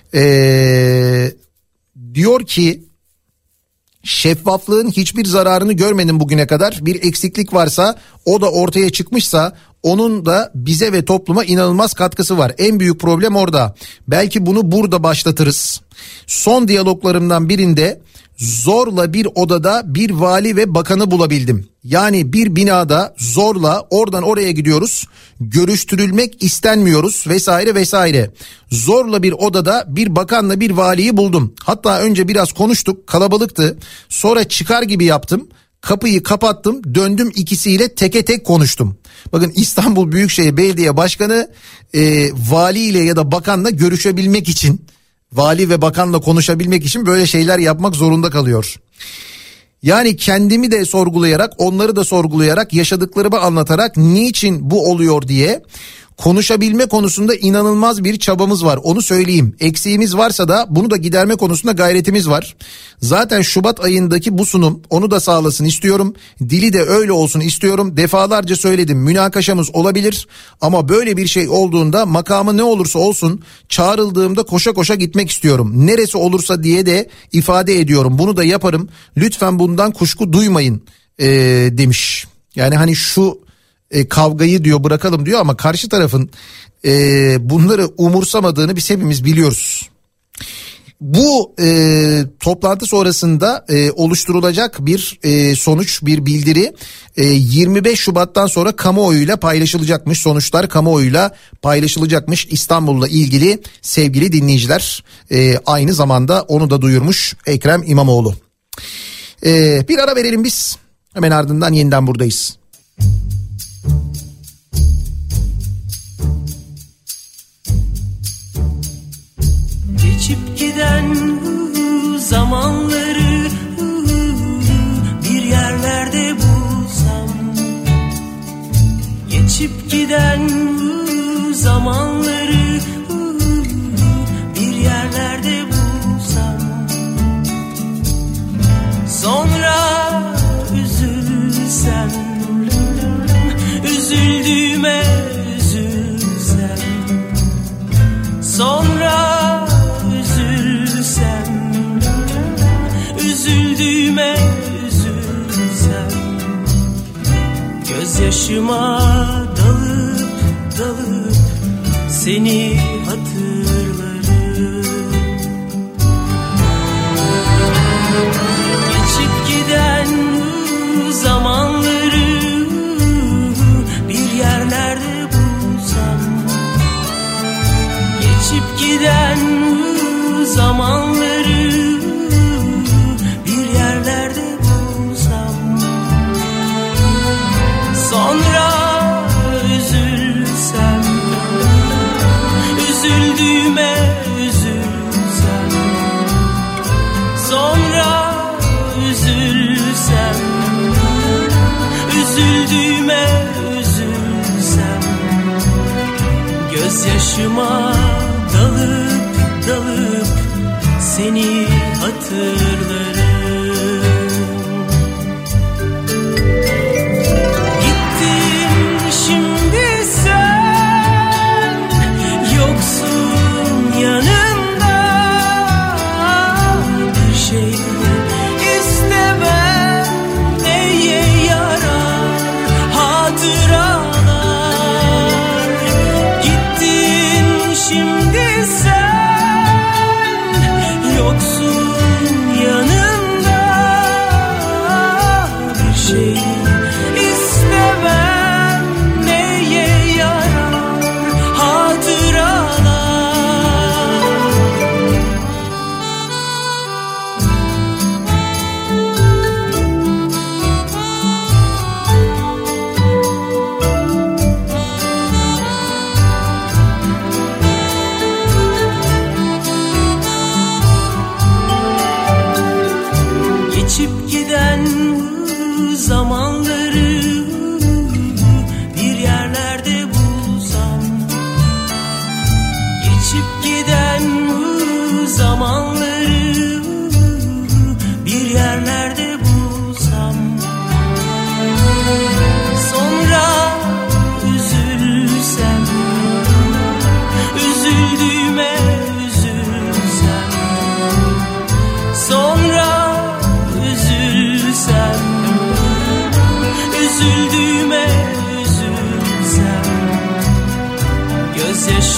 diyor ki şeffaflığın hiçbir zararını görmedim bugüne kadar. Bir eksiklik varsa, o da ortaya çıkmışsa onun da bize ve topluma inanılmaz katkısı var. En büyük problem orada. Belki bunu burada başlatırız. Son diyaloglarımdan birinde zorla bir odada bir vali ve bakanı bulabildim. Yani bir binada zorla oradan oraya gidiyoruz. Görüştürülmek istenmiyoruz vesaire vesaire. Zorla bir odada bir bakanla bir valiyi buldum. Hatta önce biraz konuştuk, kalabalıktı. Sonra çıkar gibi yaptım. Kapıyı kapattım, döndüm, ikisiyle teke tek konuştum. Bakın İstanbul Büyükşehir Belediye Başkanı valiyle ya da bakanla görüşebilmek için, vali ve bakanla konuşabilmek için böyle şeyler yapmak zorunda kalıyor. Yani kendimi de sorgulayarak, onları da sorgulayarak, yaşadıklarımı anlatarak niçin bu oluyor diye konuşabilme konusunda inanılmaz bir çabamız var. Onu söyleyeyim. Eksiğimiz varsa da bunu da giderme konusunda gayretimiz var. Zaten Şubat ayındaki bu sunum onu da sağlasın istiyorum. Dili de öyle olsun istiyorum. Defalarca söyledim. Münakaşamız olabilir ama böyle bir şey olduğunda makamı ne olursa olsun çağrıldığımda koşa koşa gitmek istiyorum. Neresi olursa diye de ifade ediyorum. Bunu da yaparım. Lütfen bundan kuşku duymayın demiş. Yani hani şu kavgayı diyor bırakalım diyor ama karşı tarafın bunları umursamadığını biz hepimiz biliyoruz. Bu toplantı sonrasında oluşturulacak bir sonuç, bir bildiri 25 Şubat'tan sonra kamuoyuyla paylaşılacakmış. Sonuçlar kamuoyuyla paylaşılacakmış İstanbul'la ilgili sevgili dinleyiciler. Aynı zamanda onu da duyurmuş Ekrem İmamoğlu. Bir ara verelim biz, hemen ardından yeniden buradayız.
Geçip giden zamanları bir yerlerde bulsam, geçip giden zamanları bir yerlerde bulsam, sonra üzülsem, üzüldüğüme üzülsem, sonra üzüldüğüme üzülsem, gözyaşıma dalıp dalıp seni hatırlarım. Geçip giden zamanları bir yerlerde bulsam, geçip giden zamanları bir yerlerde bulsam, sonra üzülsem, üzüldüğüme üzülsem, sonra üzülsem, üzüldüğüme üzülsem, gözyaşıma dalıp dalıp seni hatırlarım. Gittin şimdi sen, yoksun yanımda, bir şey istemem, neye yarar hatıralar. Gittin şimdi sen, yoksun yanımda, bir şey istemem, neye yarar hatıralar.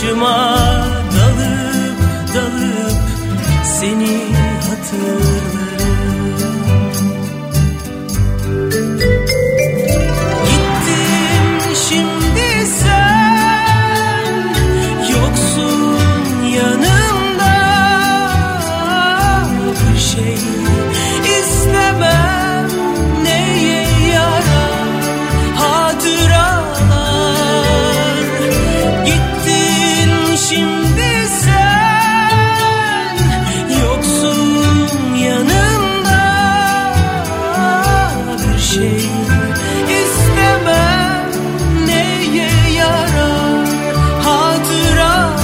başıma dalıp dalıp seni hatırlarım. Gittin şimdi sen, yoksun yanımda, bir şey istemem, neye yarar hatıralar. Gittin şimdi sen, yoksun yanımda, bir şey istemem, neye yarar hatıralar.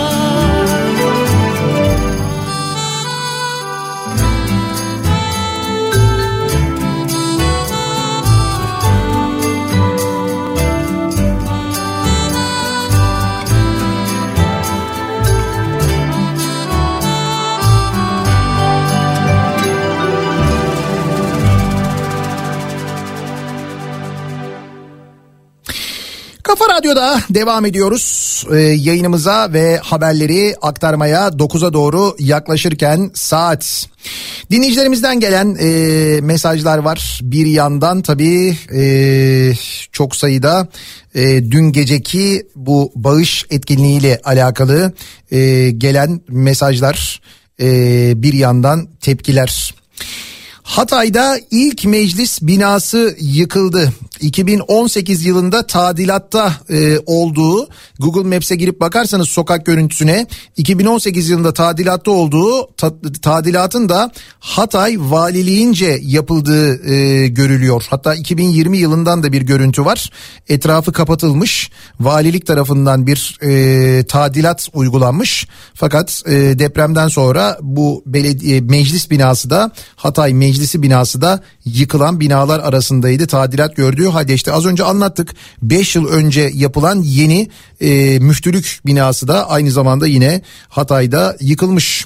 Kafa Radyo'da devam ediyoruz yayınımıza ve haberleri aktarmaya 9'a doğru yaklaşırken saat. Dinleyicilerimizden gelen mesajlar var. Bir yandan tabii çok sayıda dün geceki bu bağış etkinliğiyle alakalı gelen mesajlar, bir yandan tepkiler. Hatay'da ilk meclis binası yıkıldı. 2018 yılında tadilatta olduğu, Google Maps'e girip bakarsanız sokak görüntüsüne, 2018 yılında tadilatta olduğu, tadilatın da Hatay Valiliğince yapıldığı görülüyor. Hatta 2020 yılından da bir görüntü var. Etrafı kapatılmış, valilik tarafından bir tadilat uygulanmış. Fakat depremden sonra bu belediye meclis binası da, Hatay Meclisi binası da yıkılan binalar arasındaydı. Tadilat gördüğü halde işte az önce anlattık. 5 yıl önce yapılan yeni müftülük binası da aynı zamanda yine Hatay'da yıkılmış.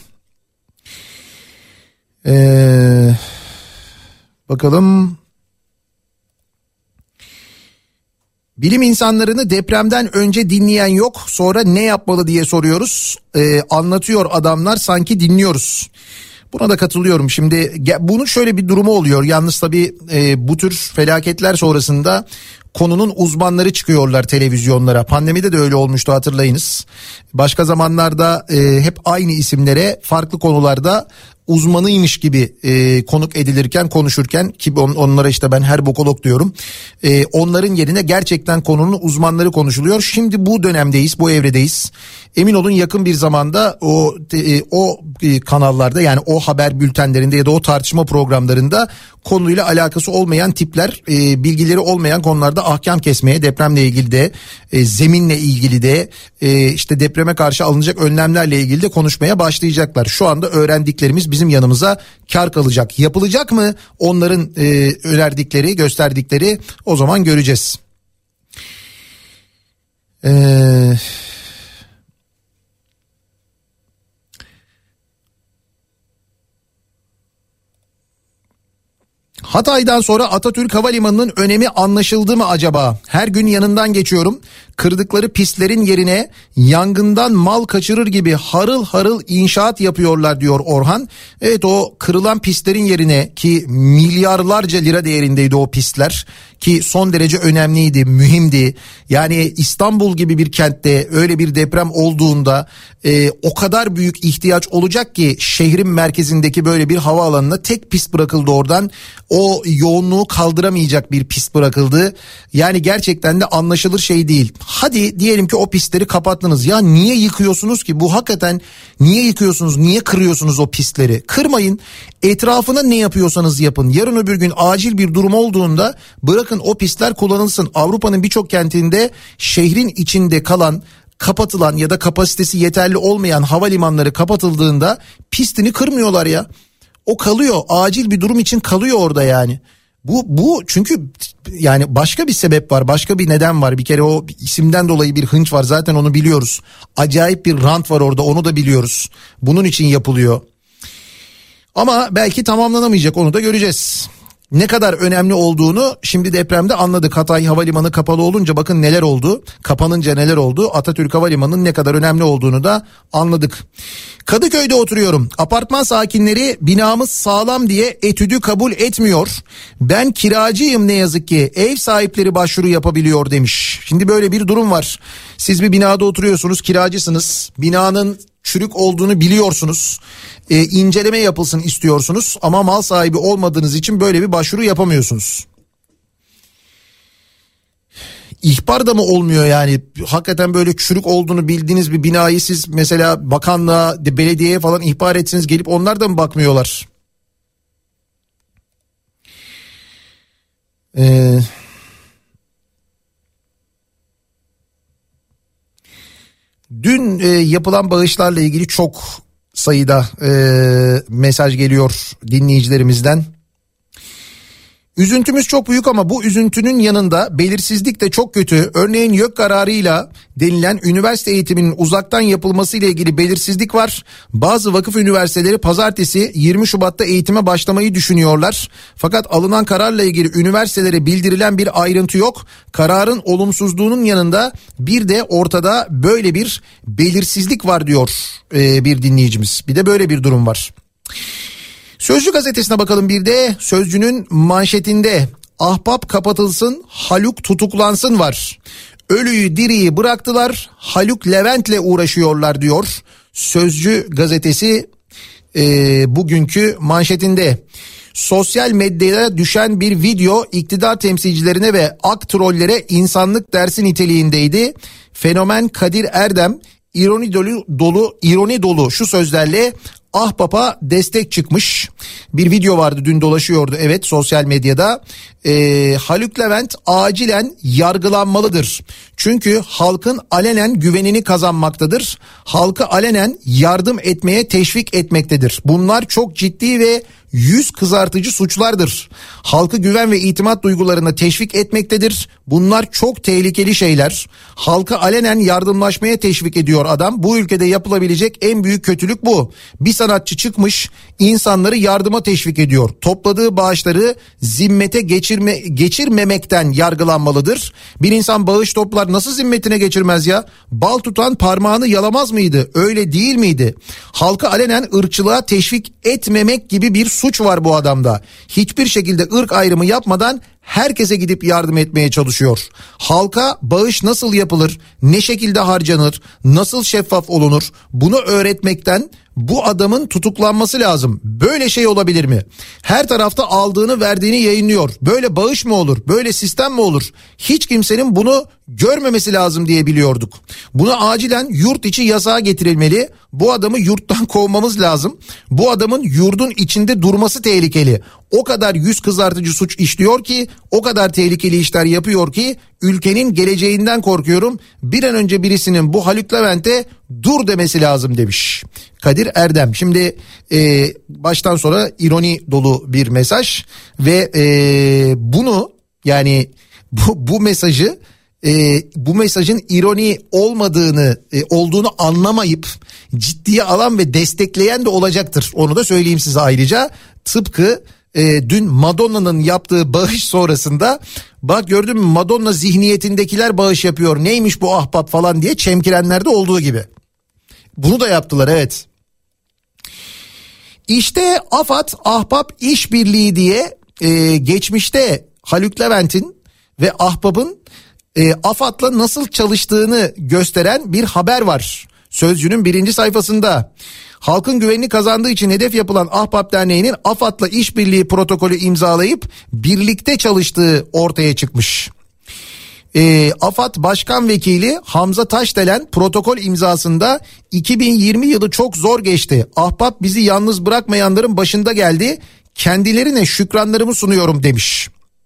Bakalım. Bilim insanlarını depremden önce dinleyen yok, sonra ne yapmalı diye soruyoruz. Anlatıyor adamlar, sanki dinliyoruz. Buna da katılıyorum. Şimdi bunun şöyle bir durumu oluyor. Yalnız tabii bu tür felaketler sonrasında konunun uzmanları çıkıyorlar televizyonlara. Pandemide de öyle olmuştu, hatırlayınız. Başka zamanlarda hep aynı isimlere farklı konularda uzmanıymış gibi konuk edilirken, konuşurken, ki onlara işte ben herbokolog diyorum. Onların yerine gerçekten konunun uzmanları konuşuluyor. Şimdi bu dönemdeyiz, bu evredeyiz. Emin olun yakın bir zamanda o kanallarda, yani o haber bültenlerinde ya da o tartışma programlarında konuyla alakası olmayan tipler, bilgileri olmayan konularda ahkam kesmeye, depremle ilgili de, zeminle ilgili de, işte depreme karşı alınacak önlemlerle ilgili de konuşmaya başlayacaklar. Şu anda öğrendiklerimiz bizim yanımıza kar kalacak. Yapılacak mı onların önerdikleri, gösterdikleri, o zaman göreceğiz. Hatay'dan sonra Atatürk Havalimanı'nın önemi anlaşıldı mı acaba? Her gün yanından geçiyorum. Kırdıkları pistlerin yerine yangından mal kaçırır gibi harıl harıl inşaat yapıyorlar diyor Orhan. Evet, o kırılan pistlerin yerine, ki milyarlarca lira değerindeydi o pistler, ki son derece önemliydi, mühimdi. Yani İstanbul gibi bir kentte öyle bir deprem olduğunda o kadar büyük ihtiyaç olacak ki şehrin merkezindeki böyle bir havaalanına tek pist bırakıldı oradan. O yoğunluğu kaldıramayacak bir pist bırakıldı. Yani gerçekten de anlaşılır şey değil. Hadi diyelim ki o pistleri kapattınız. Ya niye yıkıyorsunuz ki? Bu hakikaten niye yıkıyorsunuz? Niye kırıyorsunuz o pistleri? Kırmayın. Etrafına ne yapıyorsanız yapın. Yarın öbür gün acil bir durum olduğunda bırakın o pistler kullanılsın. Avrupa'nın birçok kentinde şehrin içinde kalan, kapatılan ya da kapasitesi yeterli olmayan havalimanları kapatıldığında pistini kırmıyorlar ya. O kalıyor, acil bir durum için kalıyor orada yani. Bu çünkü yani başka bir sebep var, başka bir neden var. Bir kere o isimden dolayı bir hınç var, zaten onu biliyoruz. Acayip bir rant var orada, onu da biliyoruz. Bunun için yapılıyor. Ama belki tamamlanamayacak, onu da göreceğiz. ne kadar önemli olduğunu şimdi depremde anladık. Hatay Havalimanı kapalı olunca bakın neler oldu. Kapanınca neler oldu. Atatürk Havalimanı'nın ne kadar önemli olduğunu da anladık. Kadıköy'de oturuyorum. Apartman sakinleri binamız sağlam diye etüdü kabul etmiyor. Ben kiracıyım ne yazık ki. Ev sahipleri başvuru yapabiliyor demiş. Şimdi böyle bir durum var. Siz bir binada oturuyorsunuz, kiracısınız. Binanın çürük olduğunu biliyorsunuz. İnceleme yapılsın istiyorsunuz ama mal sahibi olmadığınız için böyle bir başvuru yapamıyorsunuz. İhbar da mı olmuyor yani? Hakikaten böyle çürük olduğunu bildiğiniz bir binayı siz mesela bakanlığa, belediyeye falan ihbar etsiniz, gelip onlar da mı bakmıyorlar? Dün yapılan bağışlarla ilgili çok sayıda mesaj geliyor dinleyicilerimizden. Üzüntümüz çok büyük ama bu üzüntünün yanında belirsizlik de çok kötü. Örneğin YÖK kararıyla denilen üniversite eğitiminin uzaktan yapılması ile ilgili belirsizlik var. Bazı vakıf üniversiteleri pazartesi 20 Şubat'ta eğitime başlamayı düşünüyorlar. Fakat alınan kararla ilgili üniversitelere bildirilen bir ayrıntı yok. Kararın olumsuzluğunun yanında bir de ortada böyle bir belirsizlik var diyor bir dinleyicimiz. Bir de böyle bir durum var. Sözcü gazetesine bakalım bir de. Sözcünün manşetinde ahbap kapatılsın, Haluk tutuklansın var. Ölüyü diriyi bıraktılar, Haluk Levent'le uğraşıyorlar diyor. Sözcü gazetesi bugünkü manşetinde. Sosyal medyaya düşen bir video iktidar temsilcilerine ve ak trollere insanlık dersi niteliğindeydi. Fenomen Kadir Erdem ironi dolu şu sözlerle ahbapa destek çıkmış. Bir video vardı, dün dolaşıyordu evet sosyal medyada. Haluk Levent acilen yargılanmalıdır. Çünkü halkın alenen güvenini kazanmaktadır. Halkı alenen yardım etmeye teşvik etmektedir. Bunlar çok ciddi ve yüz kızartıcı suçlardır. Halkı güven ve itimat duygularına teşvik etmektedir. Bunlar çok tehlikeli şeyler. Halkı alenen yardımlaşmaya teşvik ediyor adam. Bu ülkede yapılabilecek en büyük kötülük bu. Bir sanatçı çıkmış, insanları yardıma teşvik ediyor. Topladığı bağışları zimmete geçirmemekten yargılanmalıdır. Bir insan bağış toplar, nasıl zimmetine geçirmez ya? Bal tutan parmağını yalamaz mıydı? Öyle değil miydi? Halkı alenen ırkçılığa teşvik etmemek gibi bir suç var bu adamda. Hiçbir şekilde ırk ayrımı yapmadan herkese gidip yardım etmeye çalışıyor. Halka bağış nasıl yapılır, ne şekilde harcanır, nasıl şeffaf olunur, bunu öğretmekten bu adamın tutuklanması lazım. Böyle şey olabilir mi? Her tarafta aldığını verdiğini yayınlıyor. Böyle bağış mı olur? Böyle sistem mi olur? Hiç kimsenin bunu görmemesi lazım diye biliyorduk. Buna acilen yurt içi yasağa getirilmeli. Bu adamı yurttan kovmamız lazım. Bu adamın yurdun içinde durması tehlikeli. O kadar yüz kızartıcı suç işliyor ki, o kadar tehlikeli işler yapıyor ki ülkenin geleceğinden korkuyorum. Bir an önce birisinin bu Haluk Levent'e dur demesi lazım demiş Kadir Erdem. Şimdi baştan sona ironi dolu bir mesaj ve bunu yani bu mesajı bu mesajın ironi olduğunu anlamayıp ciddiye alan ve destekleyen de olacaktır. Onu da söyleyeyim size ayrıca. Tıpkı dün Madonna'nın yaptığı bağış sonrasında bak gördün mü Madonna zihniyetindekiler bağış yapıyor, neymiş bu ahbap falan diye çemkirenlerde olduğu gibi. Bunu da yaptılar evet. İşte AFAD Ahbap işbirliği diye geçmişte Haluk Levent'in ve ahbabın AFAD'la nasıl çalıştığını gösteren bir haber var. Sözcü'nün 1. sayfasında. Halkın güvenini kazandığı için hedef yapılan Ahbap Derneği'nin AFAD'la işbirliği protokolü imzalayıp birlikte çalıştığı ortaya çıkmış. AFAD Başkan Vekili Hamza Taşdelen protokol imzasında 2020 yılı çok zor geçti. Ahbap bizi yalnız bırakmayanların başında geldi. Kendilerine şükranlarımı sunuyorum demiş.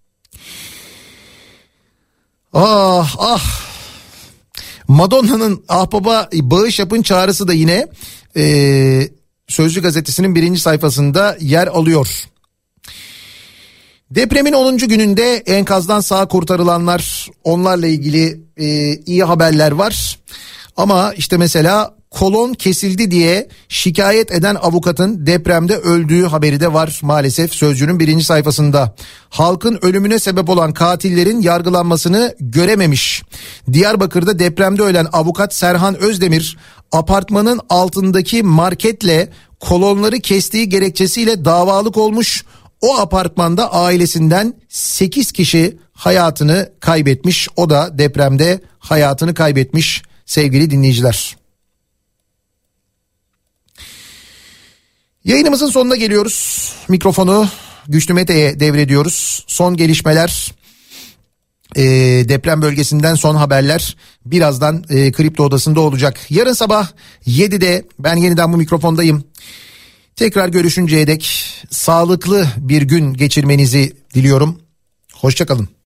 Ah. Madonna'nın ahbaba bağış yapın çağrısı da yine Sözcü gazetesinin 1. sayfasında yer alıyor. Depremin 10. gününde enkazdan sağ kurtarılanlar, onlarla ilgili iyi haberler var. Ama işte mesela kolon kesildi diye şikayet eden avukatın depremde öldüğü haberi de var maalesef Sözcü'nün 1. sayfasında. Halkın ölümüne sebep olan katillerin yargılanmasını görememiş. Diyarbakır'da depremde ölen avukat Serhan Özdemir apartmanın altındaki marketle kolonları kestiği gerekçesiyle davalık olmuş. O apartmanda ailesinden 8 kişi hayatını kaybetmiş. O da depremde hayatını kaybetmiş sevgili dinleyiciler. Yayınımızın sonuna geliyoruz. Mikrofonu Güçlü Mete'ye devrediyoruz. Son gelişmeler, deprem bölgesinden son haberler birazdan Kripto Odası'nda olacak. Yarın sabah 7'de ben yeniden bu mikrofondayım. Tekrar görüşünceye dek sağlıklı bir gün geçirmenizi diliyorum. Hoşça kalın.